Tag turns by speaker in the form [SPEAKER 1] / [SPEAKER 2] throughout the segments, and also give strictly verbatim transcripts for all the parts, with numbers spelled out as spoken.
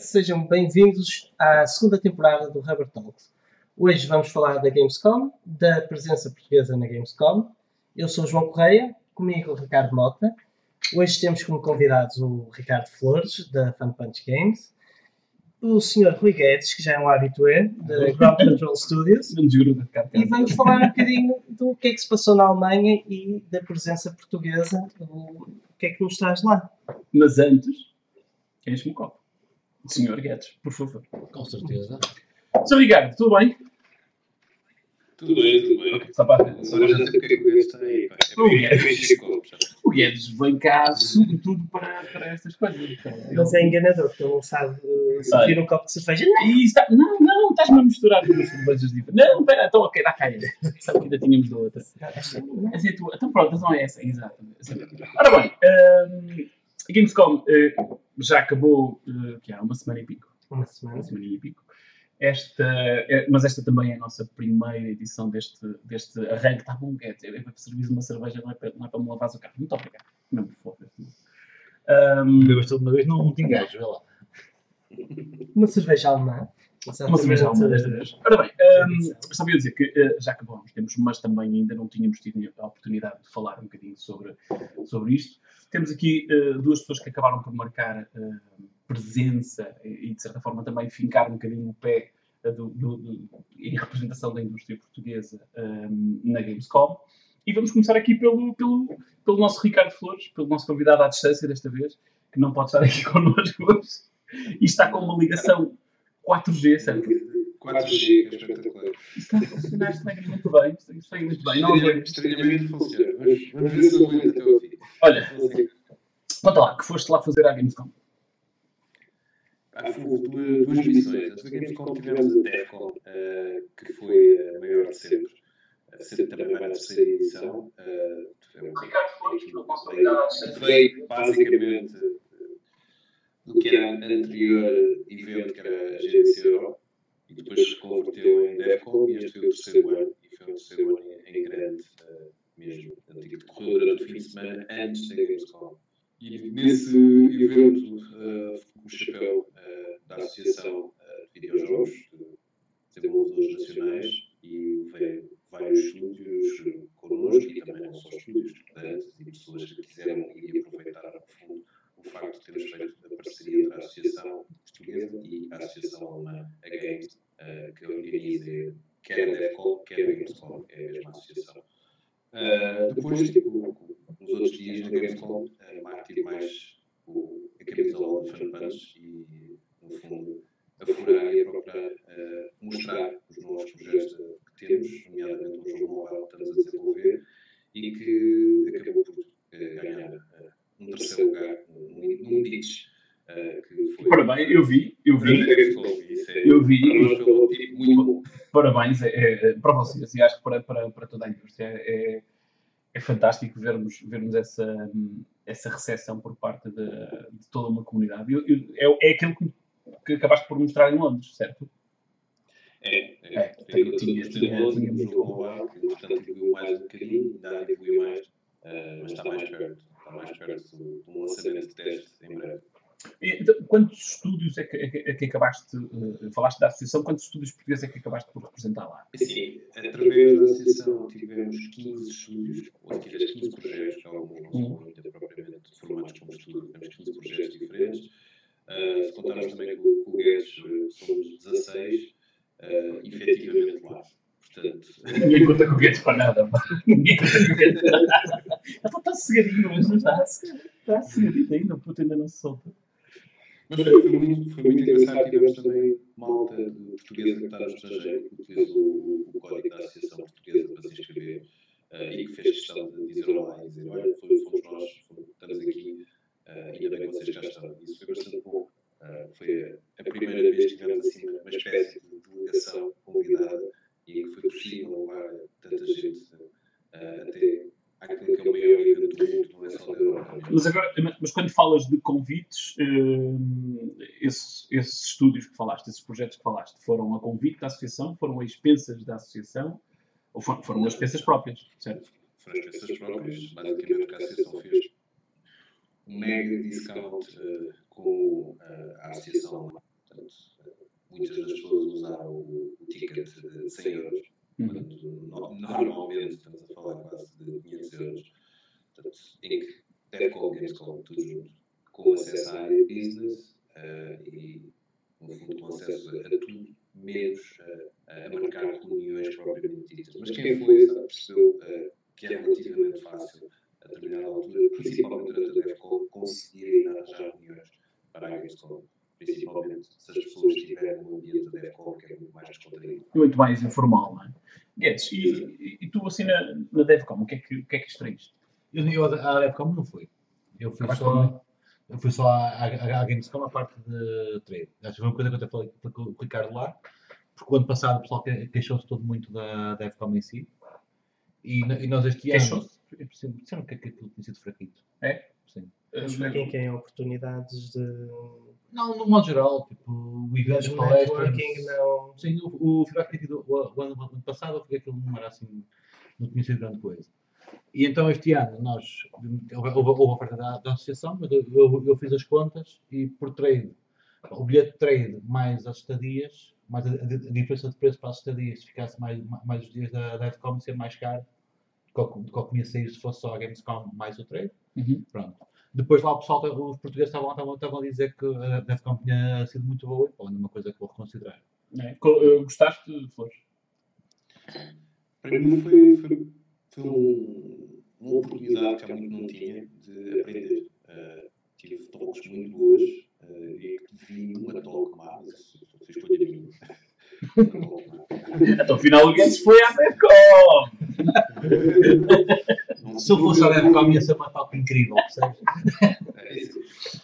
[SPEAKER 1] Sejam bem-vindos à segunda temporada do Rubber Talks. Hoje vamos falar da Gamescom, da presença portuguesa na Gamescom. Eu sou o João Correia, comigo o Ricardo Mota. Hoje temos como convidados o Ricardo Flores, da Fun Punch Games, o senhor Rui Guedes, que já é um habitué, da Ground Control Studios, e vamos falar um bocadinho do que é que se passou na Alemanha e da presença portuguesa, o que é que nos traz lá.
[SPEAKER 2] Mas antes, enche-me o copo. senhor Guedes, por favor.
[SPEAKER 3] Com certeza.
[SPEAKER 2] senhor Ricardo, tudo bem?
[SPEAKER 4] Tudo bem, tudo bem.
[SPEAKER 2] Só para...
[SPEAKER 4] Agora já sei porque é que o Guedes está aí. Pá. É
[SPEAKER 2] O Guedes.
[SPEAKER 4] para encher copos.
[SPEAKER 2] O Guedes vem cá, sobretudo, para, para estas coisas.
[SPEAKER 1] Mas é enganador, porque ele não sabe uh, servir um copo de cerveja. Não!
[SPEAKER 2] E está... Não, não, estás-me a misturar duas cervejas diferentes. Não, espera, então, ok, dá cá essa. Sabe que ainda tínhamos da outra. Essa é a tua. Então pronto, não é essa, exato. Ora bem, um, a Gamescom uh, já acabou, uh, que há uma semana e pico.
[SPEAKER 1] Uma semana.
[SPEAKER 2] Uma semana e pico. Esta, é, mas esta também é a nossa primeira edição deste, deste arranque. Está bom, Guedes, é para servir uma cerveja, não é para, não é para me lavar o carro. Muito obrigado. Não me foda. Um,
[SPEAKER 3] Bebas toda uma vez, não te engajo, vê lá.
[SPEAKER 1] Uma cerveja alemã.
[SPEAKER 2] Uma cerveja alemã desta vez. Ora bem, um, estava a dizer que uh, já acabou há uns tempos, mas também ainda não tínhamos tido a oportunidade de falar um bocadinho sobre, sobre isto. Temos aqui uh, duas pessoas que acabaram por marcar uh, presença e, de certa forma, também fincar um bocadinho o pé uh, do, do, do, em representação da indústria portuguesa um, na Gamescom. E vamos começar aqui pelo, pelo, pelo nosso Ricardo Flores, pelo nosso convidado à distância desta vez, que não pode estar aqui connosco hoje. E está com uma ligação quatro G, certo?
[SPEAKER 4] quatro G, que é espetacular.
[SPEAKER 2] Está a funcionar estranhamente bem. Está muito bem. Não,
[SPEAKER 4] Estranhamente funciona. Vamos, vamos ver se eu aguento até ao fim.
[SPEAKER 2] Olha, conta lá, que foste lá fazer à Gamescom?
[SPEAKER 4] Ah, houve duas, duas missões. Antes da Gamescom tivemos a DEFCON, uh, que foi a maior de sempre. Uh, sempre também vai na terceira edição. Uh,
[SPEAKER 2] Ricardo Flores, não posso convidar
[SPEAKER 4] veio basicamente do que era anterior evento, que era a G D C Euro, e depois se converteu em DEFCON, e este foi o terceiro ano, e foi o terceiro ano em, em grande, uh, mesmo, antigo, decorreu durante o fim de semana antes da Gamescom. E nesse evento, uh, o chapéu uh, da Associação uh, de Videojogos, de Desenvolvedores Nacionais, e veio vários estúdios connosco, e também não só estúdios, estudantes e pessoas que quiseram ir aproveitar, no fundo, o facto de termos feito a parceria entre a Associação Portuguesa e a Associação Alemã, a Games, uh, que organiza quer a DEFCON, quer a Gamescom, é a mesma associação. Uh, depois, tipo, nos outros dias na Gamescom, uh, Marco tive mais o, a camisola de Fun Punch e, no fundo, a furar e a procurar uh, mostrar os novos projetos uh, que temos, nomeadamente um jogo mobile que estamos a desenvolver e que acabou por uh, ganhar uh, um terceiro lugar num, num pitch. Uh, que foi...
[SPEAKER 2] Parabéns, eu vi, eu vi.
[SPEAKER 4] É,
[SPEAKER 2] eu vi.
[SPEAKER 4] Para nós foi um tipo muito bom.
[SPEAKER 2] Parabéns é, é, para vocês e acho que para, para, para toda a indústria é, é fantástico vermos, vermos essa, essa recepção por parte de, de toda uma comunidade. Eu, eu, é, é aquilo que, que acabaste por mostrar em Londres, certo?
[SPEAKER 4] É, é.
[SPEAKER 2] é
[SPEAKER 4] tenho, tinha, tinha, tinha um jogo mobile, que portanto evoluiu mais um bocadinho, ainda evoluiu mais, uh, mas está mais perto, está mais perto de um lançamento de teste em breve.
[SPEAKER 2] Então, quantos estúdios é que, é que, é que acabaste, uh, falaste da associação, quantos estúdios portugueses é que acabaste por representar lá?
[SPEAKER 4] Sim, através da associação tivemos quinze estúdios, ou se quiseres quinze projetos, alguns não são ainda propriamente formados como estúdio, temos quinze projetos diferentes. Uh, se contarmos também com, com o Guedes, uh, somos dezasseis, uh, efetivamente lá. Portanto...
[SPEAKER 2] Ninguém conta com o Guedes para nada. Ninguém conta com o Guedes para nada. Ele está cegadinho, mas não está está cegadinho ainda, o puto ainda não se solta.
[SPEAKER 4] Mas foi, foi, muito, foi muito engraçado. Tivemos também malta portuguesa que está no estrangeiro, que utilizou o, o código da Associação Portuguesa para se inscrever uh, e que fez questão de dizer olá e dizer: olha, fomos nós, fomos, estamos aqui, uh, ainda bem que vocês cá estão. Isso foi bastante bom. Uh, foi a, a primeira vez que tivemos assim uma espécie de delegação convidada e que foi possível levar tanta gente uh, até àquilo que é o maior evento do mundo, não é só da Europa.
[SPEAKER 2] Mas, agora, mas quando falas de convites, uh, esses, esses estúdios que falaste, esses projetos que falaste, foram a convite da associação, foram a expensas da associação, ou foram, foram as expensas próprias, certo?
[SPEAKER 4] Foram as expensas próprias, basicamente, que a associação fez um mega discount uh, com uh, a associação muitas das pessoas usaram o, o ticket de cem euros, quando no, normalmente estamos a falar quase de quinhentos euros. Portanto, em que DevCon, Gamescom, tudo junto, com acesso à área de business uh, e, no fundo, com acesso a, a tudo, menos uh, a marcar reuniões propriamente ditas. Mas quem foi, sabe, percebeu uh, que é relativamente fácil, a determinada altura, principalmente durante a DevCon, conseguirem arranjar reuniões para a Gamescom. Principalmente se as pessoas estiverem no ambiente da DevCon, que é muito mais descontraído.
[SPEAKER 2] Muito mais informal, não é? Guedes, e, e, e tu assim na, na DevCon, o que é que, o que, é que estranhiste?
[SPEAKER 3] Eu, eu à DevCon não fui. Eu fui só, eu fui só à, à, à Gamescom, a parte de trade. Acho que foi uma coisa que eu até falei com o Ricardo lá, porque o ano passado o pessoal queixou-se todo muito da DevCon em si. E, e nós este ano...
[SPEAKER 2] Queixou-se?
[SPEAKER 3] Disseram que aquilo tinha sido fraquito.
[SPEAKER 2] É?
[SPEAKER 3] Sim.
[SPEAKER 1] Mas para quem tem oportunidades de...
[SPEAKER 3] Não, no modo geral, tipo, o evento de
[SPEAKER 1] networking, não...
[SPEAKER 3] Sim, o, o feedback que tive o, o, ano, o ano passado foi que aquilo não era assim, não tinha sido grande coisa. E então este ano nós, houve, houve a oferta da, da associação, mas eu, eu, eu fiz as contas e por trade, o bilhete de trade mais as estadias, mais a, a, a diferença de preço para as estadias, se ficasse mais, mais os dias da DevCom, ser mais caro do que eu tinha saído se fosse só a Gamescom mais o trade.
[SPEAKER 2] Uhum.
[SPEAKER 3] Pronto. Depois lá o pessoal, os portugueses estavam, estavam, estavam a dizer que a DevCon tinha sido muito boa e pô, é uma coisa que vou reconsiderar.
[SPEAKER 2] É. Gostaste, Flores?
[SPEAKER 4] Para mim foi, foi, foi um, uma oportunidade que há muito não tinha de aprender. Uh, tive talks muito boas uh, e vi uma talk má, mas isso foi escolha minha.
[SPEAKER 2] Então, afinal, o Guedes foi à DevCon!
[SPEAKER 3] Se eu fosse a DevCom ia ser uma talk incrível, percebes?
[SPEAKER 4] É isso.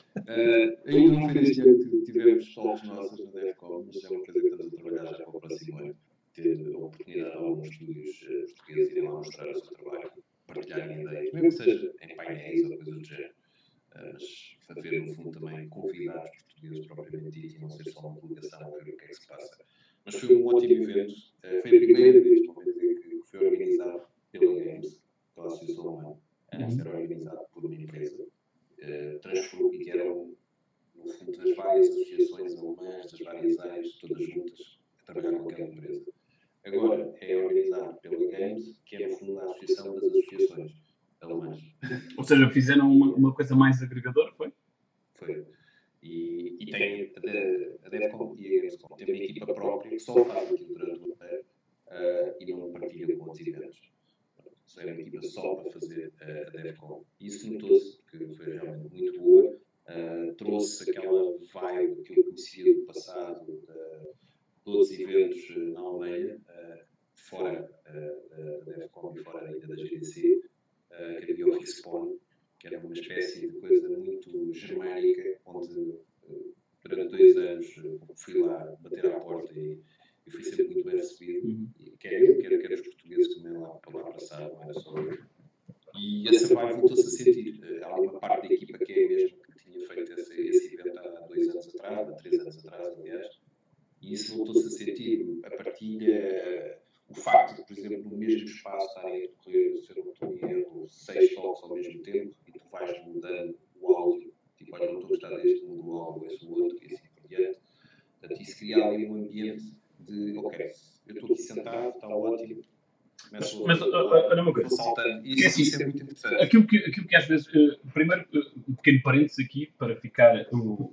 [SPEAKER 4] Uh, ainda não foi este ano que tivemos talks nossas na DevCom, mas é uma coisa que estamos a trabalhar já para o próximo ano. Ter a oportunidade de alguns estúdios uh, portugueses irem lá mostrar o seu trabalho, partilharem ideias, mesmo que seja em painéis ou coisas do género. Uh, mas haver, no fundo, também convidados portugueses propriamente dito e não ser só uma divulgação a ver o que é que se passa. Mas foi um ótimo evento. Uh, foi a primeira vez, talvez dizer, que foi organizado pela Games, pela Associação Humana. Antes era organizado por uma empresa, uh, transformou e que eram, no fundo, das várias associações alemãs, das várias áreas, todas juntas, a trabalhar com aquela empresa. Agora é organizado pela Games, que é, no fundo, a associação das associações alemãs.
[SPEAKER 2] Ou seja, fizeram uma, uma coisa mais agregadora, foi?
[SPEAKER 4] Foi. E, e tem a, a DevCom e a Gamescom. Tem uma equipa própria que só faz aquilo durante o ano uh, e não partilha com outros eventos. Só é uma equipa só para fazer uh, a DevCom. E isso notou-se, porque foi realmente muito boa. Uh, trouxe aquela vibe que eu conhecia do passado, uh, de outros eventos uh, na Alemanha, uh, fora uh, da DevCom e fora ainda da G D C, uh, que havia o Respawn, que era uma espécie de coisa muito germânica, onde uh, durante dois anos uh, fui lá bater à porta e, e fui sempre muito bem recebido. Uhum. E quer eu, quer, quer os portugueses que também lá, lá passaram, não era só eu. E essa vibe voltou-se a sentir. Uh, há uma parte da equipa que é a mesma que tinha feito esse, esse evento há dois anos atrás, há três anos atrás, aliás, e isso voltou-se a sentir. A partilha, o facto de, por exemplo, no mesmo espaço estarem a decorrer, se eu não estou em erro, seis talks ao mesmo tempo, e tu vais mudando o áudio, tipo, olha, não estou a gostar deste, mudo o áudio, esse o outro, e assim por diante. Portanto, isso cria ali um ambiente de, ok, eu estou aqui sentado, está ótimo.
[SPEAKER 2] Mas, mas olha uma coisa,
[SPEAKER 4] isso, assim, isso é muito interessante.
[SPEAKER 2] Aquilo que, aquilo que às vezes, uh, primeiro, uh, um pequeno parênteses aqui para ficar o, o,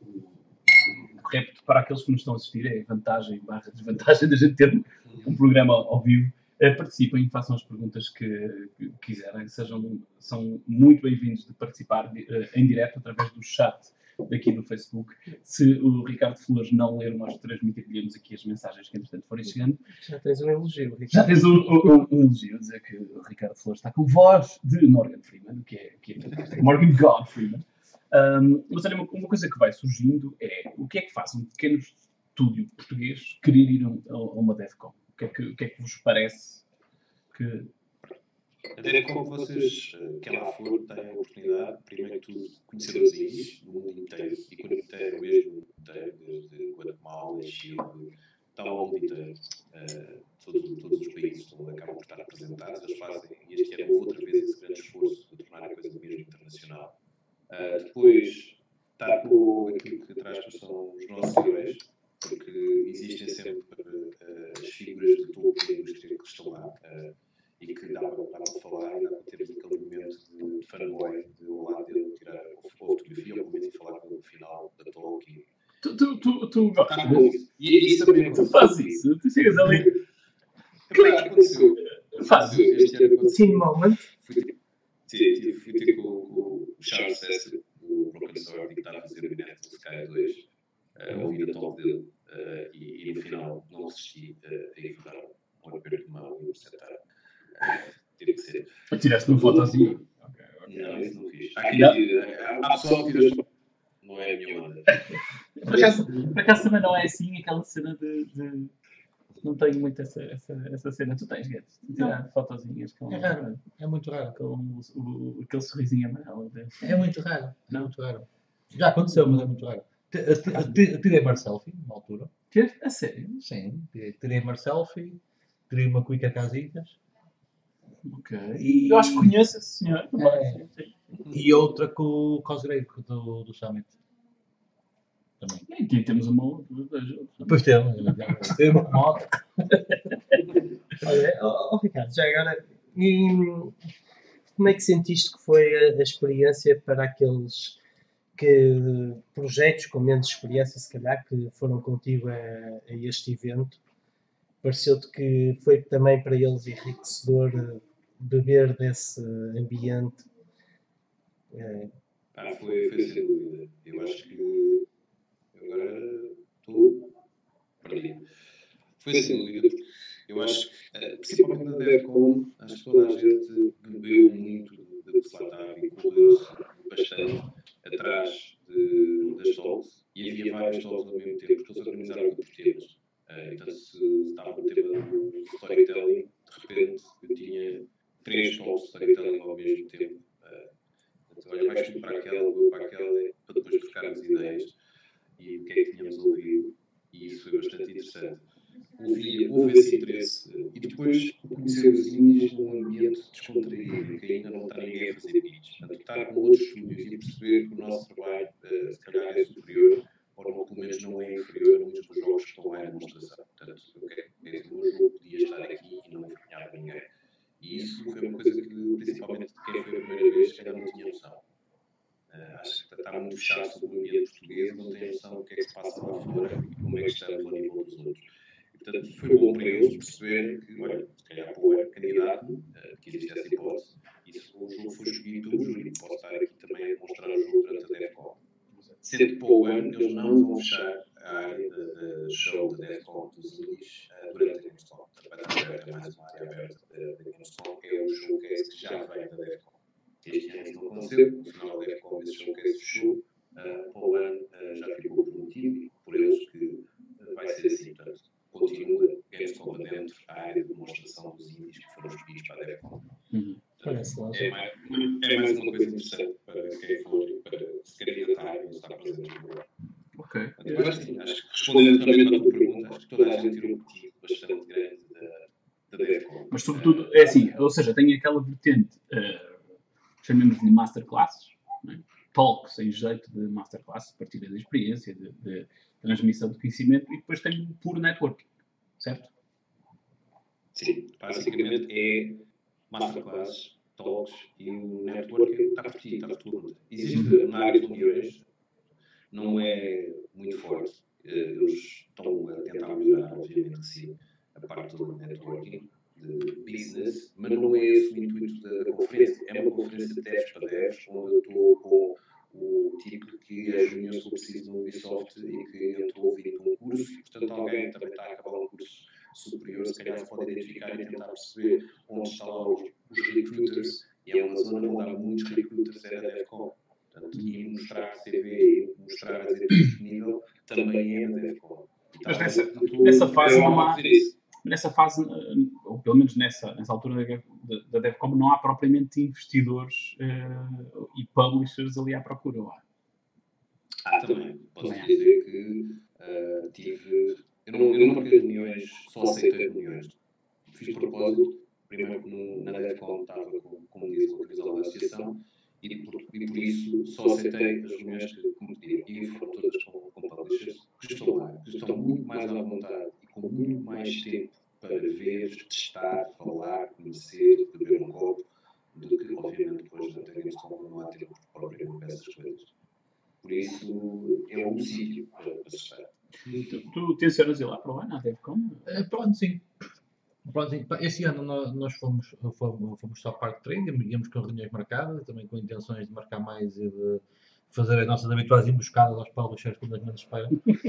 [SPEAKER 2] o repto para aqueles que nos estão a assistir, é a vantagem barra desvantagem da gente ter um programa ao vivo. Uh, participem, façam as perguntas que, que quiserem, sejam, são muito bem-vindos de participar uh, em direto através do chat daqui no Facebook. Se o Ricardo Flores não ler, nós transmitiremos aqui as mensagens que entretanto forem chegando.
[SPEAKER 1] Já tens um elogio, Ricardo.
[SPEAKER 2] Já tens um, um, um elogio, dizer que o Ricardo Flores está com voz de Morgan Freeman, que é, que é Morgan God Freeman. Um, mas olha, uma, uma coisa que vai surgindo é o que é que faz um pequeno estúdio português querer ir a, a uma DevCon? O que, é que, o que é que vos parece que...
[SPEAKER 4] A DevCon, vocês, quem lá for, têm a oportunidade, primeiro de tudo, conhecer os indies do mundo inteiro, e quando inteiro, mesmo o mundo inteiro, desde Guatemala, Chile, está ao mundo inteiro. Uh, todos, todos os países onde acabam por estar representados, eles fazem, e este ano houve outra vez esse grande esforço de tornar a coisa mesmo internacional. Uh, depois, estar com aquilo que traz que são os nossos heróis, porque existe
[SPEAKER 2] tu, tu, tu, tu gostas
[SPEAKER 4] Está com isso. E isso também
[SPEAKER 2] Tu fazes isso, tu chegas ali.
[SPEAKER 4] Como é que aconteceu?
[SPEAKER 2] Fazes.
[SPEAKER 4] Este ano aconteceu.
[SPEAKER 1] Teen moment.
[SPEAKER 4] Fui ter, tive, fui ter com, com o Charles César, o Broken Sword, que está a fazer o Net Sky dois, a ouvir a top dele, uh, e, e no final não resisti uh, a ir dar um aperto de mão e um setar. Uh, teve que ser.
[SPEAKER 2] Tiraste uma foto assim.
[SPEAKER 4] Não, isso não fiz. Há, que, há, há pessoal que tira. Não é a minha onda.
[SPEAKER 2] Por acaso, por acaso também não é assim aquela cena de. de... Não tenho muito essa, essa, essa cena. Tu tens, Guedes? De tirar fotozinhas com,
[SPEAKER 3] É raro, é muito raro.
[SPEAKER 2] com o, o, aquele sorrisinho amarelo.
[SPEAKER 3] É muito raro, é muito raro. Já aconteceu, mas é muito raro. T- t- t- Tirei uma selfie, na altura.
[SPEAKER 2] Tens? A sério?
[SPEAKER 3] Sim, tirei- tirei uma selfie, tirei uma cuica casitas.
[SPEAKER 2] Ok.
[SPEAKER 3] E-
[SPEAKER 2] Eu acho que conheço esse senhor.
[SPEAKER 3] É. E outra com o Cosgrave do, do Summit. Também.
[SPEAKER 2] E aqui temos uma outra.
[SPEAKER 3] Depois temos, tem uma moto.
[SPEAKER 1] Olha, oh, oh, Ricardo, já agora, e como é que sentiste que foi a, a experiência para aqueles que, projetos com menos experiência, se calhar, que foram contigo a, a este evento? Pareceu-te que foi também para eles enriquecedor eh, beber desse ambiente? Eh,
[SPEAKER 4] Ah, foi, foi sem dúvida. Eu acho que agora estou perdido. Foi sem dúvida, porque eu acho que, principalmente na DevCon, acho que toda a gente bebeu muito do que se lá estava e correu-se bastante atrás de, das talks, e havia várias talks ao mesmo tempo, porque eles organizaram por temas. Uh, então, se estava no tema do storytelling, de repente eu tinha três talks de storytelling ao mesmo tempo. Uh, então, olha, vais tu para aquela, vou para aquela, para depois trocarmos ideias e o que é que tínhamos ouvido, e isso foi bastante interessante. Houve, houve esse interesse, e depois conhecer os indies num ambiente descontraído, que ainda não está ninguém a fazer pitch. Portanto, estar com outros estúdios e perceber que o nosso trabalho, uh, se calhar, é superior, ou não, pelo menos não é inferior a muitos dos jogos que estão lá em demonstração. Portanto, okay, esse meu jogo podia estar aqui e não envergonhar ninguém. E isso foi uma coisa que, principalmente de quem foi a primeira vez, que ainda não tinha noção. Uh, acho que está muito fechado sobre o ambiente português, não tem noção do que é que se passa lá fora e como é que estamos ao nível dos outros. E, portanto, foi bom para eles perceberem que, olha, se calhar para o candidato, uh, que existe essa hipótese, e se o jogo foi escolhido pelo júri, posso estar aqui também a demonstrar o jogo durante a DevCon. Sendo que para o ano eles não vão fechar a área da show da DevCon dos indies uh, durante a Gamescom. Vai estar aberta mais uma área aberta da Gamescom, que é o showcase que já vem da DevCon. Este ano isso não aconteceu, no final da DevCon esse showcase fechou. Uh, para o ano uh, já ficou prometido por eles que uh, vai ser assim. Portanto, continua Gamescom adentro a área de demonstração dos indies que foram escolhidos para a DevCon.
[SPEAKER 2] Uhum.
[SPEAKER 1] Parece lá.
[SPEAKER 4] É mais, é mais uma coisa interessante para quem for, para se candidatar e estar presente no lugar.
[SPEAKER 2] Ok.
[SPEAKER 4] Eu acho que, acho que respondendo também à tua pergunta, acho que toda a gente tirou um motivo bastante grande da, da DevCon.
[SPEAKER 2] Mas, sobretudo, é assim, ou seja, tem aquela vertente, uh, chamemos-lhe masterclasses, né? Talks em jeito de masterclass, partilha de experiência, de, de transmissão de conhecimento, e depois tem o puro networking, certo?
[SPEAKER 4] Sim, basicamente é masterclasses, talks e o networking está por ti, está por tudo. Existe na área de reuniões, não é muito forte. Eles estão a tentar melhorar, obviamente que sim, a parte do networking, de business, mas não é esse o intuito da, da conferência. É uma conferência de devs para devs, onde eu estou com o tipo que é junior se eu preciso no Ubisoft e que entrou a ouvir um curso, e portanto alguém também está a acabar um curso superior, se calhar se pode identificar e tentar perceber onde estão lá os, os recruiters, e é uma zona onde há muitos recruiters, é da DevCon. Portanto, e mostrar C V e mostrar a dizer disponível também é da DevCon.
[SPEAKER 2] Mas nessa, nessa fase não há, nessa fase, ou pelo menos nessa, nessa altura da, da DevCon, não há propriamente investidores uh, e publishers ali à procura lá.
[SPEAKER 4] Ah, também. Posso também dizer que uh, tive... Eu não, eu não marquei reuniões, só aceitei reuniões. Fiz propósito, primeiro que no, na DevCon estava, como, como disse, com a revisão da associação, e por, e por isso só aceitei as reuniões que, como pediram. E foram todas com, com publishers que estão lá, que estão muito mais à vontade e com muito mais tempo para ver, testar, falar, conhecer, beber um copo, do que, obviamente, depois da Gamescom não há tempo propriamente para essas coisas. Por isso, é um sítio para, para se estar.
[SPEAKER 2] Tu, tu tencionas ir lá para o ano, à DevCon?
[SPEAKER 3] Uh, pronto, sim. Pronto, sim. Esse ano nós, nós fomos, fomos, fomos só para o trade, íamos com reuniões marcadas, também com intenções de marcar mais e de fazer as nossas habituais emboscadas aos Paulos cheios quando as menos esperam.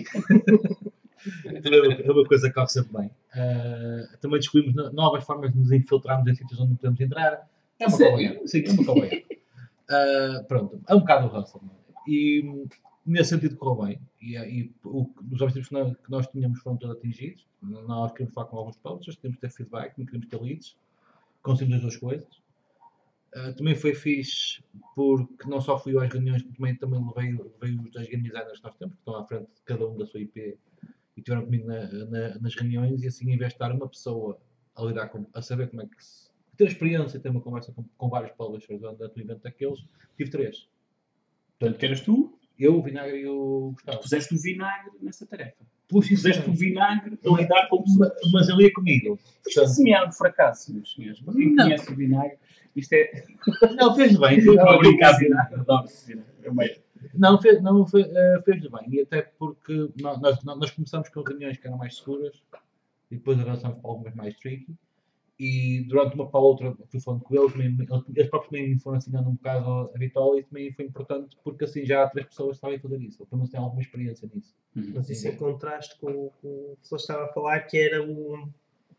[SPEAKER 3] É uma coisa que corre sempre bem. Uh, também descobrimos no, novas formas de nos infiltrarmos em sítios onde não podemos entrar. É uma coisa. Sim, é uma coisa. Uh, pronto, é um bocado o hustle. E nesse sentido correu bem. E, e o, os objetivos que nós, que nós tínhamos foram todos atingidos. Nós queríamos falar com alguns publishers, queríamos ter feedback, não queríamos ter leads. Conseguimos as duas coisas. Uh, também foi fixe porque não só fui às reuniões, como também, também levei, levei os dois game designers que nós temos, que estão à frente de cada um da sua I P, e estiveram comigo na, na, nas reuniões, e assim, em vez de estar uma pessoa a lidar com, a saber como é que se... ter experiência, ter uma conversa com, com vários publishers durante o evento daqueles, tive três.
[SPEAKER 2] Portanto, que eras tu?
[SPEAKER 3] Eu, o Vinagre e o Gustavo.
[SPEAKER 2] Puseste o Vinagre nessa tarefa.
[SPEAKER 3] Puxa,
[SPEAKER 2] Puseste o Vinagre a lidar com pessoas.
[SPEAKER 3] Mas, mas ele ia comigo.
[SPEAKER 2] Isto é semear de fracasso, meus senhores. Para quem conhece o Vinagre, isto é...
[SPEAKER 3] Não, fez bem.
[SPEAKER 2] Estou a brincar, Vinagre. Adoro-se Vinagre. É meio...
[SPEAKER 3] Não, fez, não fez, uh, fez bem. E até porque nós, nós, nós começamos com reuniões que eram mais seguras, e depois avançamos para algumas mais tricky. E durante uma para a outra fui falando com eles, também, eles próprios também foram ensinando um bocado a Vitória, e também foi importante porque assim já há três pessoas que estavam a fazer isso, ou pelo menos têm alguma experiência nisso.
[SPEAKER 1] Uhum. Mas isso em contraste com o que o professor estava a falar, que era o, uh,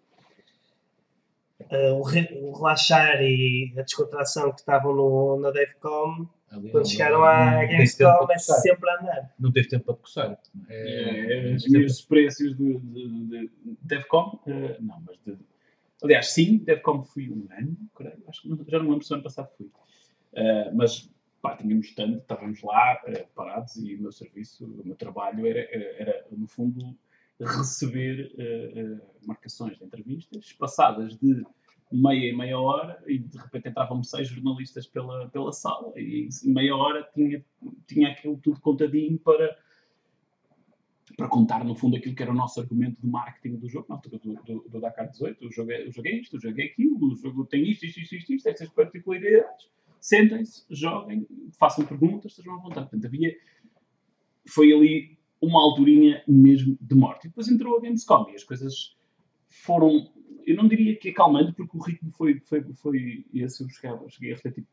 [SPEAKER 1] o, re, o relaxar e a descontração que estavam no, na DevCom. Ali, quando não, chegaram não, à Gamescom é sempre a andar.
[SPEAKER 3] Não teve tempo para coçar.
[SPEAKER 2] É, é, as minhas experiências de, de, de DevCom, uh, não, mas de... Aliás, sim, DevCom fui um ano, creio, acho que já não lembro se o ano passado fui. Uh, mas, pá, tínhamos tanto, estávamos lá uh, parados e o meu serviço, o meu trabalho era, era, era no fundo, receber uh, uh, marcações de entrevistas passadas de meia e meia hora e de repente entravam seis jornalistas pela, pela sala e em meia hora tinha, tinha aquilo tudo contadinho para... para contar, no fundo, aquilo que era o nosso argumento de marketing do jogo, na altura do, do, do Dakar dezoito. O jogo, é, o jogo é isto, o jogo é aquilo, o jogo tem isto, isto, isto, isto, isto estas particularidades. Sentem-se, joguem, façam perguntas, estejam à vontade. Portanto, havia... Foi ali uma alturinha mesmo de morte. E depois entrou a Gamescom e as coisas foram... Eu não diria que acalmando, porque o ritmo foi, foi, foi esse. Eu chegava, cheguei a ter tipo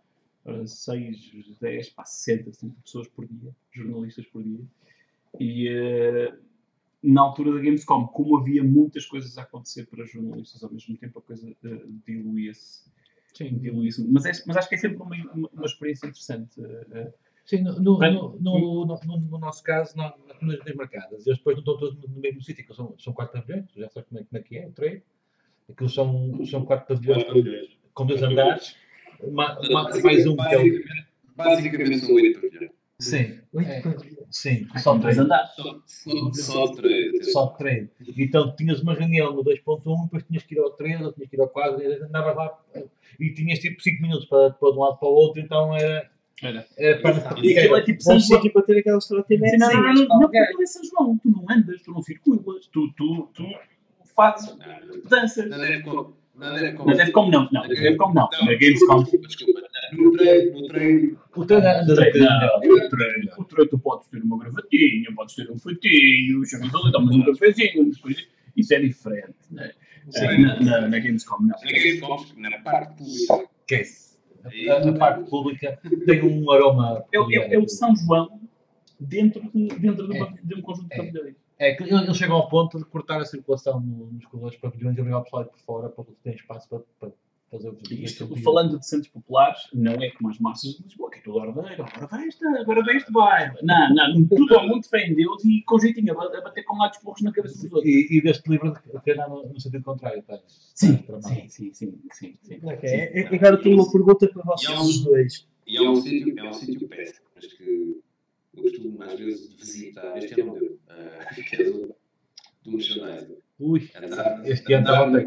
[SPEAKER 2] seis, dez, pá, sessenta, sessenta pessoas por dia, jornalistas por dia. E uh, na altura da Gamescom, como havia muitas coisas a acontecer para jornalistas ao mesmo tempo, a coisa uh, diluía-se. Sim, diluía-se. Mas, é, mas acho que é sempre uma, uma, uma experiência interessante. Uh,
[SPEAKER 3] Sim, no, no, no, no, no, no nosso caso, não, nas reuniões marcadas. Eles depois não estão todos no mesmo sítio, que são, são quatro pavilhões, já sabes como é, como é que é, o trade. Aquilo são, são quatro pavilhões com, com dois andares, ma, ma, mais um que é o...
[SPEAKER 4] Basicamente são oito pavilhões.
[SPEAKER 3] Sim, é, sim,
[SPEAKER 2] só três andares.
[SPEAKER 4] Só, só três.
[SPEAKER 3] Só três. Então tinhas uma reunião no dois ponto um, depois tinhas que ir ao três, ou tinhas que ir ao quatro, e andavas lá e tinhas tipo cinco minutos para, para de um lado para o outro, então era.
[SPEAKER 2] Era.
[SPEAKER 3] Era para.
[SPEAKER 1] E aquilo é tipo São João para ter aquela história de
[SPEAKER 2] Não, não, não, não, porque aquilo é São João. Tu não andas, tu não circulas, tu, tu, tu fazes danças.
[SPEAKER 4] Na DevCom.
[SPEAKER 2] Na DevCom não, não. Na DevCom não. Na Gamescom.
[SPEAKER 4] Desculpa. No treino, no treino.
[SPEAKER 3] O treino anda da
[SPEAKER 2] treino. O treino tu podes ter uma gravatinha, podes ter um fatinho, chamas ali, damos um cafezinho, isso é diferente, né? Na, na, na Gamescom não.
[SPEAKER 4] Na Gamescom, na parte pública.
[SPEAKER 3] Que é a, a parte pública tem um aroma.
[SPEAKER 2] É, é, é o São João dentro de, dentro de, uma, de um conjunto de pavilhões.
[SPEAKER 3] É que eles chegam ao ponto de cortar a circulação nos corredores pavilhões e obrigar o pessoal a ir por fora para que tenha espaço para, para fazer o
[SPEAKER 2] isto. Falando de centros populares, não é como as massas de Lisboa, que é tudo ordeiro, agora vai esta, agora vai este bairro. Não, não, tudo ao mundo fé em Deus e com jeitinho a bater com lados porros na cabeça dos outros.
[SPEAKER 3] E, e deste livro de treinar no, no sentido contrário, tá?
[SPEAKER 2] Sim, sim, sim, sim, sim, sim.
[SPEAKER 1] Ok, sim. Agora tenho uma pergunta para vocês os dois.
[SPEAKER 4] E é um sítio, é um sítio péssimo, mas que eu costumo às vezes visitar. Este ano não deu, uh, que é do, do merchandising.
[SPEAKER 3] Ui,
[SPEAKER 4] andar,
[SPEAKER 3] este ano estava
[SPEAKER 4] andar,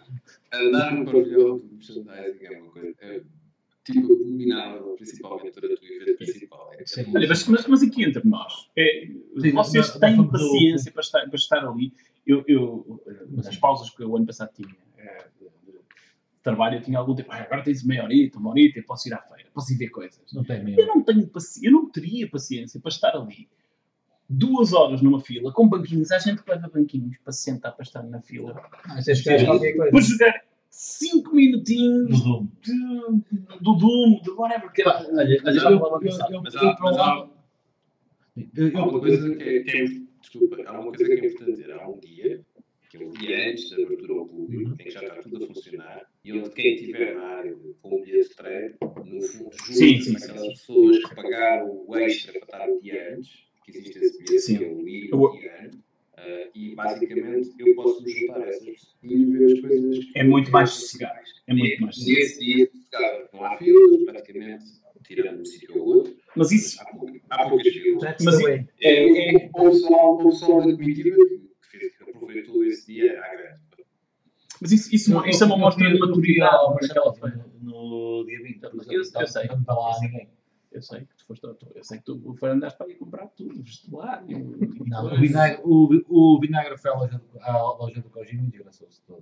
[SPEAKER 4] andar no pavilhão do merchandising é uma coisa é, tipo abominável, principalmente durante o evento principal. É,
[SPEAKER 2] Sim, olha, mas, mas, mas aqui entre nós, é, Sim, vocês têm não, não paciência do... para, estar, para estar ali. Eu, eu, nas pausas que o ano passado tinha, é, de, de trabalho eu tinha algum tempo, ah, agora tens meia horita, uma horita, eu posso ir à feira, posso ir ver coisas.
[SPEAKER 3] Não tem
[SPEAKER 2] Eu
[SPEAKER 3] mesmo.
[SPEAKER 2] não tenho paci... eu não teria paciência para estar ali duas horas numa fila com banquinhos. Há gente que leva banquinhos para se sentar para estar na fila.
[SPEAKER 3] Ah, isso é
[SPEAKER 1] Tens que fazer
[SPEAKER 3] esquisito.
[SPEAKER 1] qualquer coisa.
[SPEAKER 2] Para jogar cinco minutinhos
[SPEAKER 3] Do Doom.
[SPEAKER 2] de- do Doom, de whatever. Que
[SPEAKER 3] Pá, olha,
[SPEAKER 4] Mas
[SPEAKER 3] olha,
[SPEAKER 4] há-
[SPEAKER 3] eu- eu- eu- eu-
[SPEAKER 4] Mas
[SPEAKER 3] eu
[SPEAKER 4] há,
[SPEAKER 3] para um
[SPEAKER 4] mas há,
[SPEAKER 3] lado- eu-
[SPEAKER 4] há uma
[SPEAKER 3] eu-
[SPEAKER 4] coisa que é, que é, desculpa, há uma coisa que é importante dizer. Há um dia, que é o dia antes da abertura ao público, em que já está tudo a funcionar, e onde quem estiver na área de- com o bilhete de trem, no fundo,
[SPEAKER 2] Sim, sim,
[SPEAKER 4] junta-se
[SPEAKER 2] sim.
[SPEAKER 4] aquelas pessoas que pagaram o extra para estar o dia antes, que existe esse bilhete,
[SPEAKER 2] Sim.
[SPEAKER 4] que é o ir
[SPEAKER 2] Eu-
[SPEAKER 4] o dia antes, ah, e basicamente eu posso me juntar a essas pessoas e ir ver as coisas.
[SPEAKER 2] É muito mais sossegado. É muito mais sossegado.
[SPEAKER 4] Nesse dia, sossegado, não há filas, praticamente, tirando um sítio ou outro.
[SPEAKER 2] Mas isso,
[SPEAKER 4] Há, pouca, há poucas filas.
[SPEAKER 1] That's
[SPEAKER 2] Mas
[SPEAKER 1] the
[SPEAKER 2] e-
[SPEAKER 1] way.
[SPEAKER 4] É, é, o pessoal, o pessoal da comitiva que, que, fez, que aproveitou esse dia à grande.
[SPEAKER 2] mas isso, isso,
[SPEAKER 3] eu-
[SPEAKER 2] isso é uma
[SPEAKER 3] eu-
[SPEAKER 2] mostra
[SPEAKER 3] eu-
[SPEAKER 2] de
[SPEAKER 3] eu-
[SPEAKER 2] maturidade
[SPEAKER 3] eu-
[SPEAKER 2] para aquela feira.
[SPEAKER 3] No dia vinte.
[SPEAKER 2] Eu- eu sei.
[SPEAKER 3] Não está lá ninguém.
[SPEAKER 2] Eu sei que tu foste ao- eu sei que tu foi andaste para ir comprar tudo, vestuário. e
[SPEAKER 3] Não, o
[SPEAKER 2] coisas.
[SPEAKER 3] vinagre, o, o vinagre foi à loja do, à loja do Kojima e desgraçou-se todo.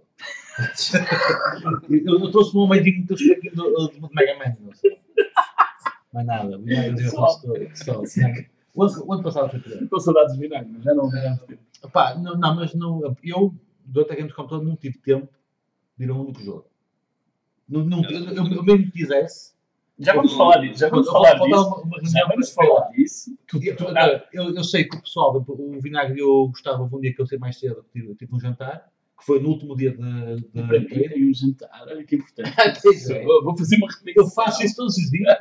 [SPEAKER 3] eu, eu trouxe-me um beijinho do aqui do, do Mega Man, não sei. Mais nada, o vinagre desgraçou-se todo. Só, vinagre. O ano, o ano passado foi pior.
[SPEAKER 2] Com saudades de vinagre, mas já não vemos tempo.
[SPEAKER 3] Pá, não, não, mas não, eu, durante a Gamescom toda, não tive tempo de ir a um único jogo. Não, não, eu, eu, eu mesmo que quisesse.
[SPEAKER 2] Já vamos falar disso, já vamos
[SPEAKER 3] eu-
[SPEAKER 2] falar
[SPEAKER 3] eu- eu-
[SPEAKER 2] disso.
[SPEAKER 3] uma- uma
[SPEAKER 2] Já
[SPEAKER 3] reunião
[SPEAKER 2] vamos
[SPEAKER 3] para-
[SPEAKER 2] falar disso.
[SPEAKER 3] Tu- tu- eu, eu sei que o pessoal, o Vinagre e eu gostava um dia que eu sei mais cedo, que tive, tive um jantar, que foi no último dia de, de,
[SPEAKER 2] Para mim tem um jantar, olha que importante.
[SPEAKER 3] Pois é.
[SPEAKER 2] Eu Vou fazer uma reflexão.
[SPEAKER 3] Eu faço isso todos os dias.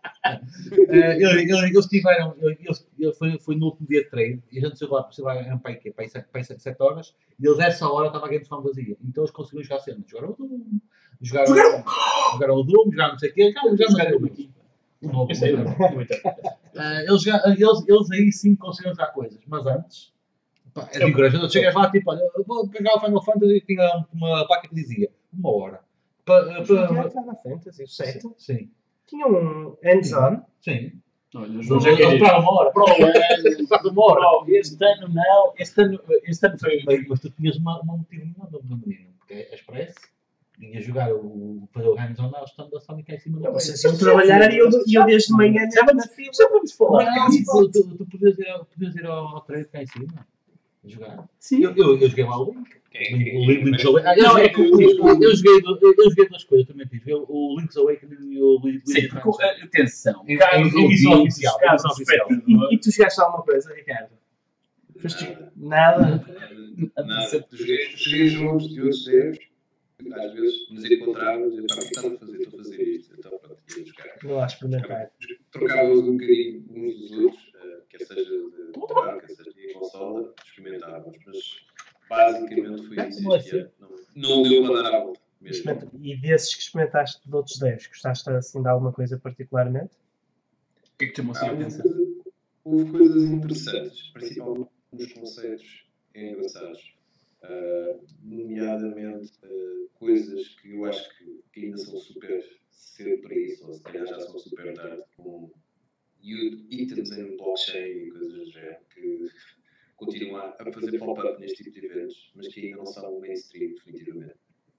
[SPEAKER 3] Eh, eu- eu- eles tiveram, eu- eles, eu- foi, foi no último dia de treino, e a gente chegou lá, chegou lá eram para aí, quê? Para aí sete- para aí sete- sete horas, e eles essa hora estava a Gamescom vazia. Então eles conseguiram jogar cenas. Jogaram o Doom, jogaram, jogaram o Doom, jogaram não sei o quê, jogaram, jogaram
[SPEAKER 2] Jogaram
[SPEAKER 3] o
[SPEAKER 2] aqui.
[SPEAKER 3] o novo.
[SPEAKER 2] Eu sei,
[SPEAKER 3] o novo.
[SPEAKER 2] muito bem.
[SPEAKER 3] Ah, eles, já- eles, eles aí sim conseguiram jogar coisas, mas antes, pá, é digo, tu chegas lá, tipo, olha, eu vou pegar o Final Fantasy e tinha uma placa que dizia uma hora. Pa-
[SPEAKER 1] Mas
[SPEAKER 3] pa-
[SPEAKER 1] o Final Fantasy, o sete,
[SPEAKER 3] Sim,
[SPEAKER 1] tinha um hands-on.
[SPEAKER 3] sim.
[SPEAKER 2] Olha, os
[SPEAKER 3] Não
[SPEAKER 2] jogos já querem.
[SPEAKER 3] para uma hora.
[SPEAKER 2] Para o ano,
[SPEAKER 3] Para uma hora.
[SPEAKER 2] Pro, este ano não, este ano, este ano foi.
[SPEAKER 3] Mas, mas tu tinhas uma, uma motivo no no menino, porque é expresso, vinha jogar o, fazer o hands-on ao stand da Sonic em cima da
[SPEAKER 1] Não sei se eu trabalhar e eu, e eu desde de manhã
[SPEAKER 2] Já vamos,
[SPEAKER 1] na fila.
[SPEAKER 2] já vamos falar.
[SPEAKER 3] Não, tu, tu, tu podias ir, ao- podias ir ao, ao treino cá em cima, a jogar.
[SPEAKER 2] Sim.
[SPEAKER 3] Eu, eu, eu joguei lá o Link.
[SPEAKER 4] Quem-
[SPEAKER 3] O
[SPEAKER 4] quem-
[SPEAKER 3] Link- Link's
[SPEAKER 4] quem-
[SPEAKER 3] Awakening. Ah, eu
[SPEAKER 2] Não,
[SPEAKER 3] joguei-
[SPEAKER 2] é que o-
[SPEAKER 3] eu- eu joguei do- eu joguei duas coisas, também tive. Eu- O Link's Awakening e o Luigi
[SPEAKER 2] Sim, porque,
[SPEAKER 3] Mansion.
[SPEAKER 2] atenção,
[SPEAKER 3] Em-
[SPEAKER 2] caros
[SPEAKER 3] em
[SPEAKER 2] ouvintes,
[SPEAKER 3] emissão oficial,
[SPEAKER 2] caros
[SPEAKER 3] emissão oficial.
[SPEAKER 2] espectadores,
[SPEAKER 1] E, e tu chegaste a alguma coisa, Ricardo? Foste- Nada.
[SPEAKER 4] Nada. Cheguei cheguei juntos de outros devs, às vezes nos encontrávamos e pá, o que estás a fazer? Estou a fazer isto. Então, pronto, ia buscar.
[SPEAKER 1] Não há experimentar.
[SPEAKER 4] Trocávamos um bocadinho uns dos outros, eh, quer seja de bar, quer seja de consola, experimentávamos, mas basicamente foi isso este ano. Não, não deu para dar a volta. Mesmo.
[SPEAKER 1] Experimenta- E desses que experimentaste de outros devs, gostaste assim de alguma coisa particularmente?
[SPEAKER 2] O que é que te chamou assim
[SPEAKER 4] Ah,
[SPEAKER 2] a
[SPEAKER 4] houve,
[SPEAKER 2] atenção?
[SPEAKER 4] coisa- houve coisas interessantes, principalmente nos conceitos engraçados. Uh, nomeadamente uh, coisas que eu acho que, que ainda são super cedo para isso, ou se calhar já são super tarde, como itens em blockchain e coisas do género, que continuam a a fazer pop-up neste tipo de eventos, mas que ainda não são o mainstream, definitivamente.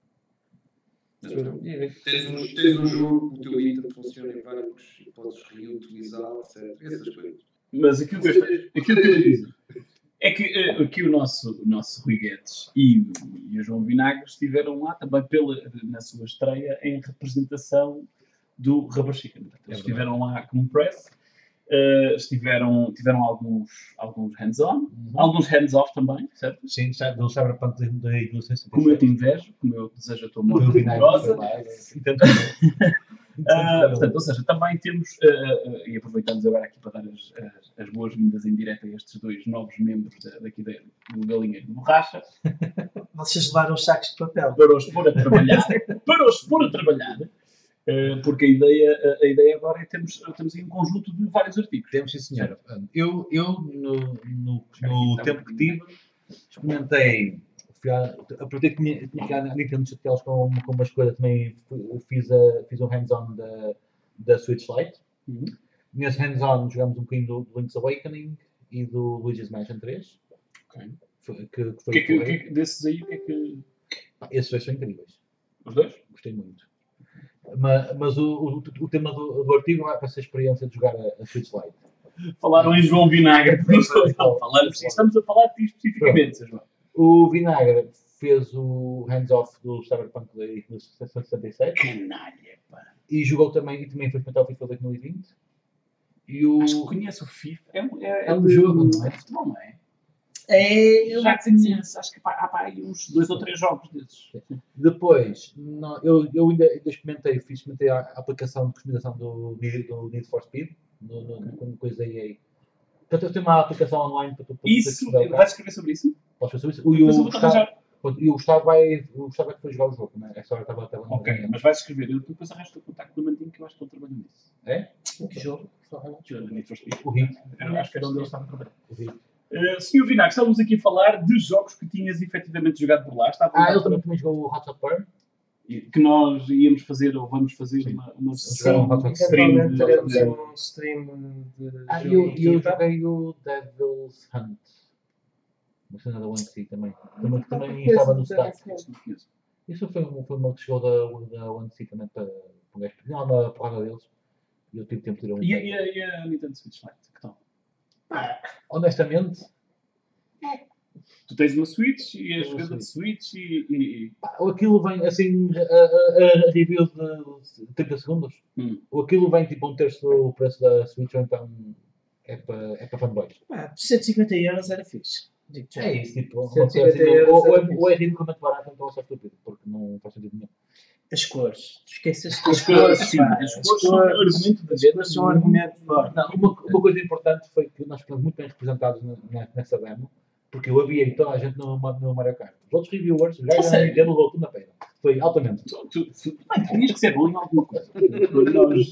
[SPEAKER 4] Mas, Tens um, tens um jogo, o teu item funciona em vários e podes reutilizá-lo, etcétera. Essas coisas.
[SPEAKER 2] Mas aquilo que eu, aquilo que eu digo é que eh, aqui o nosso, o nosso Rui Guedes e, o- e o João Vinagre estiveram lá também pela, na sua estreia em representação do Rubber Chicken. Portanto, eles estiveram lá como press, eh, estiveram, tiveram alguns, alguns hands-on, alguns hands-off também, certo?
[SPEAKER 3] Sim, sabe, do Cyberpunk de mil novecentos e sessenta e
[SPEAKER 2] Como eu te
[SPEAKER 3] sete.
[SPEAKER 2] invejo, como eu desejo a tua
[SPEAKER 3] Foi o
[SPEAKER 2] morte
[SPEAKER 3] Vinagre que foi
[SPEAKER 2] rigorosa.
[SPEAKER 3] lá, e tanto que-
[SPEAKER 2] Ah, portanto, ou seja, também temos, ah, ah, e aproveitamos agora aqui para dar as, as, as boas-vindas em direto a estes dois novos membros da, daqui da, do Galinha de Borracha,
[SPEAKER 1] Vocês levaram os sacos de papel.
[SPEAKER 2] para os pôr a trabalhar, para os pôr a trabalhar, ah, porque a ideia, a, a ideia agora é termos, temos aí um conjunto de vários artigos.
[SPEAKER 3] Temos, sim, senhora. Eu, eu no, no, no tempo que tive, experimentei. Fui a, a partir que tinha, tinha que ir à Nintendo chateá-los com, com umas coisas, também fui- fiz, a, fiz um hands-on da, da Switch Lite.
[SPEAKER 2] Uhum.
[SPEAKER 3] Nesse hands-on jogamos um bocadinho do, do Link's Awakening e do Luigi's Mansion três.
[SPEAKER 2] Ok.
[SPEAKER 3] Foi- que, que
[SPEAKER 2] O
[SPEAKER 3] foi
[SPEAKER 2] que é que, o que
[SPEAKER 3] porreiro.
[SPEAKER 2] é que- desses aí, o que é que...
[SPEAKER 3] Pá, esses dois são incríveis.
[SPEAKER 2] Os dois?
[SPEAKER 3] Gostei muito. Mas, mas o, o, o tema do, do artigo não é para ser a experiência de jogar a, a Switch Lite.
[SPEAKER 2] Falaram em João Vinagre. Não estou a falar, estamos a falar de ti especificamente, João.
[SPEAKER 3] O Vinagre fez o hands-off do Cyberpunk dois mil seiscentos e setenta e sete.
[SPEAKER 2] Canalha, pá.
[SPEAKER 3] E jogou também, e também foi experimentar o FIFA dois mil e vinte. E o...
[SPEAKER 2] Acho que conheço o FIFA. É, um- é,
[SPEAKER 3] É um
[SPEAKER 2] de-
[SPEAKER 3] jogo, não é?
[SPEAKER 2] de futebol, não é?
[SPEAKER 1] É, eu
[SPEAKER 2] Já conheço. Acho que pá, há pá, aí uns dois ou três jogos desses.
[SPEAKER 3] Depois, não, eu, eu ainda, ainda experimentei, fiz, experimentei a aplicação de customização do, Need- do Need for Speed, no, no, no, com coisa da E A. Portanto, eu tenho uma aplicação online para tu para tu
[SPEAKER 2] Isso,
[SPEAKER 3] poderes jogar o carro.
[SPEAKER 2] vais escrever sobre isso?
[SPEAKER 3] Podes fazer isso. E
[SPEAKER 2] Depois eu
[SPEAKER 3] o
[SPEAKER 2] vou-te
[SPEAKER 3] Gustavo,
[SPEAKER 2] arranjar.
[SPEAKER 3] e o Gustavo vai, o Gustavo vai depois jogar o jogo, não é? Essa hora estava até lá.
[SPEAKER 2] Ok, mas vais escrever. Eu depois arrasto o contacto do Mandinho que eu acho que ele trabalha nisso.
[SPEAKER 3] É?
[SPEAKER 1] Que jogo?
[SPEAKER 2] Do Need for Speed.
[SPEAKER 3] O Hit.
[SPEAKER 2] Eu acho que era onde ele estava a trabalhar.
[SPEAKER 3] O Hit.
[SPEAKER 2] Uh, senhor Vinagre, estávamos aqui a falar de jogos que tinhas efetivamente jogado por lá. Estava
[SPEAKER 3] Ah, ele também, também jogou o Hot Shot Burn.
[SPEAKER 2] que nós íamos fazer ou vamos fazer
[SPEAKER 3] Sim.
[SPEAKER 2] uma, uma
[SPEAKER 3] Jogaram
[SPEAKER 2] sessão
[SPEAKER 3] um Hot Shot
[SPEAKER 2] stream
[SPEAKER 1] Eventualmente
[SPEAKER 2] de,
[SPEAKER 1] teremos
[SPEAKER 2] de,
[SPEAKER 1] um stream de
[SPEAKER 3] Ah,
[SPEAKER 1] jogo
[SPEAKER 3] e eu,
[SPEAKER 1] em
[SPEAKER 3] e eu
[SPEAKER 1] equipa.
[SPEAKER 3] joguei o Devil's Hunt. Uma cena da One C também. Também,
[SPEAKER 1] Não
[SPEAKER 3] também
[SPEAKER 1] conheço,
[SPEAKER 3] estava no
[SPEAKER 1] não
[SPEAKER 3] stack.
[SPEAKER 1] conheço.
[SPEAKER 2] não conheço.
[SPEAKER 3] Isso foi, um- foi uma que chegou da, da One C também para para um gajo. Tinha uma porrada deles. E eu tive tempo de tirar um.
[SPEAKER 2] E, a- e, a- e a Nintendo Switch Lite? Que tal?
[SPEAKER 3] Honestamente,
[SPEAKER 2] Tu tens uma Switch e és
[SPEAKER 3] Tenho uma
[SPEAKER 2] venda de Switch e, e, e-
[SPEAKER 3] pá, aquilo vem assim, a, a, a review de trinta segundos.
[SPEAKER 2] Hum.
[SPEAKER 3] Ou aquilo vem tipo a um terço do preço da Switch, ou então é para, é para fanboys.
[SPEAKER 1] Ah, por cento e cinquenta euros era fixe. Digo já.
[SPEAKER 3] É isso, tipo, uma
[SPEAKER 1] cento e
[SPEAKER 3] coisa
[SPEAKER 1] cinquenta
[SPEAKER 3] assim,
[SPEAKER 1] euros
[SPEAKER 3] ou, ou, é,
[SPEAKER 1] era fixe.
[SPEAKER 3] ou é ridiculamente barato, então é só estúpido, porque não faz sentido nenhum.
[SPEAKER 1] As cores. Esqueças das
[SPEAKER 2] As cores,
[SPEAKER 1] cores,
[SPEAKER 2] sim.
[SPEAKER 1] pá.
[SPEAKER 2] As cores são um argumento de
[SPEAKER 1] As
[SPEAKER 2] venda.
[SPEAKER 1] cores são um argumento forte.
[SPEAKER 3] Não, uma, uma coisa importante foi que nós ficamos muito bem representados na- na- nessa demo, porque eu havia toda a gente no, no Mario Kart. Os outros reviewers, o gajo da
[SPEAKER 2] sério?
[SPEAKER 3] Nintendo levou tudo na pena. Foi altamente.
[SPEAKER 2] Tu, tu, tu, ai, tinhas que ser bom em alguma coisa. Nós...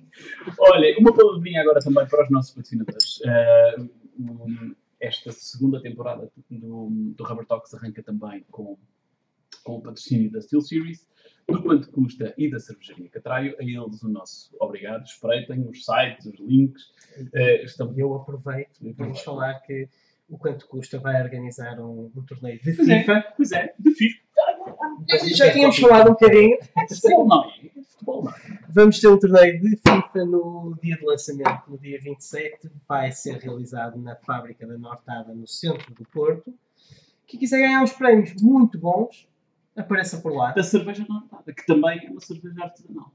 [SPEAKER 2] Olha, uma palavrinha agora também para os nossos patrocinadores. Uh, um, esta segunda temporada do, do Rubber Talks arranca também com, com o patrocínio da SteelSeries, do Quanto Custa e da Cervejaria Catraio. A eles o nosso obrigado. Espreitem os sites, os links. Uh, estamos...
[SPEAKER 1] Eu aproveito e vamos falar que o Quanto Custa vai organizar um, um torneio de
[SPEAKER 2] Pois é,
[SPEAKER 1] FIFA.
[SPEAKER 2] pois é, de FIFA.
[SPEAKER 1] Já tínhamos falado um bocadinho.
[SPEAKER 2] Futebol não é? Futebol não é?
[SPEAKER 1] Vamos ter um torneio de FIFA no dia de lançamento, no dia vinte e sete. Vai ser realizado na fábrica da Nortada, no centro do Porto. Quem quiser ganhar uns prémios muito bons, apareça por lá.
[SPEAKER 2] Da cerveja não é nada, que também é uma cerveja artesanal.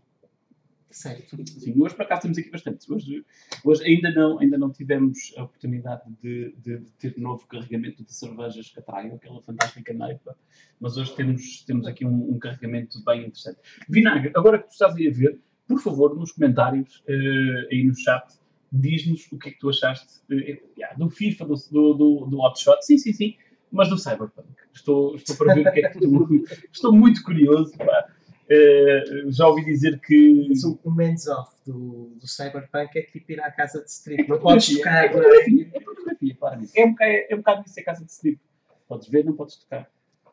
[SPEAKER 1] Certo.
[SPEAKER 2] Sim, hoje por acaso temos aqui bastantes. Hoje, hoje ainda, não, ainda não tivemos a oportunidade de, de, de ter novo carregamento de cervejas Catraio, aquela fantástica neipa, mas hoje temos, temos aqui um, um carregamento bem interessante. Vinagre, agora que tu estás aí a ver, por favor, nos comentários, uh, aí no chat, diz-nos o que é que tu achaste uh, yeah, do FIFA, do, do, do, do Hotshot, sim, sim, sim, mas do Cyberpunk. Estou, estou para ver o que é que tu... Estou muito curioso, pá. Uh, já ouvi dizer que...
[SPEAKER 1] Mas o, o hands-off do, do Cyberpunk é tipo ir à casa de strip. Não podes tocar,
[SPEAKER 2] É
[SPEAKER 1] não é?
[SPEAKER 2] fotografia, é fotografia, claramente. É um bocado, é um bocado isso, é casa de strip. Podes ver, não podes tocar.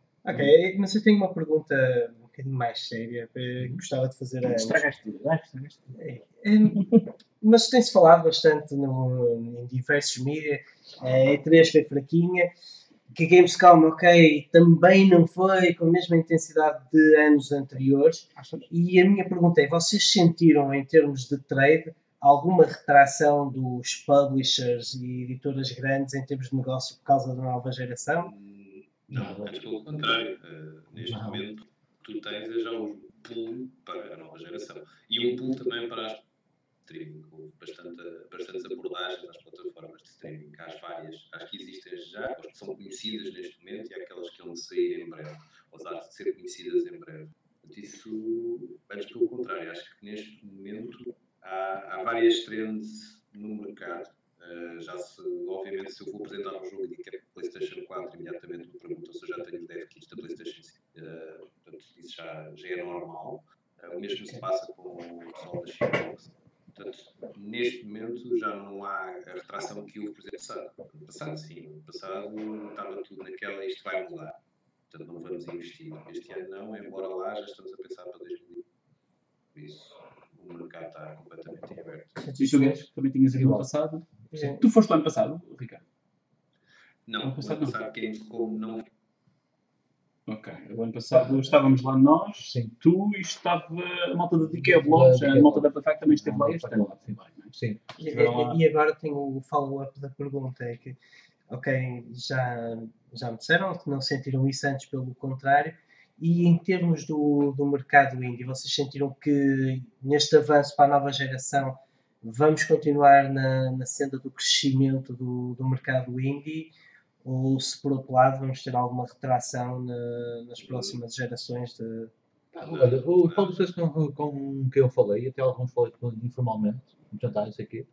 [SPEAKER 1] Ok, mas eu tenho uma pergunta um bocadinho mais séria eh, que gostava de fazer a
[SPEAKER 2] Estragaste tudo, não é? Estragaste tudo.
[SPEAKER 1] É, é, mas tem-se falado bastante no, em diversos mídias. A E três foi fraquinha, que a Gamescom, ok, também não foi com a mesma intensidade de anos anteriores. E a minha pergunta é, vocês sentiram, em termos de trade, alguma retração dos publishers e editoras grandes em termos de negócio por causa da nova geração?
[SPEAKER 4] Não, antes pelo contrário. Uh, neste
[SPEAKER 3] Não.
[SPEAKER 4] momento, tu tens é já um pulo para a nova geração. E um pulo também para as streaming. Houve bastante, bastantes abordagens às plataformas de streaming. Há as várias, as que existem já, as que são conhecidas neste momento e aquelas que vão sair em breve, ou dar de ser conhecidas em breve. Portanto, isso, antes pelo contrário, acho que neste momento há, há várias trends no mercado. Uh, já se, obviamente, se eu vou apresentar um jogo e digo que é PlayStation quatro, imediatamente me perguntam se eu já tenho dev kits da PlayStation cinco. Uh, portanto, isso já, já é normal. Uh, o mesmo se passa com o pessoal da Xbox. Portanto, neste momento já não há a retração que houve, por exemplo, passado. No passado, sim. No passado estava tudo naquela, isto vai mudar. Portanto, não vamos investir. Este ano não, embora lá já estamos a pensar para dois mil e vinte. Por isso, o mercado está completamente aberto.
[SPEAKER 2] E tu, Guedes, também tinhas aqui no
[SPEAKER 3] Igual.
[SPEAKER 2] passado.
[SPEAKER 1] Sim.
[SPEAKER 2] Tu foste o ano passado, Ricardo?
[SPEAKER 4] Não,
[SPEAKER 2] Ano
[SPEAKER 4] no
[SPEAKER 2] passado
[SPEAKER 4] ano
[SPEAKER 2] não.
[SPEAKER 4] passado Gamescom não.
[SPEAKER 2] Ok. O ano passado estávamos lá nós,
[SPEAKER 3] Sim.
[SPEAKER 2] tu e estava a malta da D K Vlogs,
[SPEAKER 3] Da
[SPEAKER 2] a
[SPEAKER 3] D K
[SPEAKER 2] malta da
[SPEAKER 3] Vlogs.
[SPEAKER 2] Play também esteve lá
[SPEAKER 3] Ah,
[SPEAKER 2] este
[SPEAKER 3] da
[SPEAKER 2] ano.
[SPEAKER 3] Play
[SPEAKER 2] Também, não é?
[SPEAKER 3] Sim.
[SPEAKER 1] E,
[SPEAKER 2] Estiveram lá.
[SPEAKER 1] e agora tenho o follow-up da pergunta, é que, ok, já, já me disseram que não sentiram isso antes, pelo contrário, e em termos do, do mercado indie, vocês sentiram que neste avanço para a nova geração vamos continuar na, na senda do crescimento do, do mercado indie, ou se por outro lado vamos ter alguma retração na- nas próximas gerações de...
[SPEAKER 3] Ah, olha, o tal dos com, com que eu falei, até alguns falei com- informalmente, no jantar, isso aqui.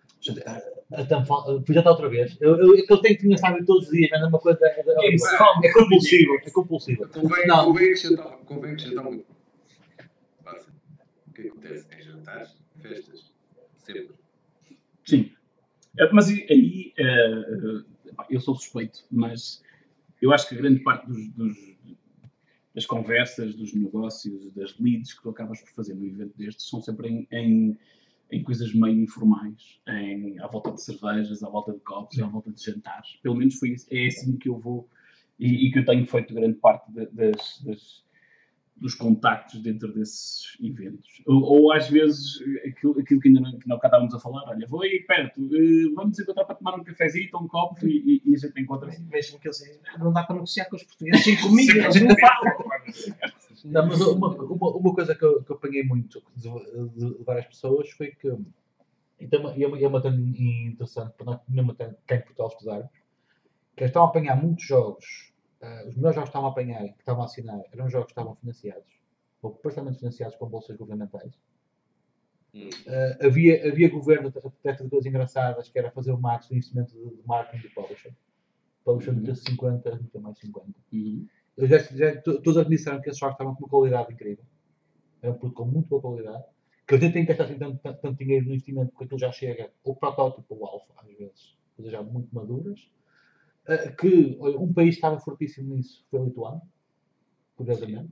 [SPEAKER 3] Então, fui jantar outra vez. Eu, eu, é que eu tenho que pensar todos os dias, mas é uma coisa. É, é, é compulsivo. É compulsivo.
[SPEAKER 4] Convém,
[SPEAKER 3] Não.
[SPEAKER 4] convém acrescentar, convém acrescentar muito. Basta. O que acontece em jantares, festas, sempre.
[SPEAKER 2] Sim. Eh, Mas aí, aí, eh, eh, eu sou suspeito, mas eu acho que a grande parte dos, dos- das conversas, dos negócios, das leads que tu acabas por fazer no evento destes são sempre em, em, em coisas meio informais, em, à volta de cervejas, à volta de copos, à volta de jantares. Pelo menos foi, isso- é assim que eu vou e, e que eu tenho feito grande parte de- das, das- dos contactos dentro desses eventos. Ou, ou às vezes, aquilo, aquilo que ainda não, que não cá estávamos a falar, olha, vou aí perto, eh, vamos nos encontrar para tomar um cafezinho, um copo e, e, e a gente encontra-se.
[SPEAKER 1] Mesmo que eles dizem, não dá para negociar com os portugueses sem comida, eles não falam.
[SPEAKER 3] Não, mas uma, uma, uma coisa que eu, que eu apanhei muito de, de- de várias pessoas foi que. E é uma, e é uma, é uma coisa interessante para nós, mesmo até cá em Portugal, estudarmos, que eles estavam a apanhar muitos jogos. Uh, os melhores jogos que estavam a apanhar, que estavam a assinar, eram jogos que estavam financiados, ou parcialmente financiados com bolsas governamentais.
[SPEAKER 4] Hum.
[SPEAKER 3] Uh, havia, havia governo até de coisas engraçadas, que era fazer o max do investimento de, de marketing do publisher. O publisher
[SPEAKER 2] Uhum.
[SPEAKER 3] meteu cinquenta, meteu mais cinquenta.
[SPEAKER 2] Uhum.
[SPEAKER 3] Eu já, já, todos administraram que esses jogos estavam com uma qualidade incrível. Era um produto com muito boa qualidade. Que eu nem tenho que gastar assim tanto, tanto, tanto dinheiro no investimento, porque aquilo já chega, o protótipo, o alfa, às vezes, coisas já muito maduras. Uh, que olha, um país que estava fortíssimo nisso foi a Lituânia, curiosamente.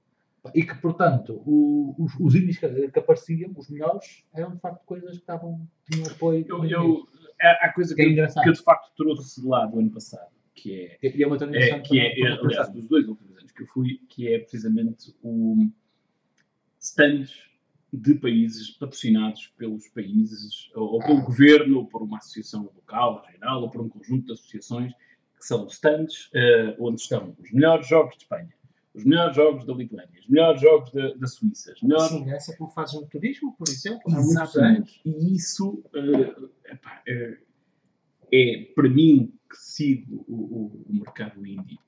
[SPEAKER 3] E que, portanto, o, os, os indies que, que apareciam, os melhores, eram de facto coisas que estavam, tinham apoio.
[SPEAKER 2] Eu, eu, há, há coisa que,
[SPEAKER 3] Que é
[SPEAKER 2] eu,
[SPEAKER 3] engraçado.
[SPEAKER 2] que eu de facto trouxe de lá do ano passado, que é,
[SPEAKER 3] E é uma coisa
[SPEAKER 2] é,
[SPEAKER 3] interessante
[SPEAKER 2] que é,
[SPEAKER 3] para- para
[SPEAKER 2] é, aliás,
[SPEAKER 3] pensar.
[SPEAKER 2] dos dois últimos anos que eu fui, que é precisamente o stands de países patrocinados pelos países, ou, ou pelo governo, ou por uma associação local, regional, ou por um conjunto de associações, que são stands eh, onde estão os melhores jogos de Espanha, os melhores jogos da Lituânia, os melhores jogos da, da Suíça, os melhores...
[SPEAKER 1] Sim, essa como fazes no turismo, por exemplo, há muitos anos.
[SPEAKER 2] Exatamente. E isso eh, epá, eh, é, para mim, que sigo o, o- o mercado indie,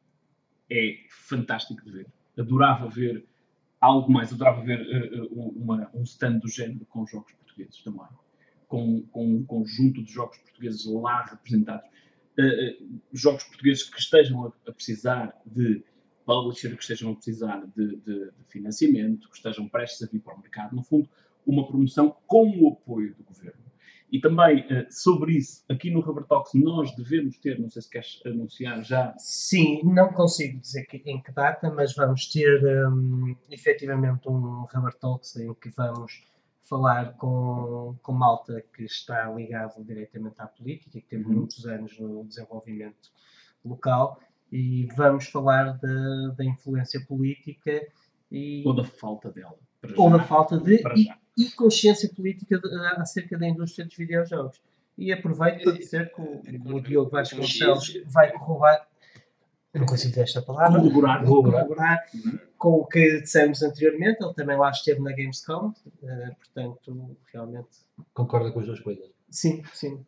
[SPEAKER 2] é fantástico de ver. Adorava ver algo mais, adorava ver eh, eh, uma- um stand do género com jogos portugueses também. Com, com um conjunto de jogos portugueses lá representados. Eh, eh, jogos portugueses que estejam a, a precisar de publisher, que estejam a precisar de, de- de financiamento, que estejam prestes a vir para o mercado. No fundo, uma promoção com o apoio do governo. E também, eh, sobre isso, aqui no Rubber Talks nós devemos ter, não sei se queres anunciar já,
[SPEAKER 1] Sim, não consigo dizer que- em que data, mas vamos ter hum, efetivamente um Rubber Talks em que vamos falar com, com malta que está ligado diretamente à política e que teve
[SPEAKER 2] Uhum.
[SPEAKER 1] muitos anos no desenvolvimento local, e vamos falar da, da influência política e,
[SPEAKER 2] ou da falta dela. para
[SPEAKER 1] ou
[SPEAKER 2] já.
[SPEAKER 1] da falta de
[SPEAKER 2] Para
[SPEAKER 1] e,
[SPEAKER 2] já.
[SPEAKER 1] e consciência política de- acerca da indústria dos videojogos. E aproveito para dizer que o, o Diogo Vasconcelos vai corroborar, não consigo dizer esta palavra,
[SPEAKER 2] Corroborar.
[SPEAKER 1] corroborar
[SPEAKER 2] Uhum.
[SPEAKER 1] com o que dissemos anteriormente. Ele também lá esteve na Gamescom, eh, portanto, realmente,
[SPEAKER 3] Concorda com as duas coisas.
[SPEAKER 1] sim, sim.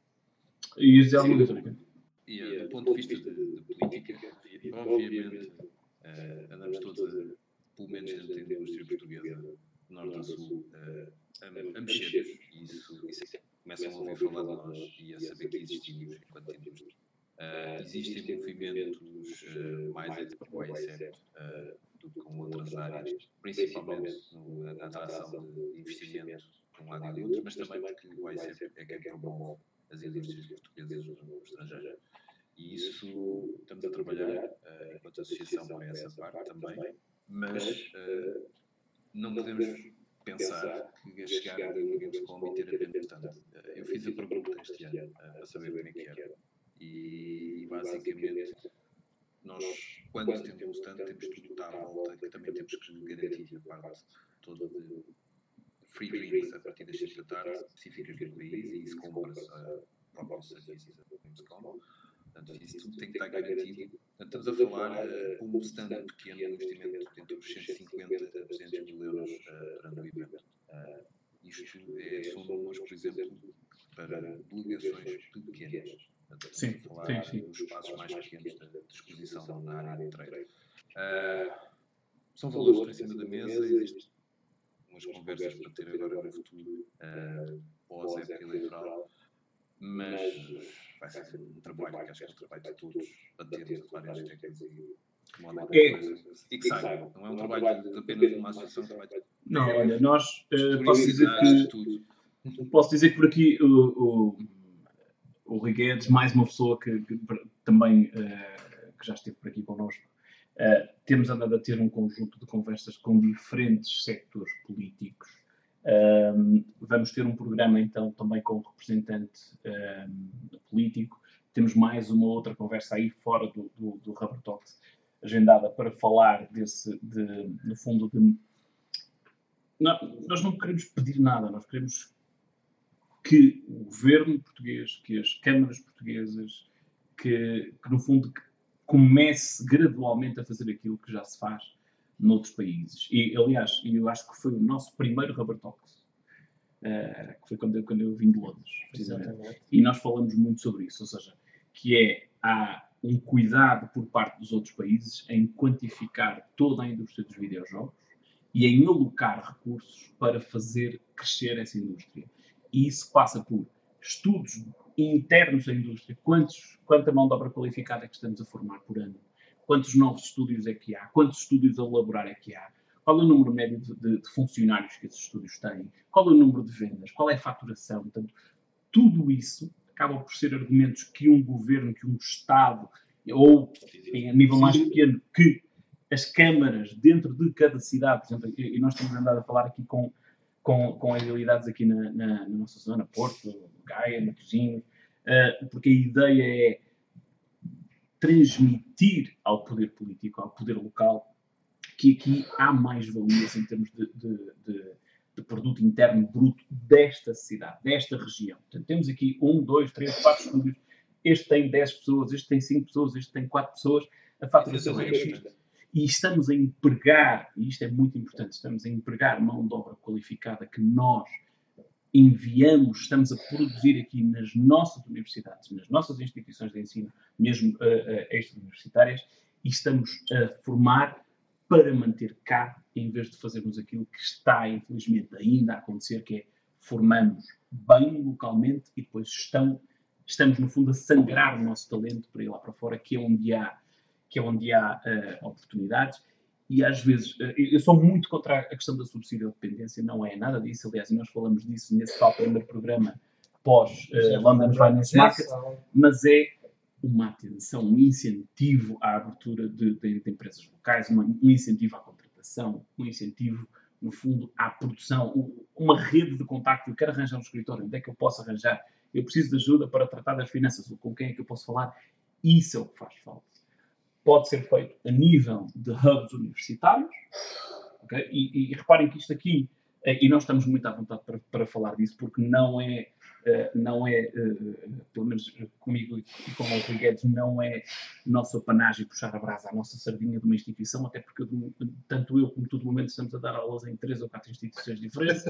[SPEAKER 2] E dizer alguma coisa, Ricardo?
[SPEAKER 4] E eh, do ponto de vista de, de política, obviamente, eh, andamos todos, a, pelo menos dentro da indústria portuguesa, do norte a sul, eh, a, a mexer-nos. E isso, isso é, começam a ouvir falar de nós e a saber que existimos enquanto indústria. Uh, existem movimentos uh, mais entre o I C E P uh, do que com outras áreas, principalmente no, na atração de investimento de um lado e do outro, mas também porque o I C E P é quem promove as indústrias portuguesas no estrangeiro. E isso estamos a trabalhar uh, enquanto associação para essa parte também, mas uh, não podemos pensar que a chegar no Gamescom e ter apenas tanto. Uh, eu fiz a pergunta este ano uh, para saber como é que era. E, e basicamente nós quando temos um stand, temos tudo que está à volta, que também temos que garantir a parte toda de free drinks a partir das seis da tarde, específicas do país, e isso compra-se a próprio serviço da Gamescom. Portanto, isso tudo tem que estar garantido. Portanto, estamos a falar uh, um stand pequeno, um investimento entre os cento e cinquenta a duzentos mil euros uh, durante o evento. Uh, isto é, são números, por exemplo, para delegações pequenas. Portanto,
[SPEAKER 2] Sim,
[SPEAKER 4] estamos a falar
[SPEAKER 2] sim, sim.
[SPEAKER 4] dos espaços mais pequenos da exposição na área de trade. Uh, são valores que estão em cima da mesa, existem umas conversas para ter agora no futuro, uh, pós-época eleitoral, mas vai ser um trabalho que acho que é um trabalho de todos, batermos as várias teclas e tomar
[SPEAKER 2] É.
[SPEAKER 4] coisa e que saibam. Não é um trabalho de apenas de uma associação, é um trabalho de
[SPEAKER 2] Não, olha, nós uh, posso dizer
[SPEAKER 4] publicidade,
[SPEAKER 2] que
[SPEAKER 4] tudo.
[SPEAKER 2] posso dizer que por aqui o, o, o Rui Guedes, mais uma pessoa que, que também uh, que já esteve por aqui connosco, uh, temos andado a ter um conjunto de conversas com diferentes sectores políticos. Um, vamos ter um programa então também com um representante um, político. Temos mais uma outra conversa aí fora do, do, do Rubber Talks agendada para falar desse, de, no fundo, de... Não, nós não queremos pedir nada, nós queremos que o governo português, que as câmaras portuguesas, que, que no fundo que comece gradualmente a fazer aquilo que já se faz noutros países. E, aliás, eu acho que foi o nosso primeiro Rubber Talks, uh, que foi quando eu, quando eu vim de Londres, precisamente.
[SPEAKER 1] Exatamente.
[SPEAKER 2] E nós falamos muito sobre isso, ou seja, que é, há um cuidado por parte dos outros países em quantificar toda a indústria dos videojogos e em alocar recursos para fazer crescer essa indústria. E isso passa por estudos internos da indústria, quantos, quanta mão de obra qualificada é que estamos a formar por ano, quantos novos estúdios é que há, quantos estúdios a elaborar é que há, qual é o número médio de, de, de funcionários que esses estúdios têm, qual é o número de vendas, qual é a faturação. Portanto, tudo isso acaba por ser argumentos que um governo, que um Estado, ou em a nível mais pequeno, que as câmaras dentro de cada cidade, por exemplo, e nós temos andado a falar aqui com, com, com as realidades aqui na, na, na nossa zona, Porto, Gaia, Matosinhos, uh, porque a ideia é transmitir ao poder político, ao poder local, que aqui há mais valias em termos de, de, de, de produto interno bruto desta cidade, desta região. Portanto, temos aqui um, dois, três, quatro estúdios, este tem dez pessoas, este tem cinco pessoas, este tem quatro pessoas, a faturação é isto. E estamos a empregar, e isto é muito importante, estamos a empregar mão de obra qualificada que nós enviamos, estamos a produzir aqui nas nossas universidades, nas nossas instituições de ensino, mesmo uh, uh, extra-universitárias, e estamos a formar para manter cá, em vez de fazermos aquilo que está, infelizmente, ainda a acontecer, que é formamos bem localmente e depois estão, estamos, no fundo, a sangrar o nosso talento para ir lá para fora, que é onde há, que é onde há uh, oportunidades. E às vezes, uh, eu sou muito contra a questão da subsídio-dependência, não é nada disso. Aliás, nós falamos disso nesse tal primeiro programa pós uh, London Finance Market, mas é uma atenção, um incentivo à abertura de, de, de empresas locais, uma, um incentivo à contratação, um incentivo, no fundo, à produção, um, uma rede de contacto. Eu quero arranjar um escritório, onde é que eu posso arranjar? Eu preciso de ajuda para tratar das finanças, com quem é que eu posso falar? Isso é o que faz falta. Pode ser feito a nível de hubs universitários, okay? e, e, e reparem que isto aqui, e nós estamos muito à vontade para, para falar disso, porque não é, uh, não é uh, pelo menos comigo e com o Rui Guedes, não é nosso apanágio puxar a brasa à nossa sardinha de uma instituição, até porque tanto eu como tu, de momento, estamos a dar aulas em três ou quatro instituições diferentes.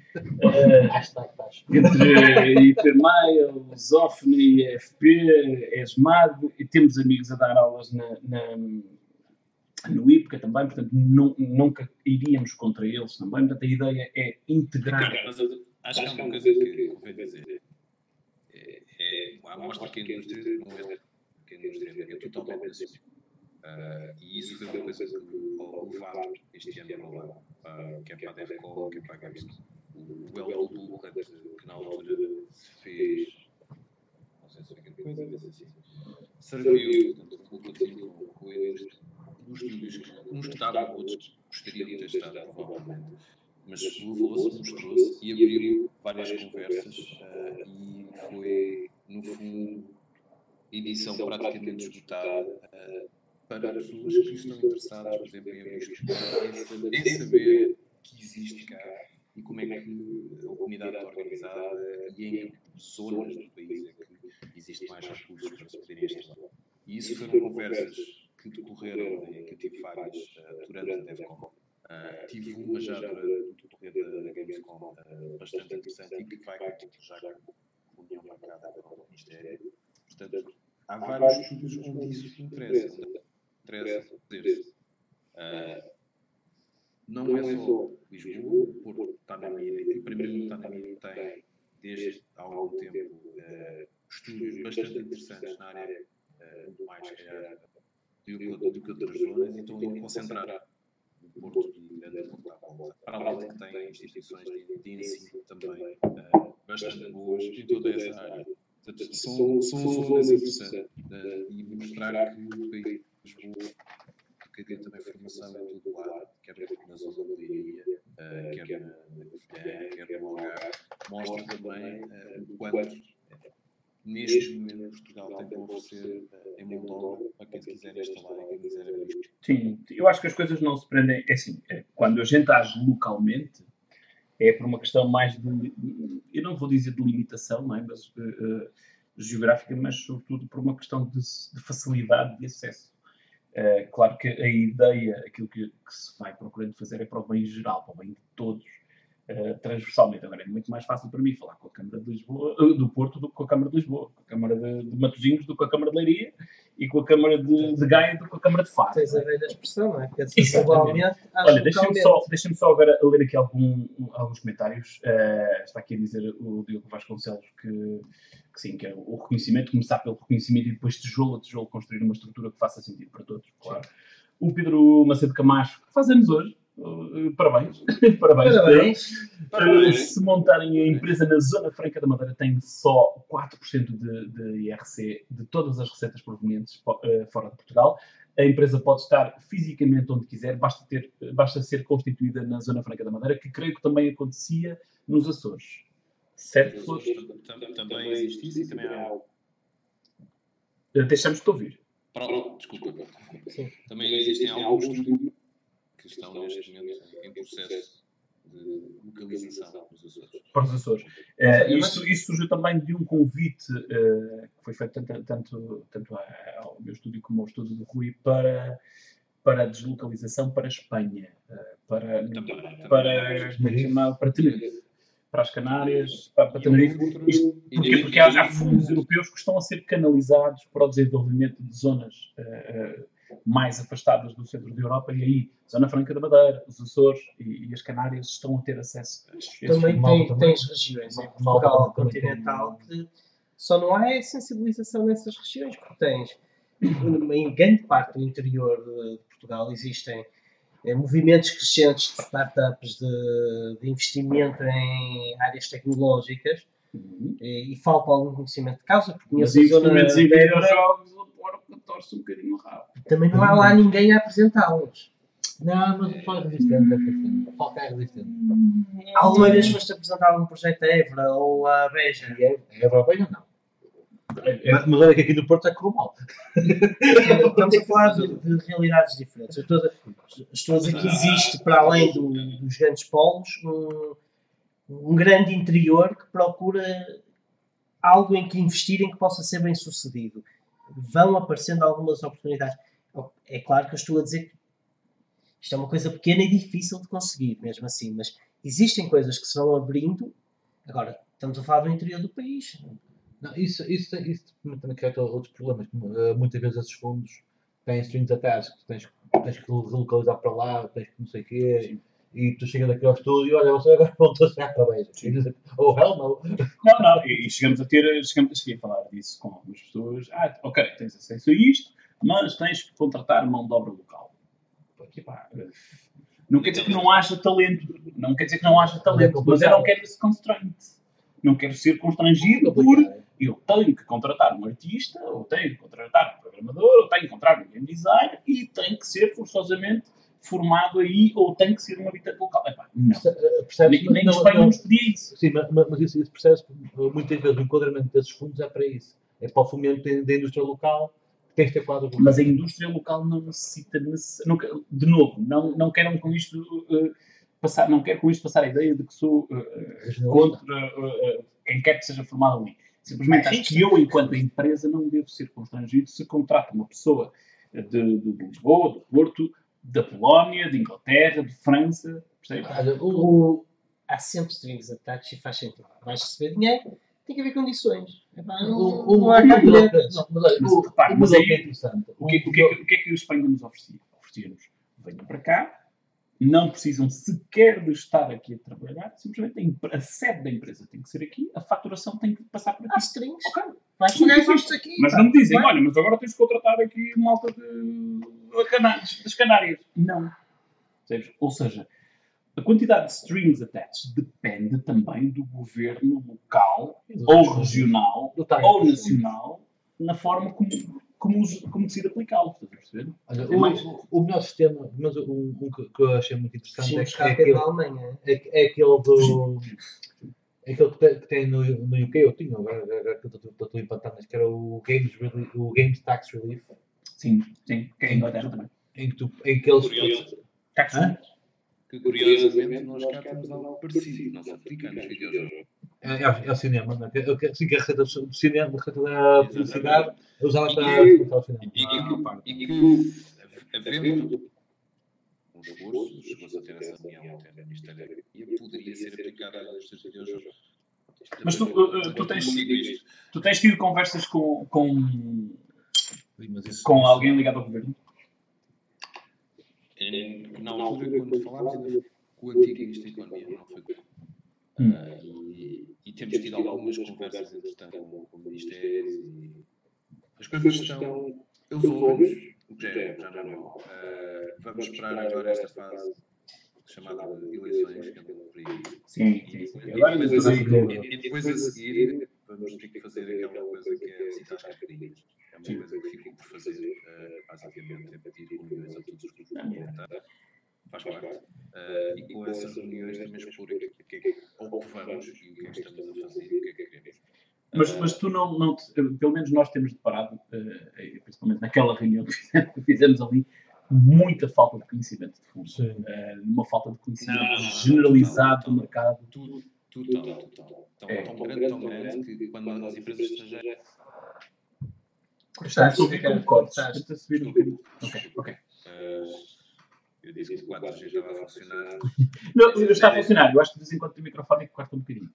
[SPEAKER 2] Uh, entre I P M A, o Zofne, I F P, a ESMAD, e temos amigos a dar aulas na, na, no I P C A também, portanto não, nunca iríamos contra eles também. Portanto, a ideia é integrar.
[SPEAKER 4] Mas acho que há uma coisa que convém dizer. É, é, a amostra que a indústria não é, que a indústria é totalmente nacional. Uh, e isso foi uma coisa que o levar este ano para lá, uh, que é para a DEFCON, que é para a Gamescom. O Well do Bullhead, que na altura se fez, não sei se foi alguma coisa, mas assim, serviu, portanto, o Bullhead com a indústria, nos estúdios que uns estavam, outros gostariam de ter estado, provavelmente, mas levou-se, mostrou-se e abriu várias conversas uh, e foi, no fundo, edição praticamente esgotada, uh, para pessoas que estão interessadas, por exemplo, em abrir estúdios, em saber que existe cá e como é que a comunidade está organizada e em que zonas do país é que existe mais recursos para se poderem instalar. E isso foram conversas que decorreram, né, que eu tive várias uh, durante a DevCon. Uh, tive uma já durante o decorrer da, da Gamescom uh, bastante interessante e que vai já com a união marcada com o Ministério. Portanto, há vários estudos onde isso interessa. Onde interessa dizer-se. Uh, não é só Lisboa, o Porto está na mira, e para mim está na mira, tem desde há algum tempo uh, estudos bastante interessantes na área, uh, muito mais calhar, do que, do que outras zonas, e estão a concentrar o Porto e Grande Porto à volta. Para além de que tem instituições de, de ensino também uh, bastante boas em toda essa área. Portanto, são, são zonas interessantes uh, e mostrar que o país de Lisboa, que tem também formação em todo lado, quer na zona de Leiria, uh, quer na Covilhã, quer no Algarve, mostra também uh, o quanto, uh, neste momento, Portugal tem para oferecer uh, em mão de obra para quem se quiser instalar e quem quiser abrir isto.
[SPEAKER 2] Sim, eu acho que as coisas não se prendem. É assim, é, quando a gente age localmente, é por uma questão mais de. Eu não vou dizer de limitação, não é? Mas uh, uh, geográfica, mas sobretudo por uma questão de, de facilidade de acesso. Uh, claro que a ideia, aquilo que, que se vai procurando fazer é para o bem geral, para o bem de todos, uh, transversalmente. Agora é muito mais fácil para mim falar com a Câmara de Lisboa, uh, do Porto do que com a Câmara de Lisboa, com a Câmara de, de Matosinhos do que com a Câmara de Leiria e com a Câmara de, de Gaia do que com a Câmara de Faro.
[SPEAKER 1] Tens a velha expressão, não é? Quer dizer, globalmente,
[SPEAKER 2] olha, deixem-me só, deixem só agora ler aqui algum, alguns comentários. Uh, está aqui a dizer o Diogo Vasconcelos que, que sim, que é o reconhecimento, começar pelo reconhecimento e depois tijolo a tijolo construir uma estrutura que faça sentido para todos, claro. O Pedro Macedo Camacho, que faz anos hoje, uh, parabéns. parabéns.
[SPEAKER 1] Parabéns.
[SPEAKER 2] Uh, se montarem a empresa na Zona Franca da Madeira, tem só quatro por cento de, de I R C de todas as receitas provenientes uh, fora de Portugal. A empresa pode estar fisicamente onde quiser, basta, ter, basta ser constituída na Zona Franca da Madeira, que creio que também acontecia nos Açores. Certo?
[SPEAKER 4] Também existe isso e também há algo.
[SPEAKER 2] Deixamos-te ouvir.
[SPEAKER 4] Pronto, desculpa. Sim. Também existem alguns estudos que estão neste momento em processo de localização nos Açores.
[SPEAKER 2] Para os Açores. Uh, isto, isto surgiu também de um convite uh, que foi feito tanto, tanto, tanto ao meu estúdio como ao estúdio do Rui para, para a deslocalização para a Espanha, uh, para, também, para, também. para, para Tenerife. Para as Canárias, para, para Tenerife. Isto, porquê? Porque há, há fundos europeus que estão a ser canalizados para o desenvolvimento de zonas uh, uh, mais afastadas do centro da Europa, e aí, Zona Franca da Madeira, os Açores e, e as Canárias estão a ter acesso a esses.
[SPEAKER 1] Também tem, tens regiões em Portugal continental que só não há sensibilização nessas regiões, porque tens, em grande parte do interior de Portugal, existem É, movimentos crescentes de startups, de, de investimento em áreas tecnológicas, uhum. e, e falta algum conhecimento de causa, porque conheço a zona de
[SPEAKER 2] videojogos, o torce um bocadinho rápido.
[SPEAKER 1] Também não há lá ninguém a apresentá-los.
[SPEAKER 3] Não, mas o pessoal é resistente, é resistente. O pessoal é resistente.
[SPEAKER 1] Alguma vez foste apresentar algum projeto a Évora ou a Beja?
[SPEAKER 3] A Évora ou a Beja, não. É, mas, mas olha que aqui no Porto é correu mal.
[SPEAKER 1] Estamos a falar de, de realidades diferentes. Eu estou, a, estou a dizer que existe, para além do, dos grandes polos, um, um grande interior que procura algo em que investir, em que possa ser bem sucedido. Vão aparecendo algumas oportunidades. É claro que eu estou a dizer que isto é uma coisa pequena e difícil de conseguir, mesmo assim, mas existem coisas que se vão abrindo. Agora, estamos a falar do interior do país.
[SPEAKER 3] Não, isso, isso, isso também cria outros problemas. Muitas vezes esses fundos têm strings attached, que tens, tens que relocalizar para lá, tens que não sei o quê, sim. E tu chegas aqui ao estúdio e olha, você agora vão todos chegar para Beja. Ou hell no.
[SPEAKER 2] Não, não, e chegamos a ter, chegamos a falar disso com algumas pessoas. Ah, ok, tens acesso a isto, mas tens que contratar mão de obra local. Porque, pá, não quer dizer que não haja talento, não quer dizer que não haja talento, mas eu não quero esse constraint. Não quero ser constrangido por eu tenho que contratar um artista, ou tenho que contratar um programador, ou tenho que contratar um game designer e tenho que ser forçosamente formado aí, ou tenho que ser um habitante local. Epá, não.
[SPEAKER 3] Percebes,
[SPEAKER 2] nem nem Espanha não nos pedia isso.
[SPEAKER 3] Sim, mas, mas isso, isso percebes, muitas vezes o enquadramento desses fundos é para isso. É para o fomento da indústria local, tens de ter quadro.
[SPEAKER 2] Mas a indústria local não necessita, necess... não, de novo, não, não quero com isto uh, passar, não quero com isto passar a ideia de que sou uh, contra uh, uh, quem quer que seja formado ali. Simplesmente acho que eu, enquanto empresa, não devo ser constrangido se contrato uma pessoa de, de, de Lisboa, do Porto, da Polónia, de Inglaterra, de França, percebe?
[SPEAKER 1] Olha, o, há sempre strings attached e faz sentido. Vais receber dinheiro, tem que haver condições. Epá, não,
[SPEAKER 3] O- o-
[SPEAKER 1] não há
[SPEAKER 3] o-
[SPEAKER 1] campeonatas.
[SPEAKER 3] não, mas olha,
[SPEAKER 2] Mas,
[SPEAKER 3] o-
[SPEAKER 2] repare,
[SPEAKER 3] o
[SPEAKER 2] mas
[SPEAKER 3] modelo
[SPEAKER 2] aí-
[SPEAKER 3] que é interessante.
[SPEAKER 2] O que, o, que é que, o que é que a Espanha nos oferecia? Oferecia-nos, venham para cá, não precisam sequer de estar aqui a trabalhar, simplesmente a, empre- a sede da empresa tem que ser aqui, a faturação tem que passar por
[SPEAKER 1] Há
[SPEAKER 2] aqui.
[SPEAKER 1] strings.
[SPEAKER 2] Ok.
[SPEAKER 1] Vais pagar impostos aqui.
[SPEAKER 2] Mas
[SPEAKER 1] pá.
[SPEAKER 2] não me dizem,
[SPEAKER 1] Vai.
[SPEAKER 2] olha, mas agora tens de contratar aqui malta de, de Canárias, das Canárias. Não. Percebes? Ou seja, a quantidade de strings attached depende também do governo local, ou regional,
[SPEAKER 3] Do time.
[SPEAKER 2] ou nacional, na forma como, como, os- como decide aplicá-lo. Estás a perceber?
[SPEAKER 3] Olha,
[SPEAKER 2] É mais-
[SPEAKER 3] o, o melhor sistema, mas um, um que, que eu achei muito interessante
[SPEAKER 1] Sim,
[SPEAKER 3] é,
[SPEAKER 1] buscar
[SPEAKER 3] é,
[SPEAKER 1] Pedro
[SPEAKER 3] aquele,
[SPEAKER 1] na Alemanha.
[SPEAKER 3] é, é aquele do. É aquele que tem, que tem no, no U K, eu tinha, agora agora que eu estou- estou empatando, mas que era o Games, Reli- o Games Tax Relief,
[SPEAKER 2] Sim, sim. Que é em Inglaterra também.
[SPEAKER 3] em que, tu, em que eles.
[SPEAKER 4] Curioso.
[SPEAKER 2] Tax
[SPEAKER 3] Hã?
[SPEAKER 4] Que curiosamente nós cá temos algo parecido, não se aplica nos videojogos.
[SPEAKER 3] É, é, o- é o cinema, não é? Que- que- Sim, que a receita do cinema, a receita da publicidade é usada
[SPEAKER 4] E
[SPEAKER 3] para
[SPEAKER 4] que-
[SPEAKER 3] para o cinema.
[SPEAKER 4] E que, e que havendo um esforço, chegou-se a ter essa reunião até na Ministério e poderia ser aplicada à indústria dos videojogos.
[SPEAKER 2] Mas tu, uh, uh, tu tens-
[SPEAKER 4] Comigo isto.
[SPEAKER 2] Tu tens tido conversas com, com,
[SPEAKER 3] Sim, mas isso-
[SPEAKER 2] com
[SPEAKER 3] isso-
[SPEAKER 2] alguém ligado ao governo?
[SPEAKER 4] Eh, Na altura, quando falámos, ainda foi com o antigo Ministro da Economia, não foi com
[SPEAKER 2] Hum.
[SPEAKER 4] Ah, e, e temos tido algumas conversas, entretanto, com, com ministérios e as coisas estão. Eles ouvem, o que já é, já não é mau. Ah, vamos esperar agora esta fase chamada de eleições, que andam por aí.
[SPEAKER 2] Sim,
[SPEAKER 4] E
[SPEAKER 2] sim, sim.
[SPEAKER 4] depois,
[SPEAKER 2] Agora
[SPEAKER 4] e depois,
[SPEAKER 2] ainda
[SPEAKER 4] a,
[SPEAKER 2] estou-
[SPEAKER 4] seguir- e depois a seguir vamos ter que fazer aquela coisa que é citar as carteirinhas. É uma
[SPEAKER 2] Sim.
[SPEAKER 4] coisa que ficou por fazer, ah, basicamente, é pedir reuniões a todos os grupos parlamentares. Faz parte. Ah, e com essas reuniões também expor o que é que ou que vamos e o que é que estamos a fazer e o que é que queremos.
[SPEAKER 2] Mas, mas tu não, não te- pelo menos nós temos deparado, eh, principalmente naquela reunião que fizemos- que fizemos ali, muita falta de conhecimento de fundo.
[SPEAKER 3] Sim.
[SPEAKER 2] Eh, uma falta de conhecimento
[SPEAKER 4] Não, não, não.
[SPEAKER 2] generalizado do mercado.
[SPEAKER 4] Tudo, total, total. Tão,
[SPEAKER 2] É.
[SPEAKER 4] tão grande, tão grande que quando as empresas estrangeiras.
[SPEAKER 2] Está a subir
[SPEAKER 1] Ricardo,
[SPEAKER 2] como cortes.
[SPEAKER 1] cortaste.
[SPEAKER 2] Está a subir um bocadinho. Ok, ok.
[SPEAKER 4] ah, eu disse que o quatro G estava a funcionar.
[SPEAKER 2] Não, está a funcionar. Eu acho que de vez em quando o microfone é que corta um bocadinho.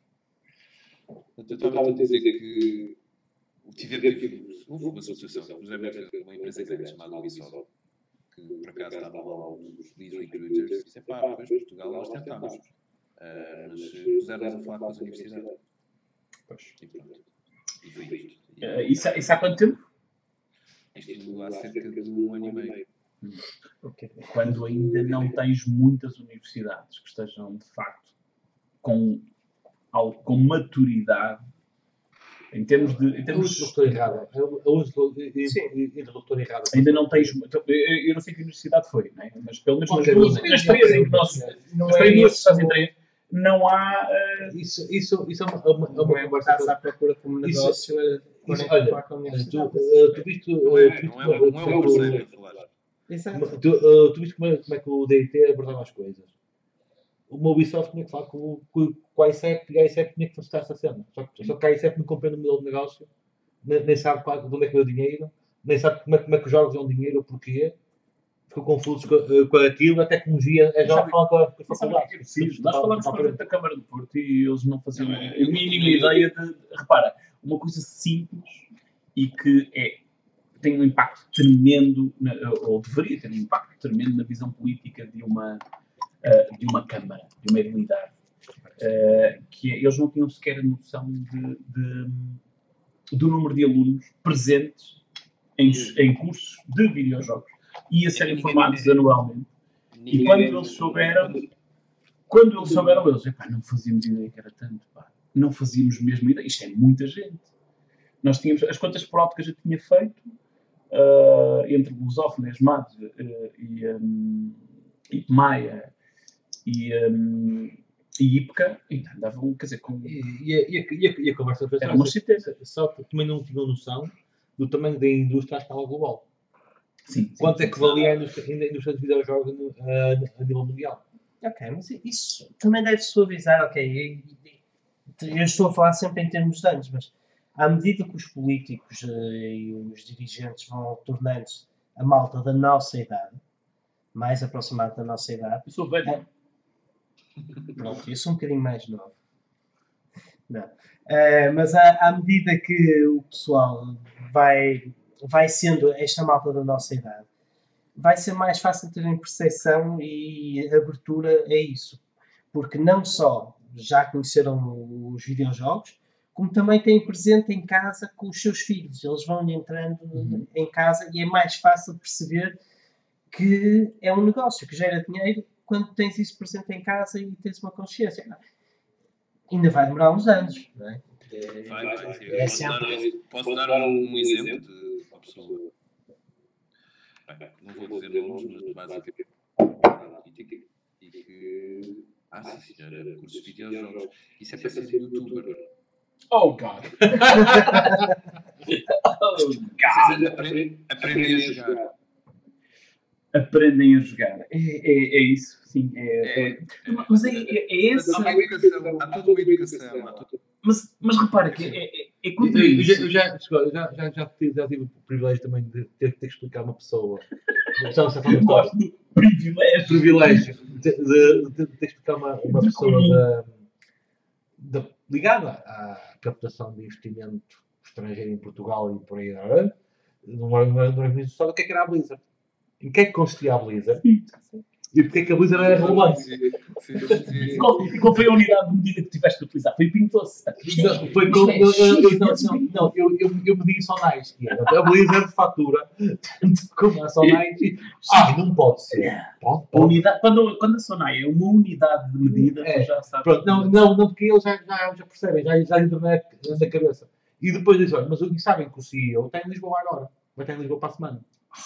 [SPEAKER 4] Eu estava a dizer que o tive, tive, houve uma situação, por exemplo, uma empresa grande chamada Ubisoft, que por acaso estava lá um dos lead recruiters, e disse, pá, pois Portugal nós tentámos, ah, mas puseram-nos a falar com as universidades.
[SPEAKER 2] Pois.
[SPEAKER 4] E pronto. E foi isto. E,
[SPEAKER 2] Eh, isso, há- isso há quanto tempo?
[SPEAKER 4] isto há cerca de um ano e meio.
[SPEAKER 2] Quando ainda não tens muitas universidades que estejam, de facto, com, ao- com maturidade, em termos de... Em
[SPEAKER 3] É o
[SPEAKER 2] termos,
[SPEAKER 3] interlocutor errado. É o é o
[SPEAKER 1] Sim.
[SPEAKER 3] interlocutor errado.
[SPEAKER 2] ainda não tens... então, Eu eu não sei que universidade foi, não é? Mas pelo menos nas,
[SPEAKER 3] Qualquer
[SPEAKER 2] duas,
[SPEAKER 3] uma.
[SPEAKER 2] nas três em que nós...
[SPEAKER 1] Não
[SPEAKER 2] Nas
[SPEAKER 1] é
[SPEAKER 2] três duas que
[SPEAKER 1] isso.
[SPEAKER 2] estás em três, não há... eh,
[SPEAKER 3] Isso, isso, isso é uma, é uma, é
[SPEAKER 1] Não
[SPEAKER 3] uma
[SPEAKER 1] é
[SPEAKER 3] conversa.
[SPEAKER 1] estás à procura como
[SPEAKER 3] Isso-
[SPEAKER 1] negócio. é
[SPEAKER 3] isso,
[SPEAKER 1] forem
[SPEAKER 3] olha,
[SPEAKER 1] falar com a
[SPEAKER 3] Tu,
[SPEAKER 1] universidade.
[SPEAKER 3] eh, tu viste.
[SPEAKER 4] Não
[SPEAKER 3] eh,
[SPEAKER 4] é,
[SPEAKER 3] tu viste
[SPEAKER 4] não é,
[SPEAKER 3] como-
[SPEAKER 4] não é
[SPEAKER 3] como
[SPEAKER 4] o
[SPEAKER 3] é que o-
[SPEAKER 4] parceiro a falar.
[SPEAKER 1] Exato.
[SPEAKER 3] Tu, uh, tu viste como é, como é que o D I T abordava as coisas? Uma Ubisoft tinha que falar com, o- com, com a I C E P e a I C E P tinha que facilitar essa cena. Só que, só que a I C E P não compreende o modelo de negócio, nem, nem sabe qual, de onde é que veio o dinheiro, nem sabe como é, como é que os jogos dão dinheiro, o porquê. Ficou confuso com, uh, com aquilo, a tecnologia é já
[SPEAKER 2] Sabe-
[SPEAKER 3] falar com a, com a
[SPEAKER 2] Sabe o que
[SPEAKER 3] faculdade.
[SPEAKER 2] é preciso? Nós falamos com a gente da Câmara do Porto e eles não faziam a mínima ideia de... Repara, uma coisa simples e que é, tem um impacto tremendo, na, ou deveria ter um impacto tremendo na visão política de uma, uh, de uma Câmara, de uma edilidade. Uh, que é, eles não tinham sequer a noção de, de, do número de alunos presentes em, em cursos de videojogos e a serem formados anualmente. E quando eles souberam, quando eles souberam, eles, epá, não fazíamos ideia que era tanto, pá. Não fazíamos mesmo ideia. Isto é muita gente. Nós tínhamos, as contas por alto que a gente tinha feito, uh, entre Lusófona, ESMAD uh, e, um, e Maia e, um, e IPCA, ainda andavam, quer dizer, com...
[SPEAKER 3] E, e, a- e, a- e, a- e a conversa foi
[SPEAKER 2] Era uma certeza.
[SPEAKER 3] só que também não tinham noção do tamanho da indústria à escala global.
[SPEAKER 2] Sim, sim.
[SPEAKER 3] Quanto é que valia a indústria, a indústria dos videojogos a, a nível mundial?
[SPEAKER 1] Ok, mas isso também deve suavizar, ok. e- e- Eu estou a falar sempre em termos de anos, mas à medida que os políticos eh, e os dirigentes vão tornando-se a malta da nossa idade, mais aproximada da nossa idade,
[SPEAKER 2] Eu sou velho.
[SPEAKER 1] pronto, eu sou um bocadinho mais novo. Não. Eh, mas à, à medida que o pessoal vai, vai sendo esta malta da nossa idade, vai ser mais fácil terem percepção e abertura a isso. Porque não só já conheceram os videojogos, como também têm presente em casa com os seus filhos. Eles vão entrando
[SPEAKER 2] Uhum.
[SPEAKER 1] em casa e é mais fácil perceber que é um negócio que gera dinheiro quando tens isso presente em casa e tens uma consciência. Ainda vai demorar uns anos, não é?
[SPEAKER 4] Vai, vai.
[SPEAKER 1] É
[SPEAKER 4] Posso, dar,
[SPEAKER 1] sempre-
[SPEAKER 4] posso dar um exemplo de uma pessoa. Bem, não vou dizer nomes, mas basicamente. E que. Ah, sim, senhora, cursos de videojogos. Isso é para ser youtuber.
[SPEAKER 2] Oh, God. Oh,
[SPEAKER 4] Vocês aprendem, aprendem a jogar.
[SPEAKER 2] Aprendem a jogar. É, é, é isso, sim. É, é. Mas é, é, é
[SPEAKER 4] Mas
[SPEAKER 2] esse.
[SPEAKER 4] há uma educação, há toda uma educação. Há toda...
[SPEAKER 2] Mas, mas repara que é, é, é
[SPEAKER 3] Eu,
[SPEAKER 2] quanto
[SPEAKER 3] eu,
[SPEAKER 2] isso.
[SPEAKER 3] já, eu já, eu já, já, já, tive, já tive o privilégio também de ter, ter que explicar a uma pessoa. Já não sei falar
[SPEAKER 2] Gosto do privilégio.
[SPEAKER 3] privilégio de, de, de, de ter que explicar uma, uma pessoa da, da, ligada à captação de investimento estrangeiro em Portugal e por aí, não numa organização só do que é que era a Blizzard. Em que é que consistia a Blizzard? E porque é que a Blizzard era relevante?
[SPEAKER 4] Sim, sim, sim.
[SPEAKER 2] E qual, e qual foi a unidade de medida que tiveste de utilizar? Foi Pinto-se.
[SPEAKER 3] Não, foi com, eu, eu, eu, não, não, não, eu, eu, eu medi Sonais. A Blizzard fatura tanto como a Sonais. E, ah, não pode ser. Pode,
[SPEAKER 2] A
[SPEAKER 3] pode.
[SPEAKER 2] unidade, quando, quando a Sonai é uma unidade de medida,
[SPEAKER 3] É,
[SPEAKER 2] tu já sabes.
[SPEAKER 3] Pronto, não, não, não, porque eles já, já, já percebem, já, já entram na, na cabeça. E depois dizem, olha, mas e sabem que o C E O está em Lisboa agora. Vai estar em Lisboa para a semana.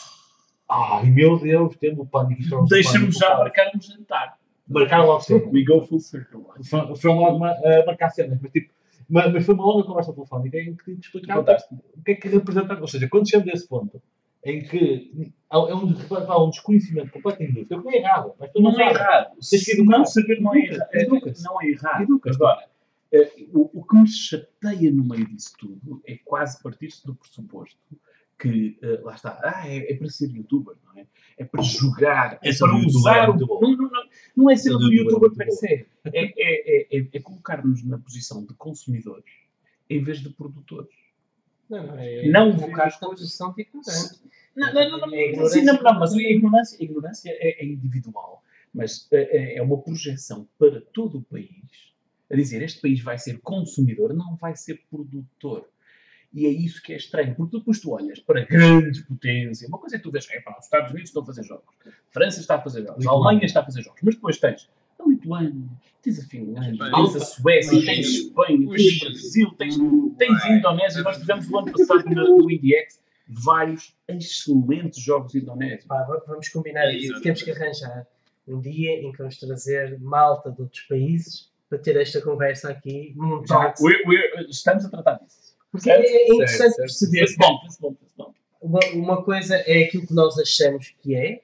[SPEAKER 3] Ai, meu Deus, temos o pânico.
[SPEAKER 2] Deixa-me já marcar um jantar.
[SPEAKER 3] Marcar logo cenas.
[SPEAKER 2] We go full circle.
[SPEAKER 3] Foi, foi logo uma, uh, marcar cenas, mas, tipo, mas, mas foi uma longa conversa telefónica em que tive de explicar o que, o que é que representa. Ou seja, quando chegamos a esse ponto em que é um, há um desconhecimento completo da indústria, que não é errado. Mas tu
[SPEAKER 2] Não
[SPEAKER 3] não
[SPEAKER 2] é
[SPEAKER 3] sabes.
[SPEAKER 2] errado.
[SPEAKER 3] Tens que
[SPEAKER 2] Se
[SPEAKER 3] educar.
[SPEAKER 2] não saber não é
[SPEAKER 3] Educa-se,
[SPEAKER 2] errado.
[SPEAKER 3] educa-se.
[SPEAKER 2] Não é errado.
[SPEAKER 3] Educa-se.
[SPEAKER 2] Agora, eh, o, o que me chateia no meio disso tudo é quase partir-se do pressuposto que, eh, lá está, ah, é, é para ser youtuber, não é? É para jogar, é,
[SPEAKER 3] Esse
[SPEAKER 2] para
[SPEAKER 3] do youtuber
[SPEAKER 2] usar
[SPEAKER 3] é
[SPEAKER 2] o...
[SPEAKER 3] muito bom.
[SPEAKER 2] Não, não, não, não é ser
[SPEAKER 3] Esse
[SPEAKER 2] do
[SPEAKER 3] do youtuber
[SPEAKER 2] youtuber
[SPEAKER 3] é
[SPEAKER 2] per
[SPEAKER 3] muito
[SPEAKER 2] se. É, é, é, é, é colocar-nos na posição de consumidores em vez de produtores.
[SPEAKER 1] Não, não, é
[SPEAKER 2] Não
[SPEAKER 1] colocar
[SPEAKER 2] ver-
[SPEAKER 1] na posição de ignorante.
[SPEAKER 2] Não, não, não, não,
[SPEAKER 1] É
[SPEAKER 2] não, sim,
[SPEAKER 1] ignorância.
[SPEAKER 2] não, não, mas a ignorância, a ignorância é, é individual, mas é, é uma projeção para todo o país, a dizer, este país vai ser consumidor, não vai ser produtor. E é isso que é estranho, porque depois tu olhas para grandes potências, uma coisa é que tu vês, é pá, os Estados Unidos estão a fazer jogos, a França está a fazer jogos, a
[SPEAKER 3] Lituânia.
[SPEAKER 2] Alemanha está a fazer jogos, mas depois tens a Lituânia, tens a Finlândia,
[SPEAKER 4] Espanha.
[SPEAKER 2] tens a Suécia,
[SPEAKER 4] Sim.
[SPEAKER 2] tens a Espanha,
[SPEAKER 4] O
[SPEAKER 2] tens o
[SPEAKER 4] Chile.
[SPEAKER 2] Brasil, tens, tens a Indonésia. Nós tivemos o ano passado no, no I D X vários excelentes jogos indonésios.
[SPEAKER 1] Pá, va- vamos combinar
[SPEAKER 4] É
[SPEAKER 1] isso.
[SPEAKER 4] isso.
[SPEAKER 1] Temos que arranjar um dia em que vamos trazer malta de outros países para ter esta conversa aqui num
[SPEAKER 2] Já,
[SPEAKER 1] talk.
[SPEAKER 2] we- we- estamos a tratar disso.
[SPEAKER 1] Porque é é interessante
[SPEAKER 3] certo.
[SPEAKER 1] perceber.
[SPEAKER 2] Esse bom, esse bom, esse bom.
[SPEAKER 1] Uma, uma coisa é aquilo que nós achamos que é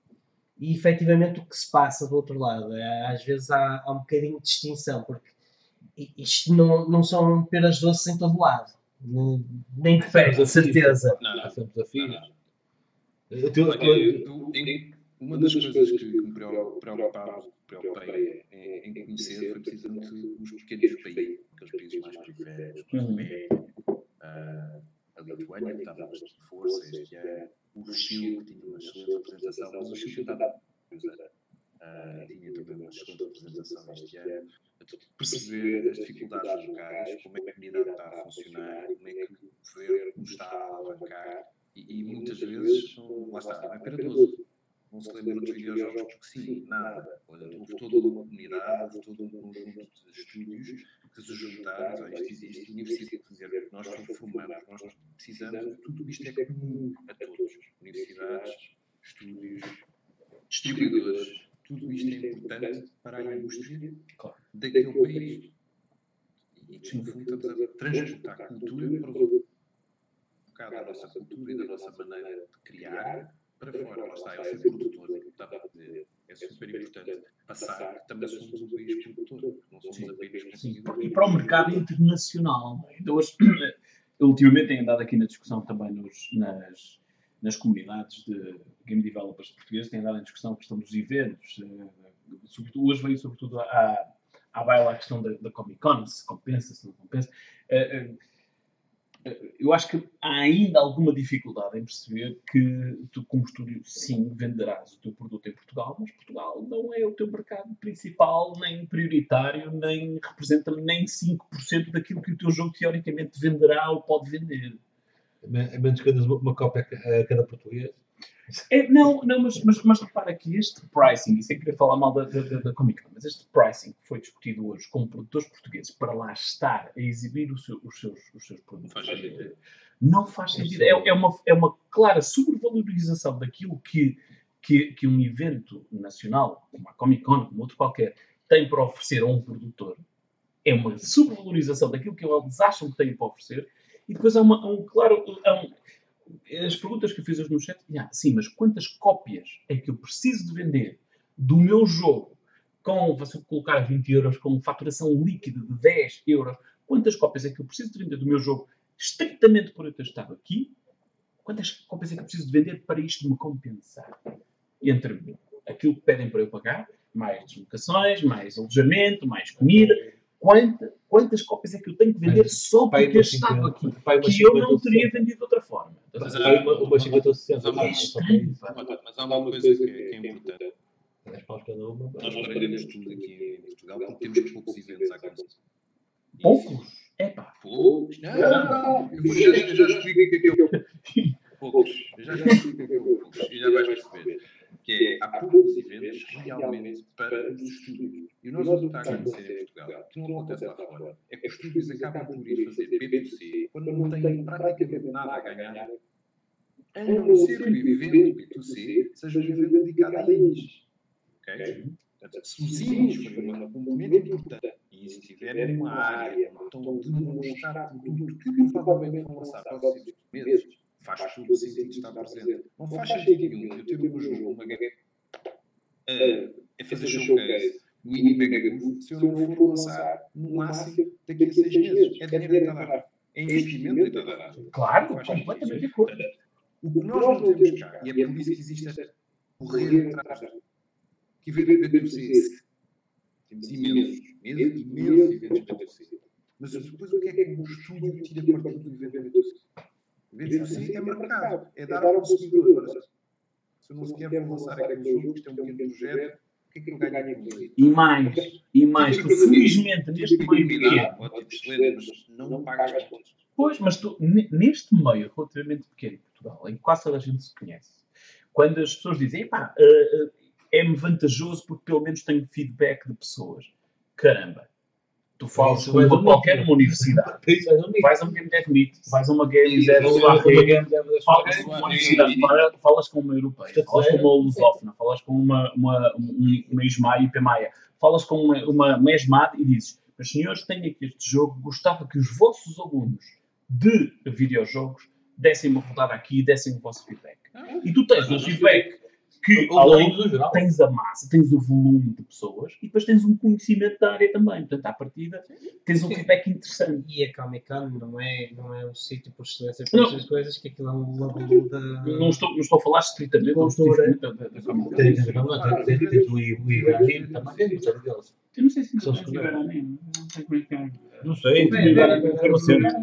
[SPEAKER 1] e efetivamente o que se passa do outro lado. É, às vezes há, há um bocadinho de distinção, porque i- isto não, não são peras doces em todo lado. Nem- Nem de perto, de certeza.
[SPEAKER 4] Não, não.
[SPEAKER 3] Há sempre desafios.
[SPEAKER 4] Não, não.
[SPEAKER 3] Eu tenho-
[SPEAKER 4] Olha, eu- eu- em- uma das coisas que me preocupa- preocupava, preocupei em, em conhecer foi precisamente os pequenos países, aqueles países mais periféricos, como a Roménia, ah, a Lituânia, que estava bastante força este ano, o Chile, que tinha uma excelente representação, mas o Chile estava ah, tinha também uma excelente representação este ano. Perceber as dificuldades locais, como é que a comunidade está a funcionar, como é que o governo está a alavancar, e, e muitas vezes, não- lá está, não é penoso. Não se lembra dos videojogos porque sim, nada. Olha, houve toda uma comunidade, houve todo um conjunto de estúdios que se juntaram, olha, isto existe, universidade, quer dizer, nós formamos, nós precisamos, tudo isto é comum a todos, universidades, estúdios, distribuidores, tudo isto é importante para a indústria daquele país. E, no fundo, estamos a transportar cultura para os outros. bocado da nossa cultura e da nossa maneira de criar para fora. Lá está, eu ser produtor, aquilo que estava a dizer, é super importante passar que também somos um país produtor, não somos apenas consumidores.
[SPEAKER 2] E para o mercado internacional. Então, hoje, eu ultimamente tenho andado aqui na discussão também nos, nas, nas comunidades de game developers portugueses, tenho andado em discussão a questão dos eventos. Sobretudo, hoje veio sobretudo à, à baila a questão da, da Comic Con, se compensa, se não compensa. Eu acho que há ainda alguma dificuldade em perceber que tu, como estúdio, sim, venderás o teu produto em Portugal, mas Portugal não é o teu mercado principal, nem prioritário, nem representa nem cinco por cento daquilo que o teu jogo teoricamente venderá ou pode vender.
[SPEAKER 3] A menos que andes uma cópia a cada português.
[SPEAKER 2] É, não, não mas, mas, mas repara que este pricing, e sem querer falar mal da, da, da Comic Con, mas este pricing que foi discutido hoje com produtores portugueses para lá estar a exibir o seu, os, seus, os seus produtos,
[SPEAKER 4] Faz sentido.
[SPEAKER 2] não faz sentido. É, é, uma, é uma clara sobrevalorização daquilo que, que, que um evento nacional, como a Comic Con, como outro qualquer, tem para oferecer a um produtor. É uma sobrevalorização daquilo que eles acham que têm para oferecer. E depois há, uma, há um claro... Há um, as perguntas que eu fiz hoje no chat, ah, sim, mas quantas cópias é que eu preciso de vender do meu jogo com, se eu colocar vinte euros, com faturação líquida de dez euros, quantas cópias é que eu preciso de vender do meu jogo estritamente por eu ter estado aqui? Quantas cópias é que eu preciso de vender para isto me compensar? Entre aquilo que pedem para eu pagar, mais deslocações, mais alojamento, mais comida, quanta, quantas cópias é que eu tenho que vender só por ter estado aqui, que eu não teria vendido de outra forma?
[SPEAKER 4] Mas
[SPEAKER 3] Foi uma, uma cinquenta ou sessenta.
[SPEAKER 4] Mas há uma coisa que é, que é importante. Nós aprendemos tudo aqui em Portugal porque temos poucos eventos a acontecer.
[SPEAKER 2] Poucos? Epá.
[SPEAKER 4] Poucos? Não, não. Eu já, já explico o que é que eu... Poucos. Eu já explico o que é que eu poucos. E já vais perceber. Que é, há poucos eventos realmente para os estúdios. E nós o que está a acontecer em Portugal, que não acontece lá fora, é que os estúdios acabam por ir fazer P dois C quando não têm praticamente nada a ganhar, a não ser que o evento P dois C seja um evento dedicado a indies. Okay? Portanto, se os indies forem uma componente importante e se tiverem uma área onde estão de demonstrar produto que provavelmente vão lançar para os próximos meses, faz todo o sentido estar presente. Não faz sentido nenhum eu ter o meu jogo uma game, uh, a fazer showcase no Indie Mega Groove se eu não for lançar no máximo daqui a seis meses. É dinheiro que está a dar. É investimento que está a dar.
[SPEAKER 2] Claro, completamente de acordo.
[SPEAKER 4] O que nós não temos cá, e é por isso que existe esta correr atrás que evento B dois C. Temos imensos, imensos, imensos eventos B dois C. Mas depois o que é que o estúdio tira partido do evento B dois C? O B dois C é mercado, é dar ao consumidor. Se eu não sequer vou lançar aquele jogo, isto é um pequeno projeto, o que é que eu ganho com isso?
[SPEAKER 2] E mais, e mais, tu felizmente neste meio pequeno.
[SPEAKER 4] Ótimo, excelente, mas não pagas as contas.
[SPEAKER 2] Pois, mas tu, neste meio relativamente pequeno de Portugal, em que quase toda a gente se conhece, quando as pessoas dizem, pá, uh, uh, é-me vantajoso porque pelo menos tenho feedback de pessoas. Caramba. Tu falas com uma, qualquer uma universidade, vais a um Game Dev Meet, vais a uma Game Dev falas com uma universidade, falas com uma europeia, falas com uma lusófona, falas com uma, uma, uma ISMAI e PMAIA, falas com uma, uma, uma ESMAD e dizes, meus senhores, tenho aqui este jogo, gostava que os vossos alunos de videojogos dessem uma rodada aqui e dessem o vosso feedback. E tu tens um feedback que, além de tens a massa, tens o volume de pessoas e depois tens um conhecimento da área também. Portanto, à partida, tens um feedback interessante.
[SPEAKER 1] E a Comic Con não é, não é um sítio por excelência para estas coisas, que aquilo é um labelo da...
[SPEAKER 2] Não estou, não estou a falar estritamente da Comic Con.
[SPEAKER 3] Tens o Ibrahim também, não sei deles.
[SPEAKER 2] Eu não sei se não sei Ibrahim, não sei como é que é.
[SPEAKER 3] Não sei, é uma cena.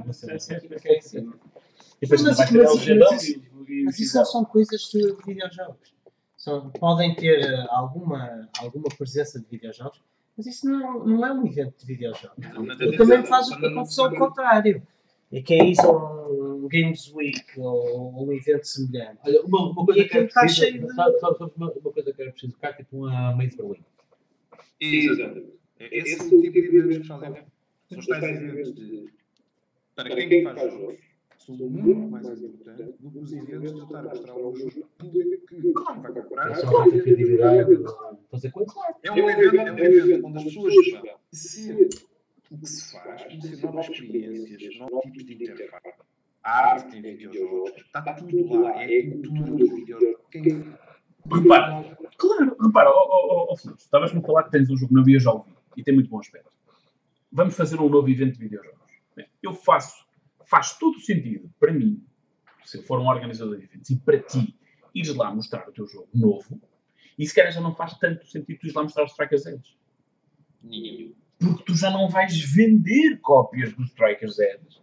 [SPEAKER 1] Mas isso não são coisas de videojogos. São, podem ter alguma, alguma presença de videojogos, mas isso não, não é um evento de videojogos. Eu também me faz a confusão contrário. É que é isso um Games Week ou um evento semelhante.
[SPEAKER 3] Olha, uma, uma coisa que é preciso, de... sabe, sabe, sabe, uma, uma coisa que era preciso cá, tipo uma Maze Berlim.
[SPEAKER 4] Exatamente. Esse é o tipo de eventos que fazem. São os tais eventos de... Para quem faz jogos, são muito mais importantes do que os eventos de estar a mostrar ao jogo público que vai comprar.
[SPEAKER 3] É só a criatividade, fazer coisas.
[SPEAKER 4] É um evento, é um evento onde as pessoas vão conhecer o que se faz, conhecer novas experiências, novos tipos de interface. arte, tem videojogos, está tudo lá, é a cultura dos videojogos. Quem...
[SPEAKER 2] Repara, claro, repara, ó oh, oh, oh, Filipe, estavas-me a falar que tens um jogo, não havia já ouvido, e tem muito bom aspecto. Vamos fazer um novo evento de videojogos. Eu faço, faz todo o sentido, para mim, se eu for um organizador de eventos, e para ti, ires lá mostrar o teu jogo novo, e se calhar já não faz tanto sentido tu ires lá mostrar os Strikers Edge.
[SPEAKER 4] Nenhum.
[SPEAKER 2] Porque tu já não vais vender cópias dos Strikers Edge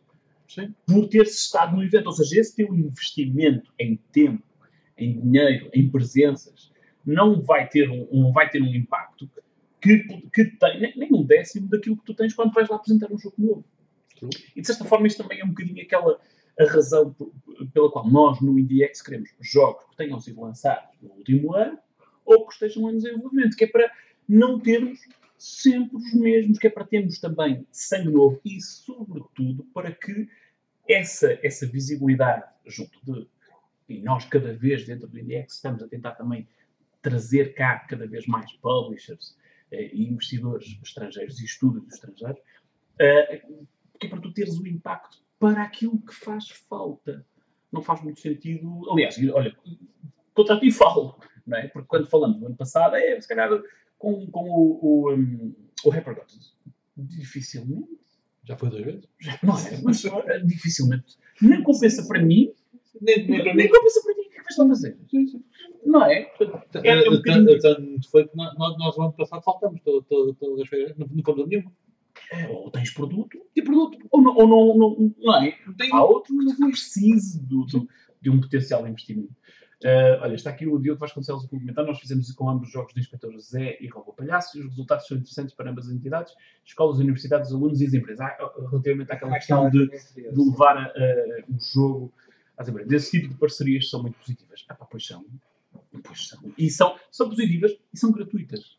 [SPEAKER 2] por teres estado no evento. Ou seja, esse teu investimento em tempo, em dinheiro, em presenças, não vai ter um, não vai ter um impacto que, que tem nem, nem um décimo daquilo que tu tens quando vais lá apresentar um jogo novo. Sim. E de certa forma isto também é um bocadinho aquela a razão pela qual nós no IndieX queremos jogos que tenham sido lançados no último ano ou que estejam em desenvolvimento, que é para não termos sempre os mesmos, que é para termos também sangue novo e, sobretudo, para que essa, essa visibilidade junto de... E nós, cada vez, dentro do IndieX, estamos a tentar também trazer cá cada vez mais publishers eh, e investidores estrangeiros e estúdios estrangeiros, eh, que é para tu teres o impacto para aquilo que faz falta. Não faz muito sentido... Aliás, olha, contra ti falo, não é? Porque quando falamos do ano passado, é, se calhar, com, com o, o, um, o Hyper Gods, dificilmente...
[SPEAKER 3] Já foi duas vezes?
[SPEAKER 2] Não é, mas dificilmente. Nem compensa para mim, nem, nem, nem, nem compensa para mim. O que é que vais lá fazer?
[SPEAKER 3] Sim, sim.
[SPEAKER 2] Não é? É, é um bocadinho...
[SPEAKER 3] Tanto foi que nós, nós, no ano passado, faltamos todas as feiras, não, não fomos a nenhuma.
[SPEAKER 2] Ou tens produto, e produto, ou não, ou não, não, não é? Tem, há outro que não precisa do, do, de um potencial investimento. Uh, olha, está aqui o Diogo Vasconcelos a complementar. Nós fizemos isso com ambos os jogos do Inspetor Zé e Robô Palhaço e os resultados são interessantes para ambas as entidades, escolas, universidades, alunos e as empresas. Ah, relativamente àquela questão de, de levar uh, o jogo às empresas. Esse tipo de parcerias são muito positivas. Ah, pá, pois são. Pois são. E são, são positivas e são gratuitas.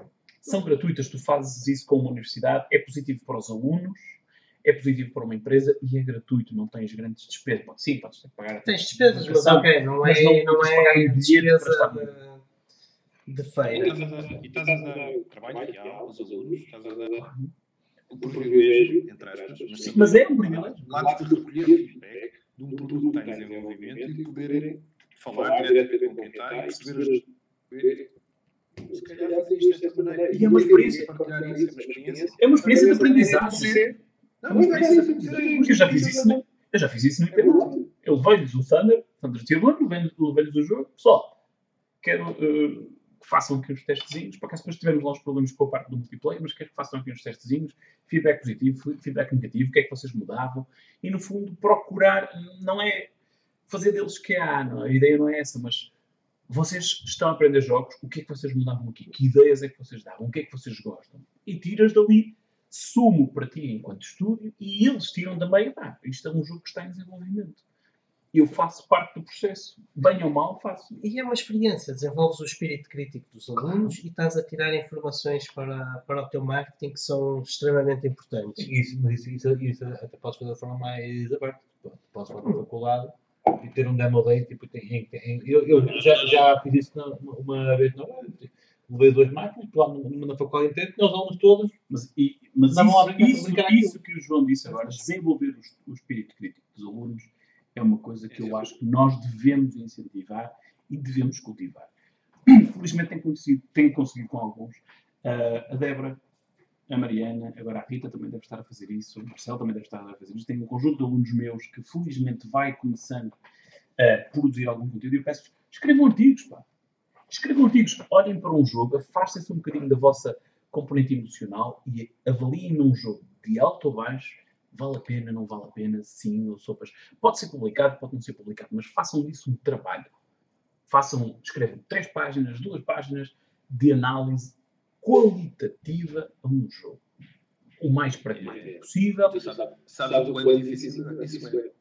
[SPEAKER 2] São gratuitas. Tu fazes isso com uma universidade, é positivo para os alunos, é positivo para uma empresa e é gratuito, não tens grandes despesas. Sim, podes ter que pagar.
[SPEAKER 1] Tens despesas, mas ok, não é, não, não é despesa de, de feira.
[SPEAKER 4] E estás a dar o trabalho real aos alunos, estás a dar o privilégio, entre aspas, mas, sim,
[SPEAKER 2] mas é um privilégio.
[SPEAKER 4] Lá de recolher feedback de um produto que está em desenvolvimento e de poderem falar diretamente com quem está e perceber as... Se calhar fazer isto desta maneira.
[SPEAKER 2] E é uma experiência.
[SPEAKER 4] Partilhar isso, é uma experiência.
[SPEAKER 2] É uma experiência de aprendizagem. Não, mas eu já fiz isso, no, eu já fiz isso no I P M. Eu levei-lhes o Thunder, Thunder Tier um, levei-lhes o jogo. Pessoal, quero uh, que façam aqui uns testezinhos. Por acaso depois tivemos lá uns problemas com a parte do multiplayer, mas quero que façam aqui uns testezinhos. Feedback positivo, feedback negativo, o que é que vocês mudavam. E no fundo procurar, não é fazer deles que há, não, a ideia não é essa, mas vocês estão a aprender jogos, o que é que vocês mudavam aqui? Que ideias é que vocês davam? O que é que vocês gostam? E tiras dali sumo para ti enquanto estúdio e eles tiram também, ah, isto é um jogo que está em desenvolvimento. Eu faço parte do processo, bem ou mal faço.
[SPEAKER 1] E é uma experiência, desenvolves o espírito crítico dos alunos e estás a tirar informações para, para o teu marketing que são extremamente importantes.
[SPEAKER 3] Isso, mas isso, isso, isso até podes fazer de forma mais aberta. Podes fazer na faculdade e ter um demo day, tipo, tem, tem, eu, eu já, já fiz isso uma, uma vez na hora. Levei duas máquinas, lá numa na faculdade inteira, nós alunos todos.
[SPEAKER 2] Mas, e, mas isso, isso, isso que o João disse agora, desenvolver o, o espírito crítico dos alunos, é uma coisa que eu acho que nós devemos incentivar e devemos cultivar. Felizmente tenho, conhecido, tenho conseguido com alguns. Uh, a Débora, a Mariana, agora a Rita também deve estar a fazer isso, o Marcelo também deve estar a fazer isso. Tenho um conjunto de alunos meus que felizmente vai começando a produzir algum conteúdo e eu peço, escrevam artigos, pá. Escrevam artigos, olhem para um jogo, afastem-se um bocadinho da vossa componente emocional e avaliem num jogo de alto ou baixo, vale a pena, não vale a pena, sim ou sopas. Pode ser publicado, pode não ser publicado, mas façam disso um trabalho. Façam, escrevam três páginas, duas páginas de análise qualitativa a um jogo. O mais pragmático possível.
[SPEAKER 4] Tu sabes, sabes o quanto difícil isso é.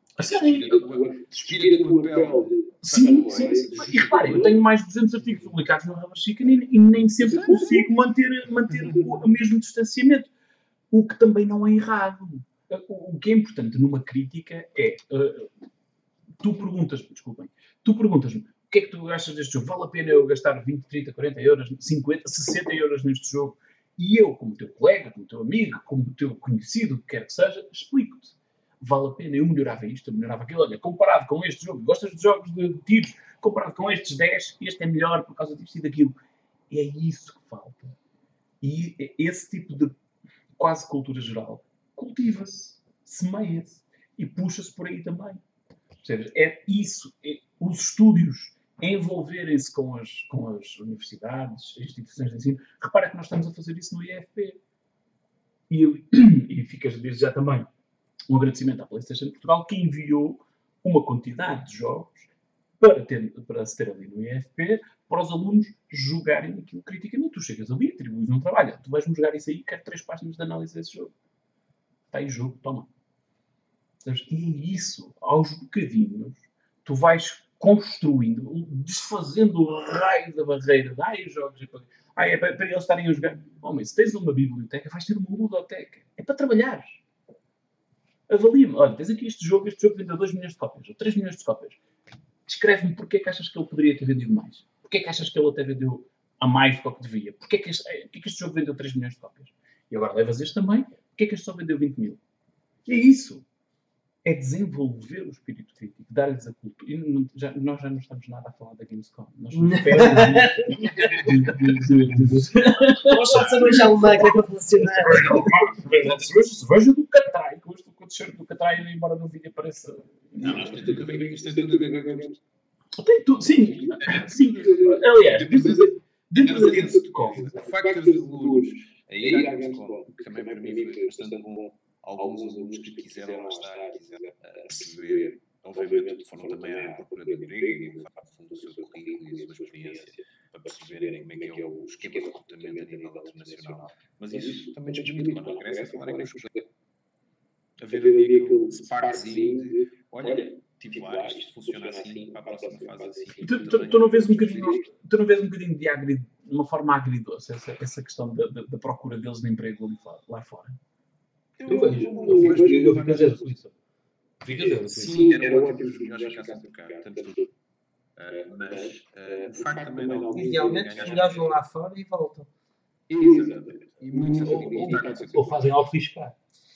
[SPEAKER 2] Despira
[SPEAKER 4] do papel.
[SPEAKER 2] Sim, sim, sim. E reparem, eu tenho mais de duzentos artigos publicados no Rubber Chicken e, e nem sempre consigo manter, manter o, o mesmo distanciamento. O que também não é errado. O, o que é importante numa crítica é... Uh, tu perguntas, desculpem, tu perguntas-me, o que é que tu achas deste jogo? Vale a pena eu gastar vinte, trinta, quarenta euros, cinquenta, sessenta euros neste jogo? E eu, como teu colega, como teu amigo, como teu conhecido, o que quer que seja, explico-te. vale a pena, eu melhorava isto, eu melhorava aquilo, olha, comparado com este jogo, gostas de jogos de tiros, comparado com estes dez, este é melhor por causa disto e daquilo. É isso que falta. E esse tipo de quase cultura geral cultiva-se, semeia-se e puxa-se por aí também. Ou seja, é isso, é, os estúdios envolverem-se com as, com as universidades, as instituições de ensino. Repara que nós estamos a fazer isso no I F P. E, e fica desde já também um agradecimento à PlayStation de Portugal, que enviou uma quantidade de jogos para, ter, para se ter ali no I F P, para os alunos jogarem aquilo criticamente. Tu chegas ali, atribuis um trabalho, tu vais-me jogar isso aí, quero três páginas de análise desse jogo. Está aí jogo, toma. E é isso, aos bocadinhos, tu vais construindo, desfazendo o raio da barreira de ai, os jogos, ai, é para, para eles estarem a jogar. Oh, mas se tens uma biblioteca, vais ter uma ludoteca. É para trabalhar. Avalia-me. Olha, tens aqui este jogo, este jogo vendeu dois milhões de cópias, ou três milhões de cópias. Descreve-me porque é que achas que ele poderia ter vendido mais. Porque é que achas que ele até vendeu a mais do que devia. Porque é que este, porque é que este jogo vendeu três milhões de cópias. E agora levas este também, porque é que este só vendeu vinte mil. E é isso. É desenvolver o espírito crítico, dar-lhes a cultura. E não, já, nós já não estamos nada a falar da Gamescom. Nós estamos perto
[SPEAKER 1] Nós só sabemos alemã que é para funcionar.
[SPEAKER 2] Se vejo do Catrai, que hoje estou com o t-shirt do Catrai, embora no vídeo apareça.
[SPEAKER 4] Não, isto tem tudo a ver isto tem tudo a ver com a Gamescom.
[SPEAKER 2] Tem tudo, sim. sim. Aliás, dentro da Gamescom.
[SPEAKER 4] O facto de alunos a ir à Gamescom, que também para mim foi bastante bom. Alguns alunos que quiseram lá estar, quiseram perceber, obviamente foram também à procura de emprego e fundo do seu currículo e a sua experiência para perceberem como é que é o esquema de recrutamento a nível internacional. Mas isso também desperta quando regressa a falar com os colegas. A ver ali aquele sparkzinho de, olha, tive lá, isto funciona assim, para a próxima fase assim.
[SPEAKER 2] Tu, tu, tu não vês um bocadinho, tu não vês um bocadinho de agri, uma forma agridoce, essa, essa questão da, da, da procura deles de emprego ali lá, lá fora?
[SPEAKER 3] Eu vejo, eu vejo, eu fico a dizer por isso. Fico a dizer.
[SPEAKER 4] Sim, era ótimo os melhores ficassem por cá, tanto tudo. Mas o facto também não...
[SPEAKER 1] Idealmente, os melhores vão lá fora e voltam.
[SPEAKER 4] Exatamente. E muitos
[SPEAKER 3] ou fazem algo fixe cá.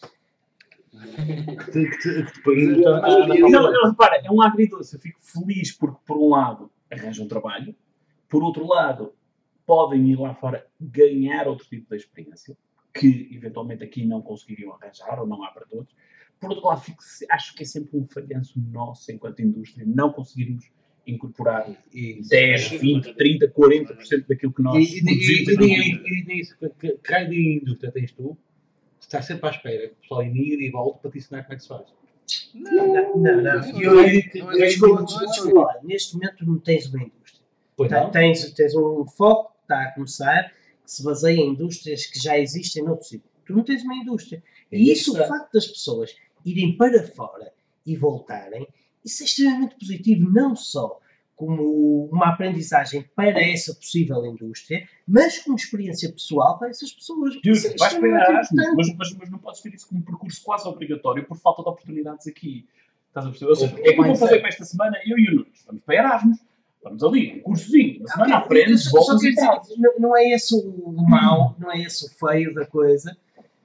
[SPEAKER 3] Que te põem
[SPEAKER 2] Não, repara, é um agridoce. Eu fico feliz porque, por um lado, arranjam trabalho, por outro lado, podem ir lá fora ganhar outro tipo de experiência que eventualmente aqui não conseguiriam arranjar ou não há para todos. Por outro lado, fico, acho que é sempre um falhanço nosso enquanto indústria não conseguirmos incorporar dez, vinte, trinta, quarenta por cento daquilo que nós
[SPEAKER 3] e, produzimos. E nisso, que raio de indústria tens tu, estás sempre à espera que o pessoal imigre e volte para te ensinar como é que se faz.
[SPEAKER 1] Não, não, não. Desculpa, neste momento não tens uma indústria. Tens, tens um foco que está a começar, que se baseia em indústrias que já existem noutro sítio. Tu não tens uma indústria. E isso, o facto das pessoas irem para fora e voltarem, isso é extremamente positivo, não só como uma aprendizagem para essa possível indústria, mas como experiência pessoal para essas pessoas.
[SPEAKER 2] Deus, é vais para Erasmus, mas, mas, mas não podes ter isso como um percurso quase obrigatório por falta de oportunidades aqui. Estás a perceber? Ou seja, o que é que eu vou fazer para esta semana? Eu e o Nunes. Vamos para Erasmus. Vamos ali, um cursozinho, uma semana okay, aprendes, voltas e tal.
[SPEAKER 1] Não, não é esse o mau, não é esse o feio da coisa.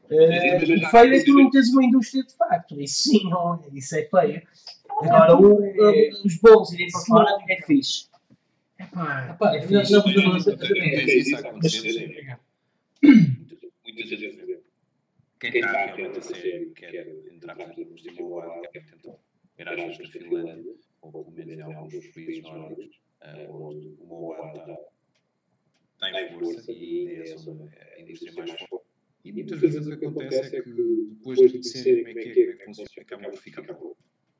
[SPEAKER 1] Uh, o feio é que tu não tens uma indústria de facto. Isso sim, não é. Isso é feio. Agora, o, é, os bons irem para fora é fixe.
[SPEAKER 4] Epá, é fixe. Não, não, não, isso a acontecer. Muitas vezes, quem está realmente a sério quer entrar no sistema global, quer tentar Erasmus na Finlândia, ou pelo menos em alguns dos países nórdicos, onde o mobile está, está em força e é a indústria mais forte. E muitas vezes o que acontece é que depois de conhecerem como é que é, como é que funciona, acabam por ficar bom.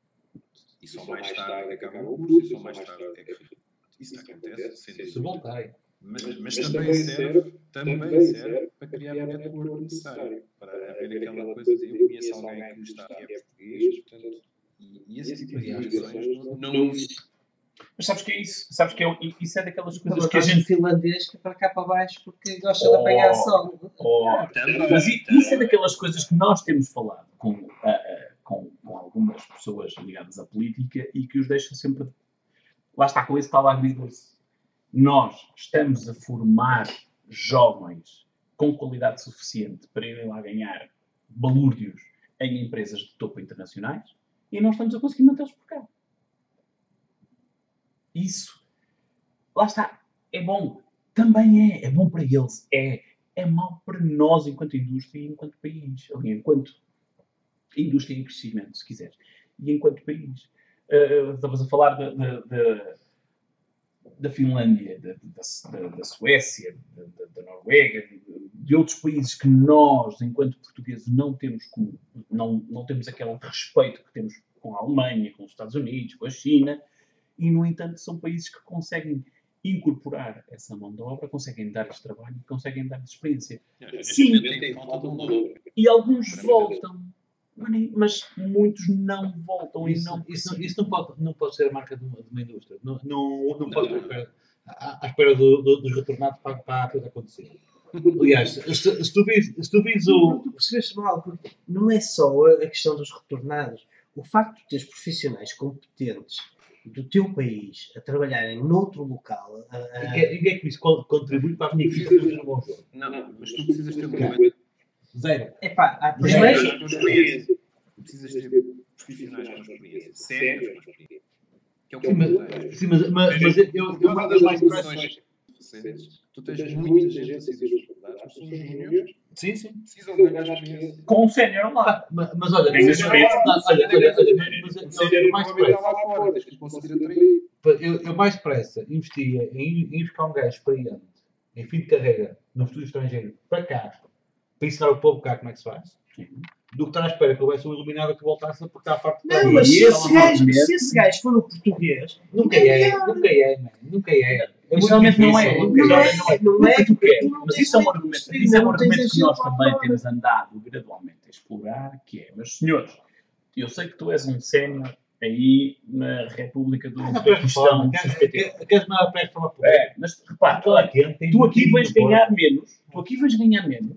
[SPEAKER 4] E só mais tarde acabam o curso, e só mais tarde é que isso acontece,
[SPEAKER 3] se voltarem.
[SPEAKER 4] Mas, mas também serve, também serve para criar o network necessário, para haver aquela coisa de eu conheço alguém que está aqui é português, portanto, e, e esse tipo de reações não existe.
[SPEAKER 2] Mas sabes que é isso? Sabes que é, isso é daquelas coisas
[SPEAKER 1] não,
[SPEAKER 2] que a gente...
[SPEAKER 1] finlandês que é para cá para baixo porque gosta oh, de apanhar sol.
[SPEAKER 2] Oh, mas isso é daquelas coisas que nós temos falado com, uh, uh, com, com algumas pessoas ligadas à política e que os deixam sempre... Lá está, com esse tal agridoce. Nós estamos a formar jovens com qualidade suficiente para irem lá ganhar balúrdios em empresas de topo internacionais e não estamos a conseguir mantê-los por cá. Isso, lá está, é bom. Também é, é bom para eles. É, é mau para nós enquanto indústria e enquanto país. Ou enquanto indústria em crescimento, se quiseres. E enquanto país. Uh, estavas a falar da, da, da, da Finlândia, da, da, da Suécia, da, da Noruega, de, de outros países que nós, enquanto portugueses, não temos, como, não, não temos aquele respeito que temos com a Alemanha, com os Estados Unidos, com a China, e, no entanto, são países que conseguem incorporar essa mão de obra, conseguem dar este trabalho, conseguem dar experiência. Sim, e alguns voltam. Mas muitos não voltam
[SPEAKER 3] isso,
[SPEAKER 2] e não...
[SPEAKER 3] Isso, isso não, pode, não pode ser a marca de uma, de uma indústria. Não, não, não pode estar à, à espera do, do, dos retornados para, para a coisa acontecer. Aliás, se, se tu vis, se tu vis o...
[SPEAKER 1] Não, tu percebeste mal, porque não é só a questão dos retornados. O facto de teres profissionais competentes do teu país a trabalharem noutro local... A, a...
[SPEAKER 3] E que é que isso contribui para a minha vida de um bom jogo?
[SPEAKER 4] Não, não, mas tu precisas ter uma coisa.
[SPEAKER 3] Zero.
[SPEAKER 1] Epá, há
[SPEAKER 4] primeiro... Precisas ter profissionais com experiência. Sérios com experiência. Que é o que
[SPEAKER 3] eu Sim, mas, mas, mas eu, eu, eu mando as mais pressões.
[SPEAKER 4] Tu tens muita gente a sair das faculdades, mas são os júniores.
[SPEAKER 3] Sim, sim.
[SPEAKER 4] Precisam ganhar experiência.
[SPEAKER 2] Com o sénior lá.
[SPEAKER 3] Mas, mas olha,
[SPEAKER 2] Tem experiência.
[SPEAKER 3] Olha, olha, olha, mas eu mais
[SPEAKER 4] depressa.
[SPEAKER 3] Eu, eu mais depressa investia em, em buscar um gajo experiente, em fim de carreira, no futuro estrangeiro, para cá, para ensinar o povo cá como é que se faz, do que estar à espera que houvesse um iluminado que voltasse a apertar a parte de
[SPEAKER 1] Não, mas se esse, gajo, se esse gajo for no português,
[SPEAKER 3] nunca é, nunca é, man, nunca é.
[SPEAKER 2] É geralmente não é,
[SPEAKER 1] não é, não é,
[SPEAKER 2] tu queres. Mas isso é um argumento, isso é um argumento que nós também temos andado gradualmente a explorar, que é, meus senhores, eu sei que tu és um sénior aí na República do Uzbequistão.
[SPEAKER 3] Queres-me dar a pré-reforma política?
[SPEAKER 2] É, mas repara, tu aqui vais ganhar menos, tu aqui vais ganhar menos,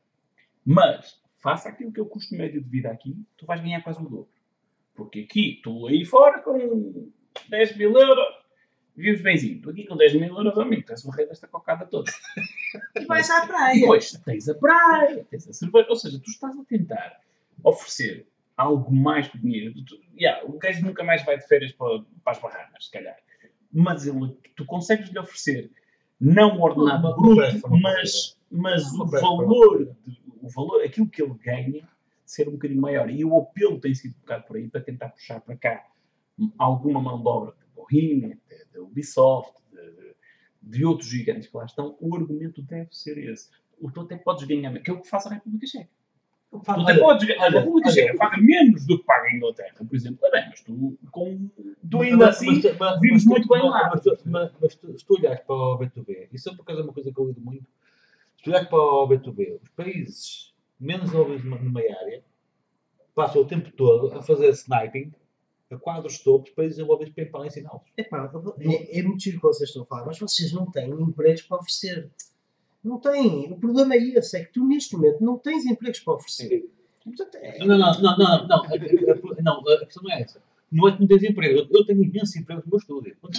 [SPEAKER 2] mas faça aquilo que é o custo médio de vida aqui, tu vais ganhar quase o dobro. Porque aqui, tu aí fora com dez mil euros, vives benzinho. Tu aqui com dez mil euros, amigo, tens o rei desta cocada toda.
[SPEAKER 1] E vais à praia.
[SPEAKER 2] E depois tens a praia, tens a cerveja. Ou seja, tu estás a tentar oferecer algo mais que dinheiro. Tu, yeah, o gajo nunca mais vai de férias para, para as barranas, se calhar. Mas ele, tu consegues-lhe oferecer não o ordenado
[SPEAKER 3] uma,
[SPEAKER 2] bruto,
[SPEAKER 3] uma
[SPEAKER 2] mas, mas
[SPEAKER 3] uma
[SPEAKER 2] o valor, de, o valor, aquilo que ele ganha, ser um bocadinho maior. E o apelo tem sido tocado por aí para tentar puxar para cá alguma mão de obra de Bohemia, da Ubisoft, de, de outros gigantes que lá estão. O argumento deve ser esse. O tu até podes ganhar, que é o que faz a República Checa. Tu até podes ganhar. A República Checa paga menos do que paga a Inglaterra, por exemplo. É bem, mas tu, com, tu ainda assim vives muito bem lá.
[SPEAKER 3] Mas, mas tu, se tu olhares para o B dois B, isso é por causa de uma coisa que eu lido muito. Se tu olhares para o B dois B, os países menos desenvolvidos numa área passam o tempo todo a fazer sniping a quadros topos para desenvolver para para ensiná-los.
[SPEAKER 1] É, é, é muito giro que vocês estão a falar, mas vocês não têm empregos para oferecer. Não têm. O problema é esse, é que tu neste momento não tens empregos para oferecer. Portanto, é...
[SPEAKER 3] Não, não, não, não, não, a, a, a, não, a questão não é essa. Não é que não tens emprego. Eu tenho imensos empregos no meu estúdio. Eu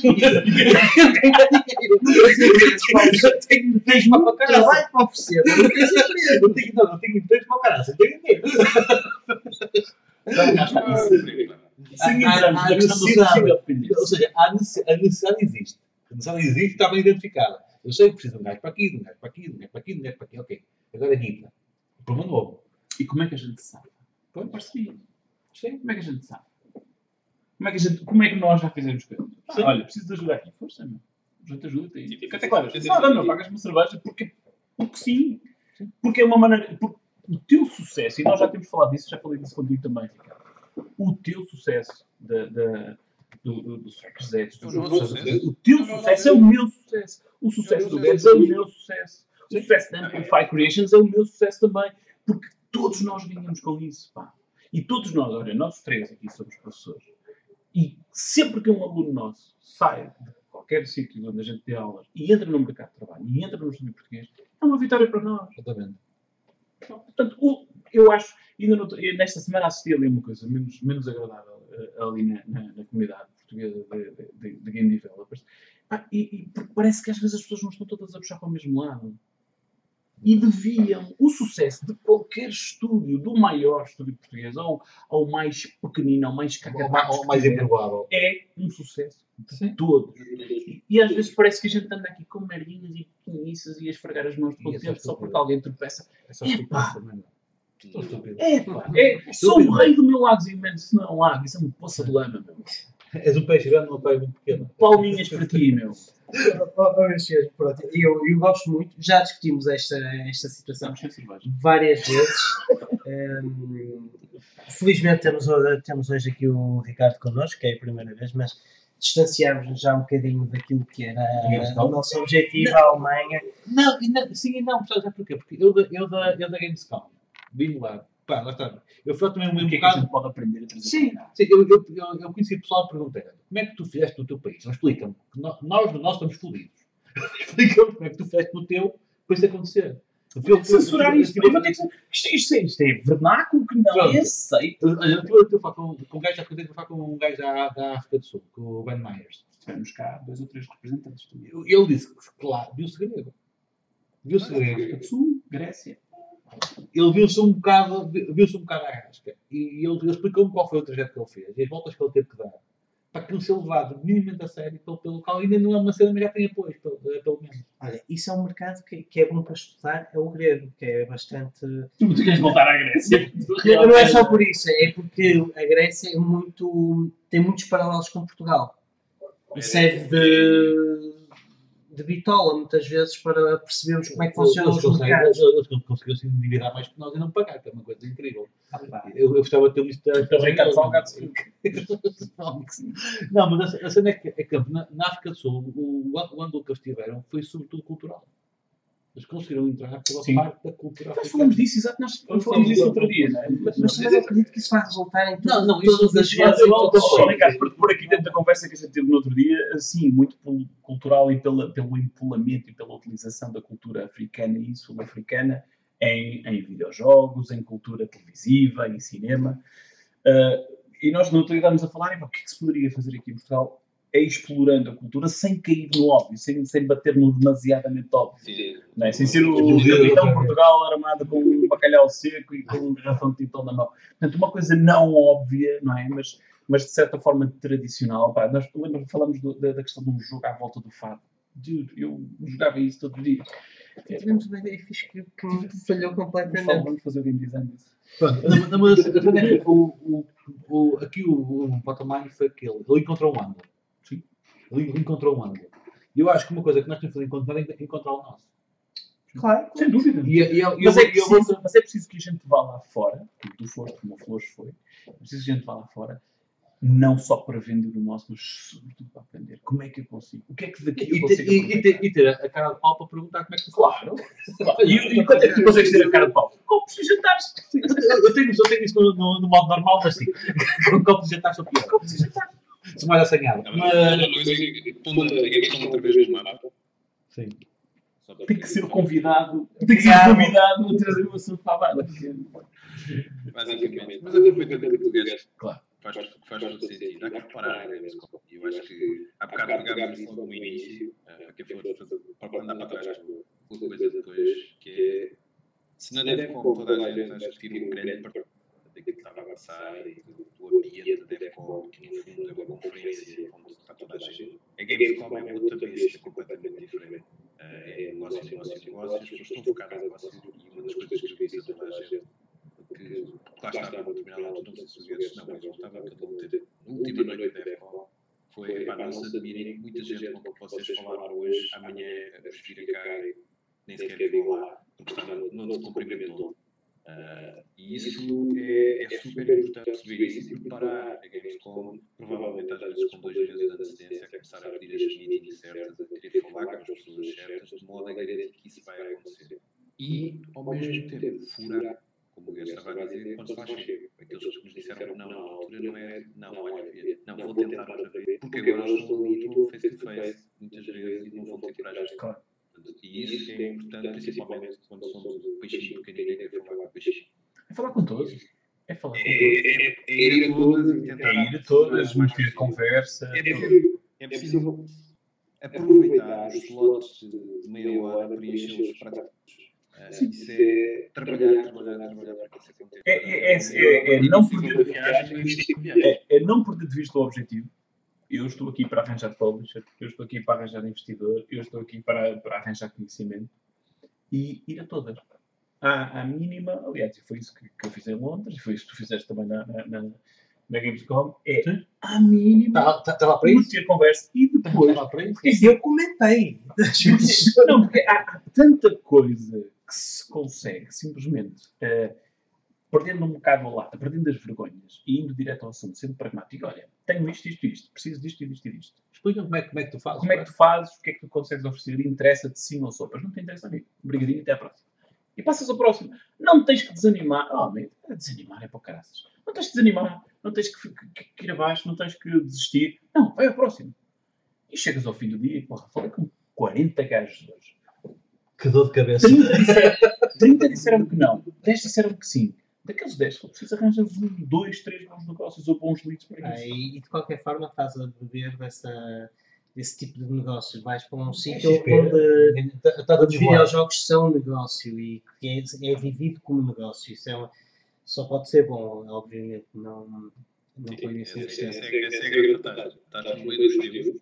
[SPEAKER 3] tenho empregos para o caralho.
[SPEAKER 1] Trabalho para oferecer, não tens emprego.
[SPEAKER 3] Eu tenho, não, eu tenho empregos para o caralho. Eu tenho dinheiro.
[SPEAKER 2] Sim, entramos na questão do single.
[SPEAKER 3] Ou seja, a necessidade existe. A necessidade existe e está bem identificada. Eu sei que preciso de um gajo para aqui, de um gajo para aqui, de um gajo para aqui, de um gajo para aqui. Ok, agora é guita. O problema novo.
[SPEAKER 2] E como é que a gente sabe? Foi parceria. Sim, como é que a gente sabe? Como é que, a gente, como é que nós já fizemos coisas? Ah, olha, preciso de ajuda aqui. Força, meu. A gente ajuda-te aí. Fica até claro. Não, não, pagas uma cerveja porque, porque sim. Porque é uma maneira... Porque o teu sucesso, e nós já temos falado disso, já falei disso contigo também, Ricardo. O teu sucesso da... da do, do, do Zeds, do jogo, o teu sucesso é o meu sucesso. O sucesso do Guedes é o meu sucesso. O sucesso da Amplify Creations é o meu sucesso também. Porque todos nós ganhamos com isso, pá. E todos nós, olha, nós três aqui somos professores. E sempre que um aluno nosso sai de qualquer sítio onde a gente dê aulas e entra no mercado de trabalho e entra no estúdio português, é uma vitória para nós.
[SPEAKER 3] Exatamente.
[SPEAKER 2] Portanto, o, eu acho, ainda não, nesta semana assisti ali uma coisa menos, menos agradável uh, ali na, na, na comunidade portuguesa de, de, de, de game developers. Ah, e, e porque parece que às vezes as pessoas não estão todas a puxar para o mesmo lado. e deviam o sucesso de qualquer estúdio, do maior estúdio português, ao, ao mais pequenino, ao mais cagado,
[SPEAKER 3] Ou mais improvável.
[SPEAKER 2] é um sucesso de
[SPEAKER 3] Sim.
[SPEAKER 2] todos. E, e às vezes parece que a gente anda aqui com merdinhas e pequenices e a esfregar as mãos de
[SPEAKER 3] E é
[SPEAKER 2] contente
[SPEAKER 3] só
[SPEAKER 2] só porque alguém tropeça.
[SPEAKER 3] É só
[SPEAKER 2] Epá.
[SPEAKER 3] estupidez também. Só estupidez.
[SPEAKER 2] É, pá, é, sou o rei do meu lagozinho, mano, se não é um lago, isso é uma poça de lama, meu.
[SPEAKER 3] És um peixe grande, uma praia muito pequena.
[SPEAKER 2] Palminhas para ti, meu.
[SPEAKER 1] Ora, senhores, pronto, eu, eu gosto muito, já discutimos esta, esta situação
[SPEAKER 2] Estamos sem cerveja.
[SPEAKER 1] várias vezes. Hum, felizmente temos, ho- temos hoje aqui o Ricardo connosco, que é a primeira vez, mas distanciámos-nos já um bocadinho daquilo que era o nosso objetivo, a Alemanha.
[SPEAKER 3] Não, e não, sim e não, sabes porquê? Porque eu da, eu da, eu da Gamescom vim lá, pá, lá está. Eu fui também um
[SPEAKER 2] O que é que a
[SPEAKER 3] bocado.
[SPEAKER 2] gente pode aprender a trazer
[SPEAKER 3] Sim,
[SPEAKER 2] para cá?
[SPEAKER 3] sim eu, eu, eu, eu conheci pessoal que perguntei, como é que tu fizeste no teu país? Então, explica-me, que no- nós, nós estamos fodidos. Explica-me como é que tu fizeste no teu para isso acontecer. Eu-
[SPEAKER 2] Censurar
[SPEAKER 3] eu-
[SPEAKER 2] isto.
[SPEAKER 3] eu-
[SPEAKER 2] Eu vou ter que ser- Isto, isto, é- isto é vernáculo que não
[SPEAKER 3] Pronto.
[SPEAKER 2] é aceito.
[SPEAKER 3] eu- eu- eu estou a falar com, com um gajo, já contei que eu falar com um gajo da, da África do Sul, com o Ben Myers.
[SPEAKER 2] Tivemos cá dois ou três representantes também.
[SPEAKER 3] E ele disse que, claro, viu-se grego. Viu-se grego.
[SPEAKER 2] Sul, Grécia.
[SPEAKER 3] Ele viu-se um bocado, viu-se um bocado à rasca. E ele, ele explicou-me qual foi o trajeto que ele fez e as voltas que ele teve que dar para aquilo ser levado minimamente a sério pelo, pelo local. Ainda não é uma cena, mas já tem apoio, pelo, pelo menos.
[SPEAKER 1] Olha, isso é um mercado que, que é bom para estudar, é o grego, que é bastante...
[SPEAKER 2] Tu queres voltar à Grécia?
[SPEAKER 1] Não, não é só por isso, é porque a Grécia é muito, tem muitos paralelos com Portugal. E serve de, de bitola, muitas vezes, para percebermos como é que funcionam os mercados.
[SPEAKER 3] Eles conseguiram se endividar mais que nós e não pagar, que é uma coisa incrível. Eu, eu gostava de ter visto.
[SPEAKER 2] Então, Ricardo Salgado, sim.
[SPEAKER 3] Não, mas a, a cena é que, é que na, na África do Sul, o, o ângulo que eles tiveram foi sobretudo cultural. Eles conseguiram entrar pela
[SPEAKER 2] Sim.
[SPEAKER 3] parte da cultura
[SPEAKER 2] Nós
[SPEAKER 3] africana.
[SPEAKER 2] falamos disso, exato. Nós falamos disso outro dia, não é?
[SPEAKER 1] Mas, mas também não acredito que isso vai resultar em tudo,
[SPEAKER 3] Não, não, isso-
[SPEAKER 1] todas as
[SPEAKER 3] isso
[SPEAKER 1] vezes.
[SPEAKER 3] vai-
[SPEAKER 1] em todas as
[SPEAKER 2] Só,
[SPEAKER 1] coisas.
[SPEAKER 2] Ricardo, para pôr aqui dentro da conversa que a gente teve no outro dia, assim, muito pelo cultural e pela, pelo empolamento e pela utilização da cultura africana e sul-africana em, em videojogos, em cultura televisiva, em cinema. Uh, e nós no outro dia estávamos a falar, e, o que é que se poderia fazer aqui em Portugal? É explorando a cultura sem cair no óbvio, sem, sem bater no demasiadamente óbvio.
[SPEAKER 4] Sim.
[SPEAKER 2] Não é? Sem ser o capitão Portugal armado com um bacalhau seco e com um garrafão de tintão na mão. Portanto, uma coisa não óbvia, não é? Mas, mas de certa forma tradicional. Pá, nós lembra, falamos do, da, da questão de um jogo à volta do fado. Dude, eu jogava isso todos os dias.
[SPEAKER 1] Tivemos uma ideia fixe que, que falhou
[SPEAKER 2] Mas
[SPEAKER 1] completamente.
[SPEAKER 2] fala, vamos fazer o game design disso.
[SPEAKER 3] Pronto, não, não, mas a cena é que o, o, o, aqui o, o bottom line foi aquele. Ele encontrou um ângulo. Sim. Ele encontrou um ângulo. E eu acho que uma coisa que nós temos que fazer encontrar é encontrar o nosso.
[SPEAKER 1] Claro.
[SPEAKER 2] Sem dúvida.
[SPEAKER 3] E, e, e,
[SPEAKER 2] Mas,
[SPEAKER 3] eu,
[SPEAKER 2] é
[SPEAKER 3] eu vou-
[SPEAKER 2] preciso, mas é preciso que a gente vá lá fora, como tu foste, como o Flores foi, é preciso que a gente vá lá fora, não só para vender o nosso, mas sobretudo para aprender. Como é que eu consigo? O que é que daqui eu
[SPEAKER 3] e,
[SPEAKER 2] consigo
[SPEAKER 3] ter, e, e,
[SPEAKER 2] aproveitar?
[SPEAKER 3] ter, e ter a cara de pau para perguntar como é que tu
[SPEAKER 2] Claro. E, e quanto é que tu consegues ter a cara de pau? Copos de jantares.
[SPEAKER 3] Eu, eu tenho, eu tenho isso no, no, no modo normal, mas sim. Com copos de jantar sou pior.
[SPEAKER 2] Copos de jantares.
[SPEAKER 3] Sou mais assanhado.
[SPEAKER 4] Não, mas uma coisa que pondo a Gamescom outra vez no mapa.
[SPEAKER 3] Sim.
[SPEAKER 4] Só para-
[SPEAKER 2] Tem que ser o convidado. Tem que ser o convidado a trazer o assunto para a banda.
[SPEAKER 4] Basicamente. Mas aproveitando que tu deste,
[SPEAKER 2] Claro.
[SPEAKER 4] faz, faz todo sentido. Há que reparar na Gamescom. E eu acho que há bocado pegámos isso logo no início, eh, para quem for fazer, para andar para trás com com a coisa depois, que é, se na Defcom toda a gente acha que tira um grande partido daquilo que estava a passar e do, do ambiente da Defcom, que no fundo é uma conferência onde está toda a gente, a Gamescom é outra besta completamente diferente. Eh, é negócio, negócio, negócio, as pessoas estão focadas no negócio e uma das coisas que eu disse a toda a gente, que lá estava a determinada altura, não sei se os gajos não, mas voltava a cada um ter, na última noite da Defcom, foi, pá, não se admirem que muita gente com o que vocês falaram hoje, amanhã vos vira cá e nem sequer vão lá, porque está no, no descumprimento. Uh, e isso é, é super importante perceber isso e preparar a Gamescom, provavelmente às vezes com dois meses de antecedência, a começar a pedir as meetings certas, a querer falar com as pessoas certas, de modo a garantir que isso vai acontecer. E, ao mesmo tempo, furar, como o Guilherme estava a dizer, quando se faz chega. Aqueles que nos disseram que não, na altura não é, não, olha, não, vou tentar outra vez, porque agora estou ali, estou face to face, muitas vezes, e não vão ter coragem.
[SPEAKER 2] Claro.
[SPEAKER 4] E isso é importante, principalmente quando somos um peixinho pequenino e quer falar com o peixinho.
[SPEAKER 2] É falar com todos. É falar com
[SPEAKER 4] É,
[SPEAKER 2] todos.
[SPEAKER 4] é, é ir a todas e tentar.
[SPEAKER 2] É ir a todas, meter conversa.
[SPEAKER 4] É preciso, é preciso aproveitar os slots de meia hora para encher-los para todos. Uh, isso é trabalhar, trabalhar, trabalhar para que isso aconteça.
[SPEAKER 2] É, é, é, é, é, não perder,
[SPEAKER 4] viagem,
[SPEAKER 2] é, é não perder de vista o objetivo. Eu estou aqui para arranjar publisher, eu estou aqui para arranjar investidor, eu estou aqui para, para arranjar conhecimento e ir a todas. À, à mínima, aliás, foi isso que, que eu fiz em Londres, e foi isso que tu fizeste também na, na, na, na Gamescom, é
[SPEAKER 3] Sim.
[SPEAKER 2] à mínima
[SPEAKER 3] Estava para isso?
[SPEAKER 2] ter conversa e depois.
[SPEAKER 3] Estava para isso?
[SPEAKER 1] Porque eu comentei.
[SPEAKER 2] Não, porque há, há tanta coisa que se consegue simplesmente uh, perdendo um bocado a lata, perdendo as vergonhas e indo direto ao assunto, sendo pragmático. Olha, tenho isto, isto, isto, preciso disto, disto e disto.
[SPEAKER 3] Explica-me como é, como é que tu fazes.
[SPEAKER 2] Como é que tu fazes, o que é que tu consegues oferecer, interessa-te sim ou sopas. Não te interessa a mim. Obrigadinho, até à próxima. E passas ao próximo. Não tens que desanimar. Oh, amigo, desanimar é para o caraças. Não tens que desanimar, não tens que, que, que ir abaixo, não tens que desistir. Não, vai ao próximo. E chegas ao fim do dia e, porra, falei com quarenta gajos hoje.
[SPEAKER 3] Que dor de cabeça.
[SPEAKER 2] trinta disseram, trinta disseram que não, dez disseram que sim. Daqueles dez, se preciso arranjas um, dois, três bons negócios ou bons leads para
[SPEAKER 1] Ah,
[SPEAKER 2] isso.
[SPEAKER 1] e, e de qualquer forma estás a beber dessa, desse tipo de negócios. Vais para um sítio
[SPEAKER 3] X P,
[SPEAKER 1] onde
[SPEAKER 3] está
[SPEAKER 1] os videojogos são negócio e que é, é vivido como negócio. Isso é uma, só pode ser bom, obviamente. Não, não foi isso em
[SPEAKER 4] Essa
[SPEAKER 1] questão.
[SPEAKER 4] é a grande vantagem. Estás no meio dos teus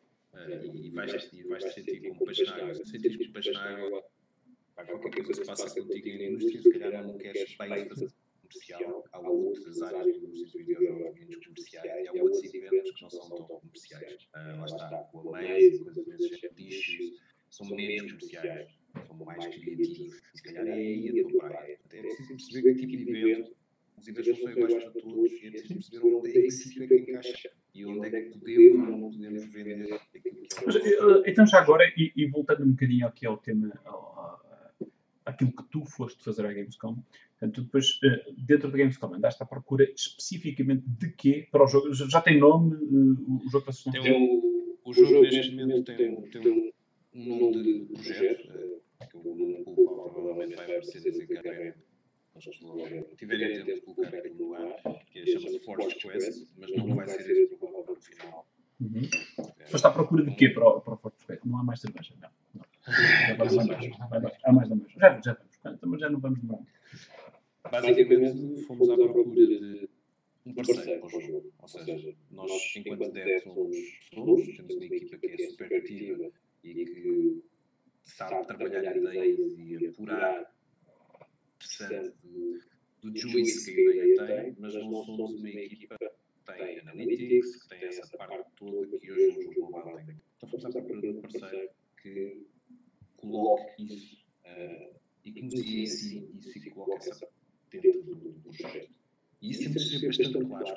[SPEAKER 4] e vais-te vais sentir como peixe na água. Se sentires como peixe na água, qualquer coisa que se passa contigo na indústria, se calhar não queres bem fazer comercial. Há outras áreas da indústria dos videojogos menos comerciais e há outros eventos que não são tão comerciais. Uh, lá está, o Amaze, coisas desses nichos, são menos comerciais, são mais criativos. E se calhar é aí a tua praia. É preciso perceber que tipo de evento, os eventos não são iguais para todos, e é preciso perceber onde é que se é que encaixa e onde é que podemos ou não podemos vender aquilo que é.
[SPEAKER 2] Mas, então, já agora, e, e voltando um bocadinho aqui ao tema, ao, ao, àquilo que tu foste fazer à Gamescom, portanto, tu depois, dentro da Gamescom, andaste à procura especificamente de quê para o jogo? Já tem nome o jogo que vocês estão a fazer?
[SPEAKER 4] O, o jogo neste momento tem, tem um nome de projeto, que o nome provavelmente vai aparecer nesse encarregamento. Se tiverem tempo de colocar aquilo no ar, que chama-se Forge Quest, mas não vai ser esse provavelmente no final.
[SPEAKER 2] Uhum. Foste à procura de quê para o, para o Forge Quest? Não há mais cerveja? Não. não. Já vamos lá mais. Há mais da mesma. Já, já vamos. Mas já não vamos demorar.
[SPEAKER 4] Basicamente, fomos à procura de um parceiro para o jogo. Ou seja, nós, enquanto devs, somos somos, temos uma equipa que é super criativa e que sabe trabalhar ideias e apurar interessante do, do juice que a ideia tem, mas não somos uma equipa que tem analytics, que tem essa parte toda que hoje um jogo mobile tem. Então fomos à procura de um parceiro que coloque isso uh, e que nos inicie isso e coloque essa dentro do, do projeto. E isso temos de ser bastante claros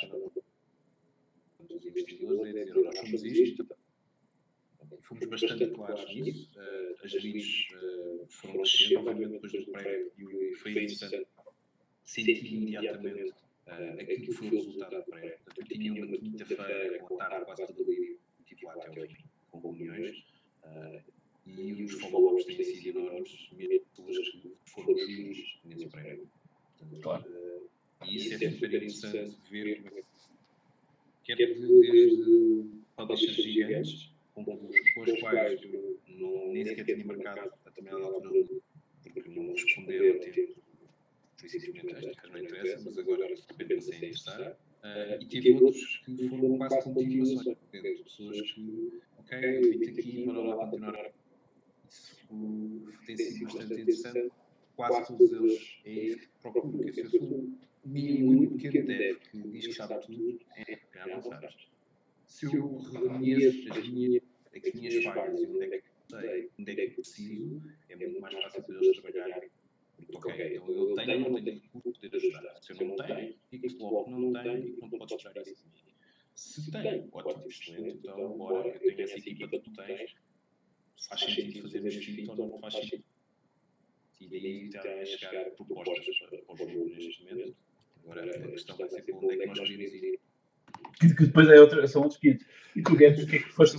[SPEAKER 4] para os investidores, é dizer, nós somos isto, e fomos bastante claros nisso. Uh, as leads uh, foram crescendo, obviamente, depois do prédio, e foi interessante sentir imediatamente uh, aquilo que foi o resultado do prédio. Portanto, eu tinha uma quinta-feira com a tarde quase toda livre, tipo lá até ao fim, com reuniões, uh, e os follow-ups têm sido enormes, mesmo pessoas que foram juros nesse prédio. Portanto,
[SPEAKER 2] claro.
[SPEAKER 4] uh, e isso é super interessante ver como é que quer desde publishers gigantes, com os quais eu não, nem sequer tinha marcado a determinada altura, porque não me responderam a tempo, por simplesmente estas não interessa, mas agora de repente passei a interessar. Uh, e tive outros que foram quase continuações, dentro, pessoas que, ok, eu vim aqui, para lá continuar. Isso tem sido bastante interessante. Quase todos eles é isso que procuro, que se eu sou um mínimo muito pequeno dev que diz que sabe tudo, é para avançar. Se eu reconheço as minhas, as minhas falhas e onde é que sei, onde é que preciso, é muito mais fácil para eles trabalharem. Porque, ok, então eu tenho ou não tenho recurso para poder ajudar. Se eu não tenho, fico-te logo que não tenho e não podes esperar isso de mim. Se tenho, ótimo, excelente, então bora, eu tenho essa equipa que tu tens, faz sentido fazermos isto ou não faz sentido. E daí está a chegar propostas para, para o jogo neste momento. Agora a questão vai ser para onde é que nós queremos ir.
[SPEAKER 2] Que, que depois é outra, são outros quinhentos. E tu, Guedes, o que é que foste...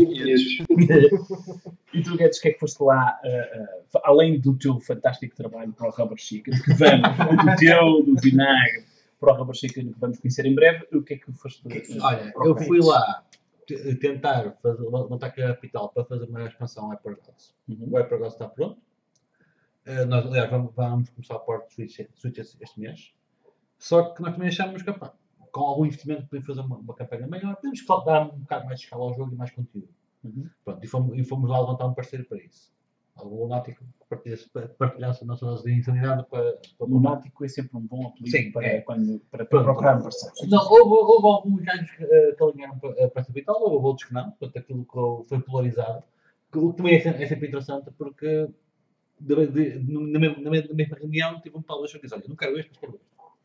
[SPEAKER 2] e tu, Guedes, o que é que foste lá, uh, uh, além do teu fantástico trabalho para o Rubber Chicken, que vamos, do teu, do Vinagre, para o Rubber Chicken, que vamos conhecer em breve, o que é que foste... Uh,
[SPEAKER 3] Olha, eu fui lá tentar fazer, montar capital para fazer uma expansão Hypergods. Uhum. O Hypergods está pronto. Uh, nós, aliás, vamos, vamos começar a pôr Switch, Switch este, este mês. Só que nós também achamos que, pá, com algum investimento podemos fazer uma, uma campanha maior, temos que dar um bocado mais de escala ao jogo e mais conteúdo. Uhum. Pronto, e, fomos, e fomos lá levantar um parceiro para isso. Algum Lunático partilhasse a nossa dose de insanidade para... para
[SPEAKER 2] Lunático é sempre um bom apelido.
[SPEAKER 3] Sim,
[SPEAKER 2] para,
[SPEAKER 3] é.
[SPEAKER 2] quando, para, para procurar parceiros.
[SPEAKER 3] Não, houve, houve alguns gajos uh, que alinharam para, para essa vitória, houve outros que não, portanto aquilo que foi polarizado, o que também é sempre, é sempre interessante porque de, de, de, na, mesma, na mesma reunião tive um pau de dizer, olha, não quero este, mas quero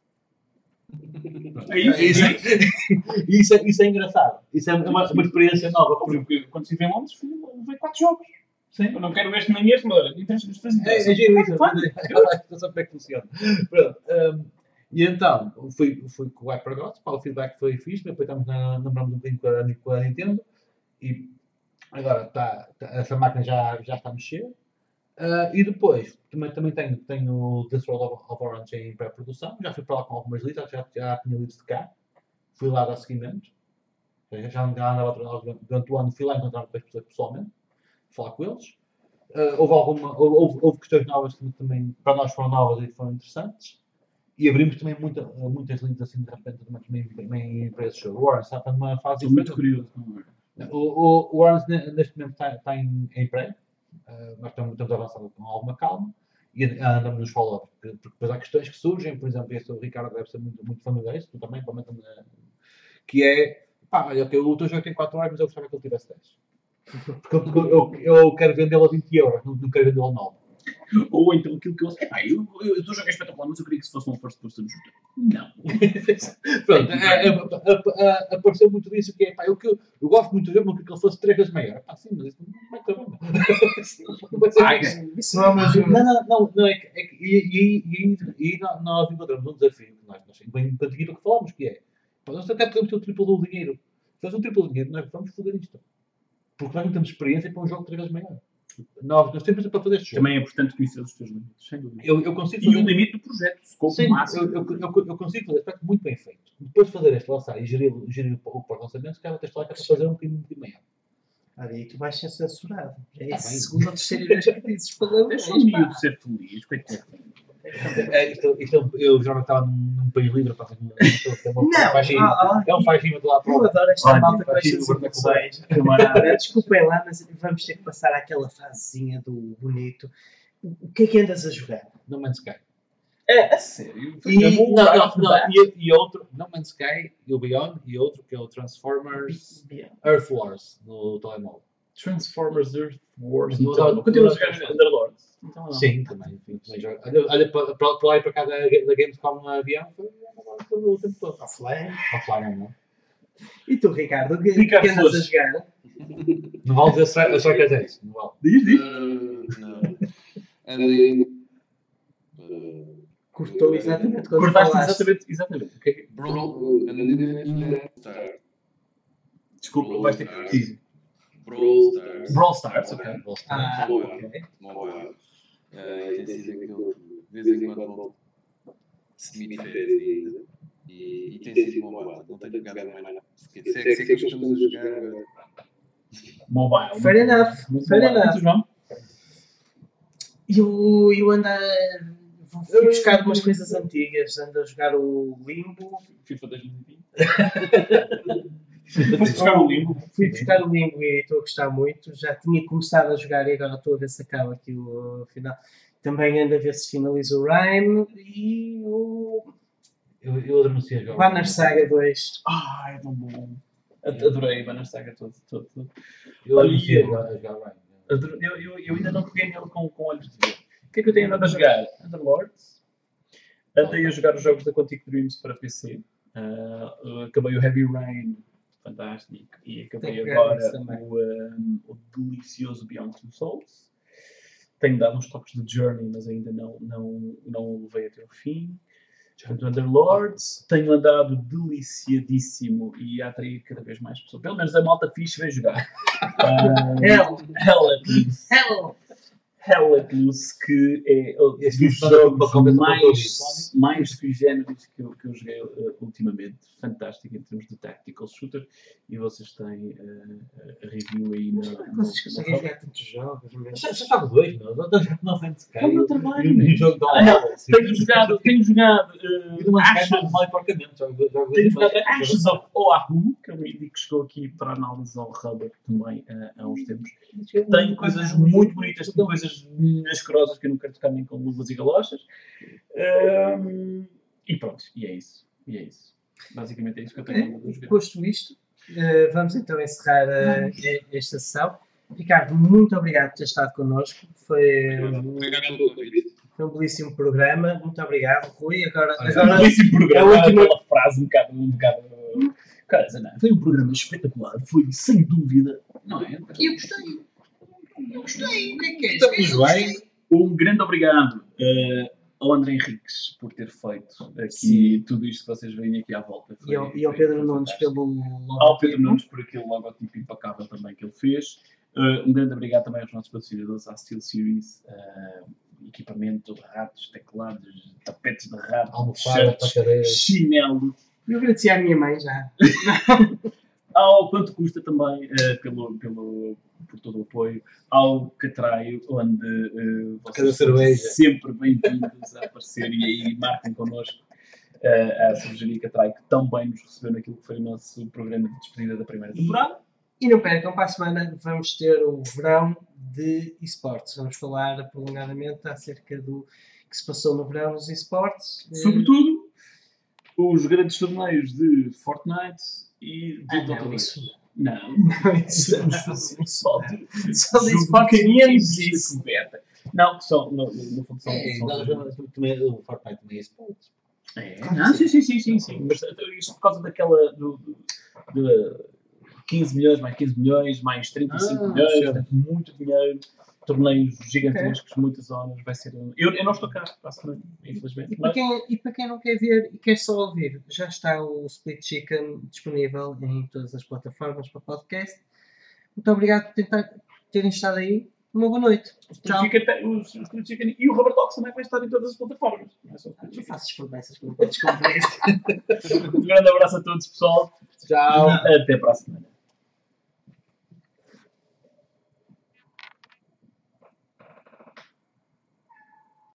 [SPEAKER 3] este. É isso, isso, é, isso, é, isso é engraçado, isso é uma, uma experiência nova.
[SPEAKER 2] Porque quando estive em Londres, levei quatro jogos. Sim. Eu não quero este nem este, mas olha, interessa dos três.
[SPEAKER 3] É, é giro isso, a situação como é que funciona. Pronto, um, e então, fui, fui com o HyperGods, o feedback foi fixe, depois estamos na, namoramos um bocadinho com a, com a Nintendo, e agora tá, tá, essa máquina já, já está a mexer. Uh, e depois, também, também tenho, tenho o This World of, of Orange em pré-produção, já fui para lá com algumas leads, já, já tinha leads de cá, fui lá dar seguimento, já, já andava durante o ano, fui lá encontrar depois pessoas pessoalmente, falar com eles. Uh, houve, alguma, houve, houve questões novas que também para nós foram novas e foram interessantes. E abrimos também muita, muitas linhas assim de repente também, também para esse show. O Warren está numa fase.
[SPEAKER 2] Estou muito curioso.
[SPEAKER 3] O, o, o Warren neste momento está, está em, em pré. Uh, nós estamos, estamos avançando com alguma calma e andamos nos follow-ups. Porque, porque depois há questões que surgem, por exemplo, esse o Ricardo deve ser muito, muito familiar, isso tu também, provavelmente, que é pá, olha, okay, o teu jogo tem quatro horas, mas eu gostava que ele tivesse dez. Porque eu, eu, eu quero vendê-lo a vinte euros, não, não quero vendê-lo a nove.
[SPEAKER 2] Ou então aquilo que eu sei, pá, eu, eu, eu, eu jogo é espetacular, mas eu queria que se fosse um first person shooter. Não.
[SPEAKER 3] Pronto, é, é, é, é, apareceu muito disso, que é, pá, eu, eu, eu gosto muito do jogo, mas que ele fosse três vezes maior. Pá, sim, mas isso não vai ter bem. Não vai ser isso. Isso não é uma jogo. Não, não, não, não, é que, é que e, e, e, e nós encontramos um desafio, que nós, nós enquanto equipa que falamos, que é, pá, nós até podemos ter o triplo do dinheiro. Se faz um triplo do dinheiro, nós vamos foder isto. Porque nós não temos experiência para um jogo três vezes maior. Nós, nós temos para fazer este jogo.
[SPEAKER 2] Também é importante conhecer os teus limites, sem dúvida.
[SPEAKER 3] Eu, eu consigo
[SPEAKER 2] e fazer... o limite do projeto, como
[SPEAKER 3] Sim, máximo. Eu, eu, eu, eu consigo fazer aspecto muito bem feito. Depois de fazer este lançar e gerir, gerir o pós-lançamento, se calhar tens lá para fazer um bocadinho de maior.
[SPEAKER 1] Olha, e tu vais ser censurado. É a segunda ou terceira vez que dizes palavrões.
[SPEAKER 2] Deixa o miúdo ser feliz, coitado.
[SPEAKER 3] É, isto, isto, eu geralmente estava num, num país livre para fazer um. É um fagímetro lá para
[SPEAKER 1] eu adoro esta malta com estas emoções. Desculpem lá, mas vamos ter que passar àquela fasezinha do bonito. O que é que andas a jogar?
[SPEAKER 3] No Man's Sky.
[SPEAKER 1] É, a sério?
[SPEAKER 3] E, não, não, não, e, e outro, No Man's Sky e o Beyond, e outro que é o Transformers Earth Wars no telemóvel.
[SPEAKER 2] Transformers Earth Wars no telemóvel. Continuas a jogar Underlords?
[SPEAKER 3] Então, sim, também. também jogo. Olha, olha para, para, para lá e para cá da, da Gamescom no avião, foi o tempo todo.
[SPEAKER 1] Offline?
[SPEAKER 3] Offline, não.
[SPEAKER 1] E tu, Ricardo, o que, Ricardo, que andas a jogar?
[SPEAKER 3] Não vale dizer só que é isso. Não vale.
[SPEAKER 2] Diz, diz.
[SPEAKER 4] Uh, não. Andei. Uh,
[SPEAKER 1] Cortou exatamente quando
[SPEAKER 2] Cortaste
[SPEAKER 1] falaste.
[SPEAKER 2] exatamente. exatamente. Okay.
[SPEAKER 4] Bro, andei Star.
[SPEAKER 2] Desculpa, vais ter que dizer.
[SPEAKER 4] Brawl Stars.
[SPEAKER 2] Brawl Stars, ok.
[SPEAKER 3] Brawl Stars.
[SPEAKER 1] Ah,
[SPEAKER 4] Mobile.
[SPEAKER 1] ok.
[SPEAKER 4] Mobile. Uh, tem sido aquele que de vez em quando volto semi-férias ainda. E, e tem sido mobile. Não tenho jogado mais nada. Se é que se é que estamos a jogar.
[SPEAKER 2] Mobile.
[SPEAKER 1] Fair enough. Fair enough. Eu, eu ando a... Fui buscar umas coisas antigas. Ando a jogar o Limbo.
[SPEAKER 2] FIFA dois mil e vinte. Fui buscar o Limbo.
[SPEAKER 1] Fui buscar o Limbo e estou a gostar muito. Já tinha começado a jogar e agora estou a ver se acaba aqui o final. Também ando a ver se finaliza o Rhyme e o...
[SPEAKER 3] Eu, eu adormeci a jogar.
[SPEAKER 1] Banner Saga dois.
[SPEAKER 2] Ah, é tão bom. Adorei a Banner Saga todo. todo, todo.
[SPEAKER 3] Eu adormeci a jogar Rhyme.
[SPEAKER 2] Eu, eu, eu ainda não peguei nele com, com olhos de ver. O que é que eu tenho andado a jogar? Underlords. Andei a jogar os jogos da Quantic Dreams para P C. Uh, acabei o Heavy Rain. Fantástico. E acabei agora o, um, o delicioso Beyond Two Souls. Tenho dado uns toques de Journey, mas ainda não, não, não o levei até o fim. Portanto, Underlords. Tenho andado deliciadíssimo e a atrair cada vez mais pessoas. Pelo menos a malta fixe vem jogar. Uh,
[SPEAKER 1] Hell!
[SPEAKER 2] Hell, at least.
[SPEAKER 1] Hell!
[SPEAKER 2] Helleplus, que é um
[SPEAKER 3] Este
[SPEAKER 2] dos
[SPEAKER 3] jogo
[SPEAKER 2] jogos
[SPEAKER 3] para comprar
[SPEAKER 2] mais, mais sui generis que eu, que eu joguei uh, ultimamente. Fantástico em termos de tactical shooter. E vocês têm uh, a review aí na.
[SPEAKER 1] Vocês conseguem jogar tantos jogos, mas...
[SPEAKER 3] Já já jogo dois, não? Já jogo não frente de
[SPEAKER 2] É o meu trabalho.
[SPEAKER 3] E um jogo de
[SPEAKER 2] Ah, não.
[SPEAKER 3] online.
[SPEAKER 2] Tenho jogado, tenho jogado.
[SPEAKER 3] E
[SPEAKER 2] Uh,
[SPEAKER 3] de uma
[SPEAKER 2] Ashes,
[SPEAKER 3] mais mal e porcamente. Jogo jogo
[SPEAKER 2] tenho jogado Ashes of Oahu, que é um indie que chegou aqui para análise ao Hubble também uh, há uns tempos. Tem coisas muito bonitas, tem coisas asquerosas que eu não quero tocar nem com luvas e galochas. Um, e pronto, e é isso. E é isso. Basicamente é isso que eu tenho a jogar.
[SPEAKER 1] Posto isto, uh, vamos então encerrar uh, esta sessão. Ricardo, muito obrigado por ter estado connosco. Foi, um,
[SPEAKER 4] Obrigado pelo convite.
[SPEAKER 1] foi um belíssimo programa. Muito obrigado, Rui. Agora,
[SPEAKER 3] Olha,
[SPEAKER 1] agora
[SPEAKER 2] Belíssimo programa,
[SPEAKER 1] a última-
[SPEAKER 2] aquela frase um bocado, um bocado coisa, não é? Foi um programa espetacular, foi sem dúvida, não é?
[SPEAKER 1] eu gostei. Eu gostei. O que é que é?
[SPEAKER 3] Estamos bem.
[SPEAKER 2] Um grande obrigado uh, ao André Henriques por ter feito aqui
[SPEAKER 1] Sim.
[SPEAKER 2] tudo isto que vocês veem aqui à volta. Foi-
[SPEAKER 1] E ao, e ao
[SPEAKER 2] foi-
[SPEAKER 1] Pedro
[SPEAKER 2] foi
[SPEAKER 1] Nunes
[SPEAKER 2] fantástico.
[SPEAKER 1] pelo
[SPEAKER 2] Ao Pedro
[SPEAKER 1] logotipo.
[SPEAKER 2] Nunes por aquele logotipo impecável também que ele fez. Uh, um grande obrigado também aos nossos patrocinadores, à SteelSeries, uh, equipamento de ratos, teclados, tapetes de ratos,
[SPEAKER 3] Almofada,
[SPEAKER 2] shirts,
[SPEAKER 3] cadeiras.
[SPEAKER 2] chinelos.
[SPEAKER 1] Eu agradeci à minha mãe já.
[SPEAKER 2] Ao quanto custa também uh, pelo, pelo, por todo o apoio, ao Catraio, onde uh,
[SPEAKER 3] Cada
[SPEAKER 2] vocês são
[SPEAKER 3] cerveja.
[SPEAKER 2] sempre bem-vindos a aparecer e aí marquem connosco uh, a cervejaria Catraio, que também nos recebeu naquilo que foi o nosso programa de despedida da primeira temporada.
[SPEAKER 1] E não percam, para a semana vamos ter o verão de esportes. Vamos falar prolongadamente acerca do que se passou no verão nos esportes.
[SPEAKER 2] Sobretudo, os grandes torneios de Fortnite e de
[SPEAKER 1] Ah, não,
[SPEAKER 2] Dota dois.
[SPEAKER 1] isso-
[SPEAKER 2] Não,
[SPEAKER 1] Não, isso
[SPEAKER 2] vamos fazer só de
[SPEAKER 1] Só de
[SPEAKER 2] jogo
[SPEAKER 1] esportes
[SPEAKER 2] de
[SPEAKER 1] menos
[SPEAKER 2] quinhentos
[SPEAKER 1] isso.
[SPEAKER 2] e coberta. Não, que são, no, no no fundo, são...
[SPEAKER 3] É,
[SPEAKER 2] são
[SPEAKER 3] nós jogamos também o Fortnite também é esportes.
[SPEAKER 2] É, não, sim, sim, sim, sim, sim. Mas isto por causa daquela do, do, de quinze milhões, mais quinze milhões, mais trinta e cinco
[SPEAKER 3] Ah,
[SPEAKER 2] milhões,
[SPEAKER 3] certo.
[SPEAKER 2] portanto, muito dinheiro, torneios gigantescos, muitas zonas, vai ser um... Eu, eu não estou cá para a semana, infelizmente,
[SPEAKER 1] E para,
[SPEAKER 2] mas
[SPEAKER 1] quem, e para quem não quer ver e quer só ouvir, já está o Split Chicken disponível em todas as plataformas para podcast. Muito obrigado por tentar, terem estado aí. Uma boa noite.
[SPEAKER 2] o
[SPEAKER 1] Tchau.
[SPEAKER 2] Split Chicken, o, o Split Chicken e o Rubber Talks também vai estar em todas as plataformas. Não é só o Split
[SPEAKER 1] Não
[SPEAKER 2] Chicken.
[SPEAKER 1] faças promessas que não podes cumprir.
[SPEAKER 2] Um grande abraço a todos, pessoal.
[SPEAKER 3] Tchau.
[SPEAKER 2] Até para a semana.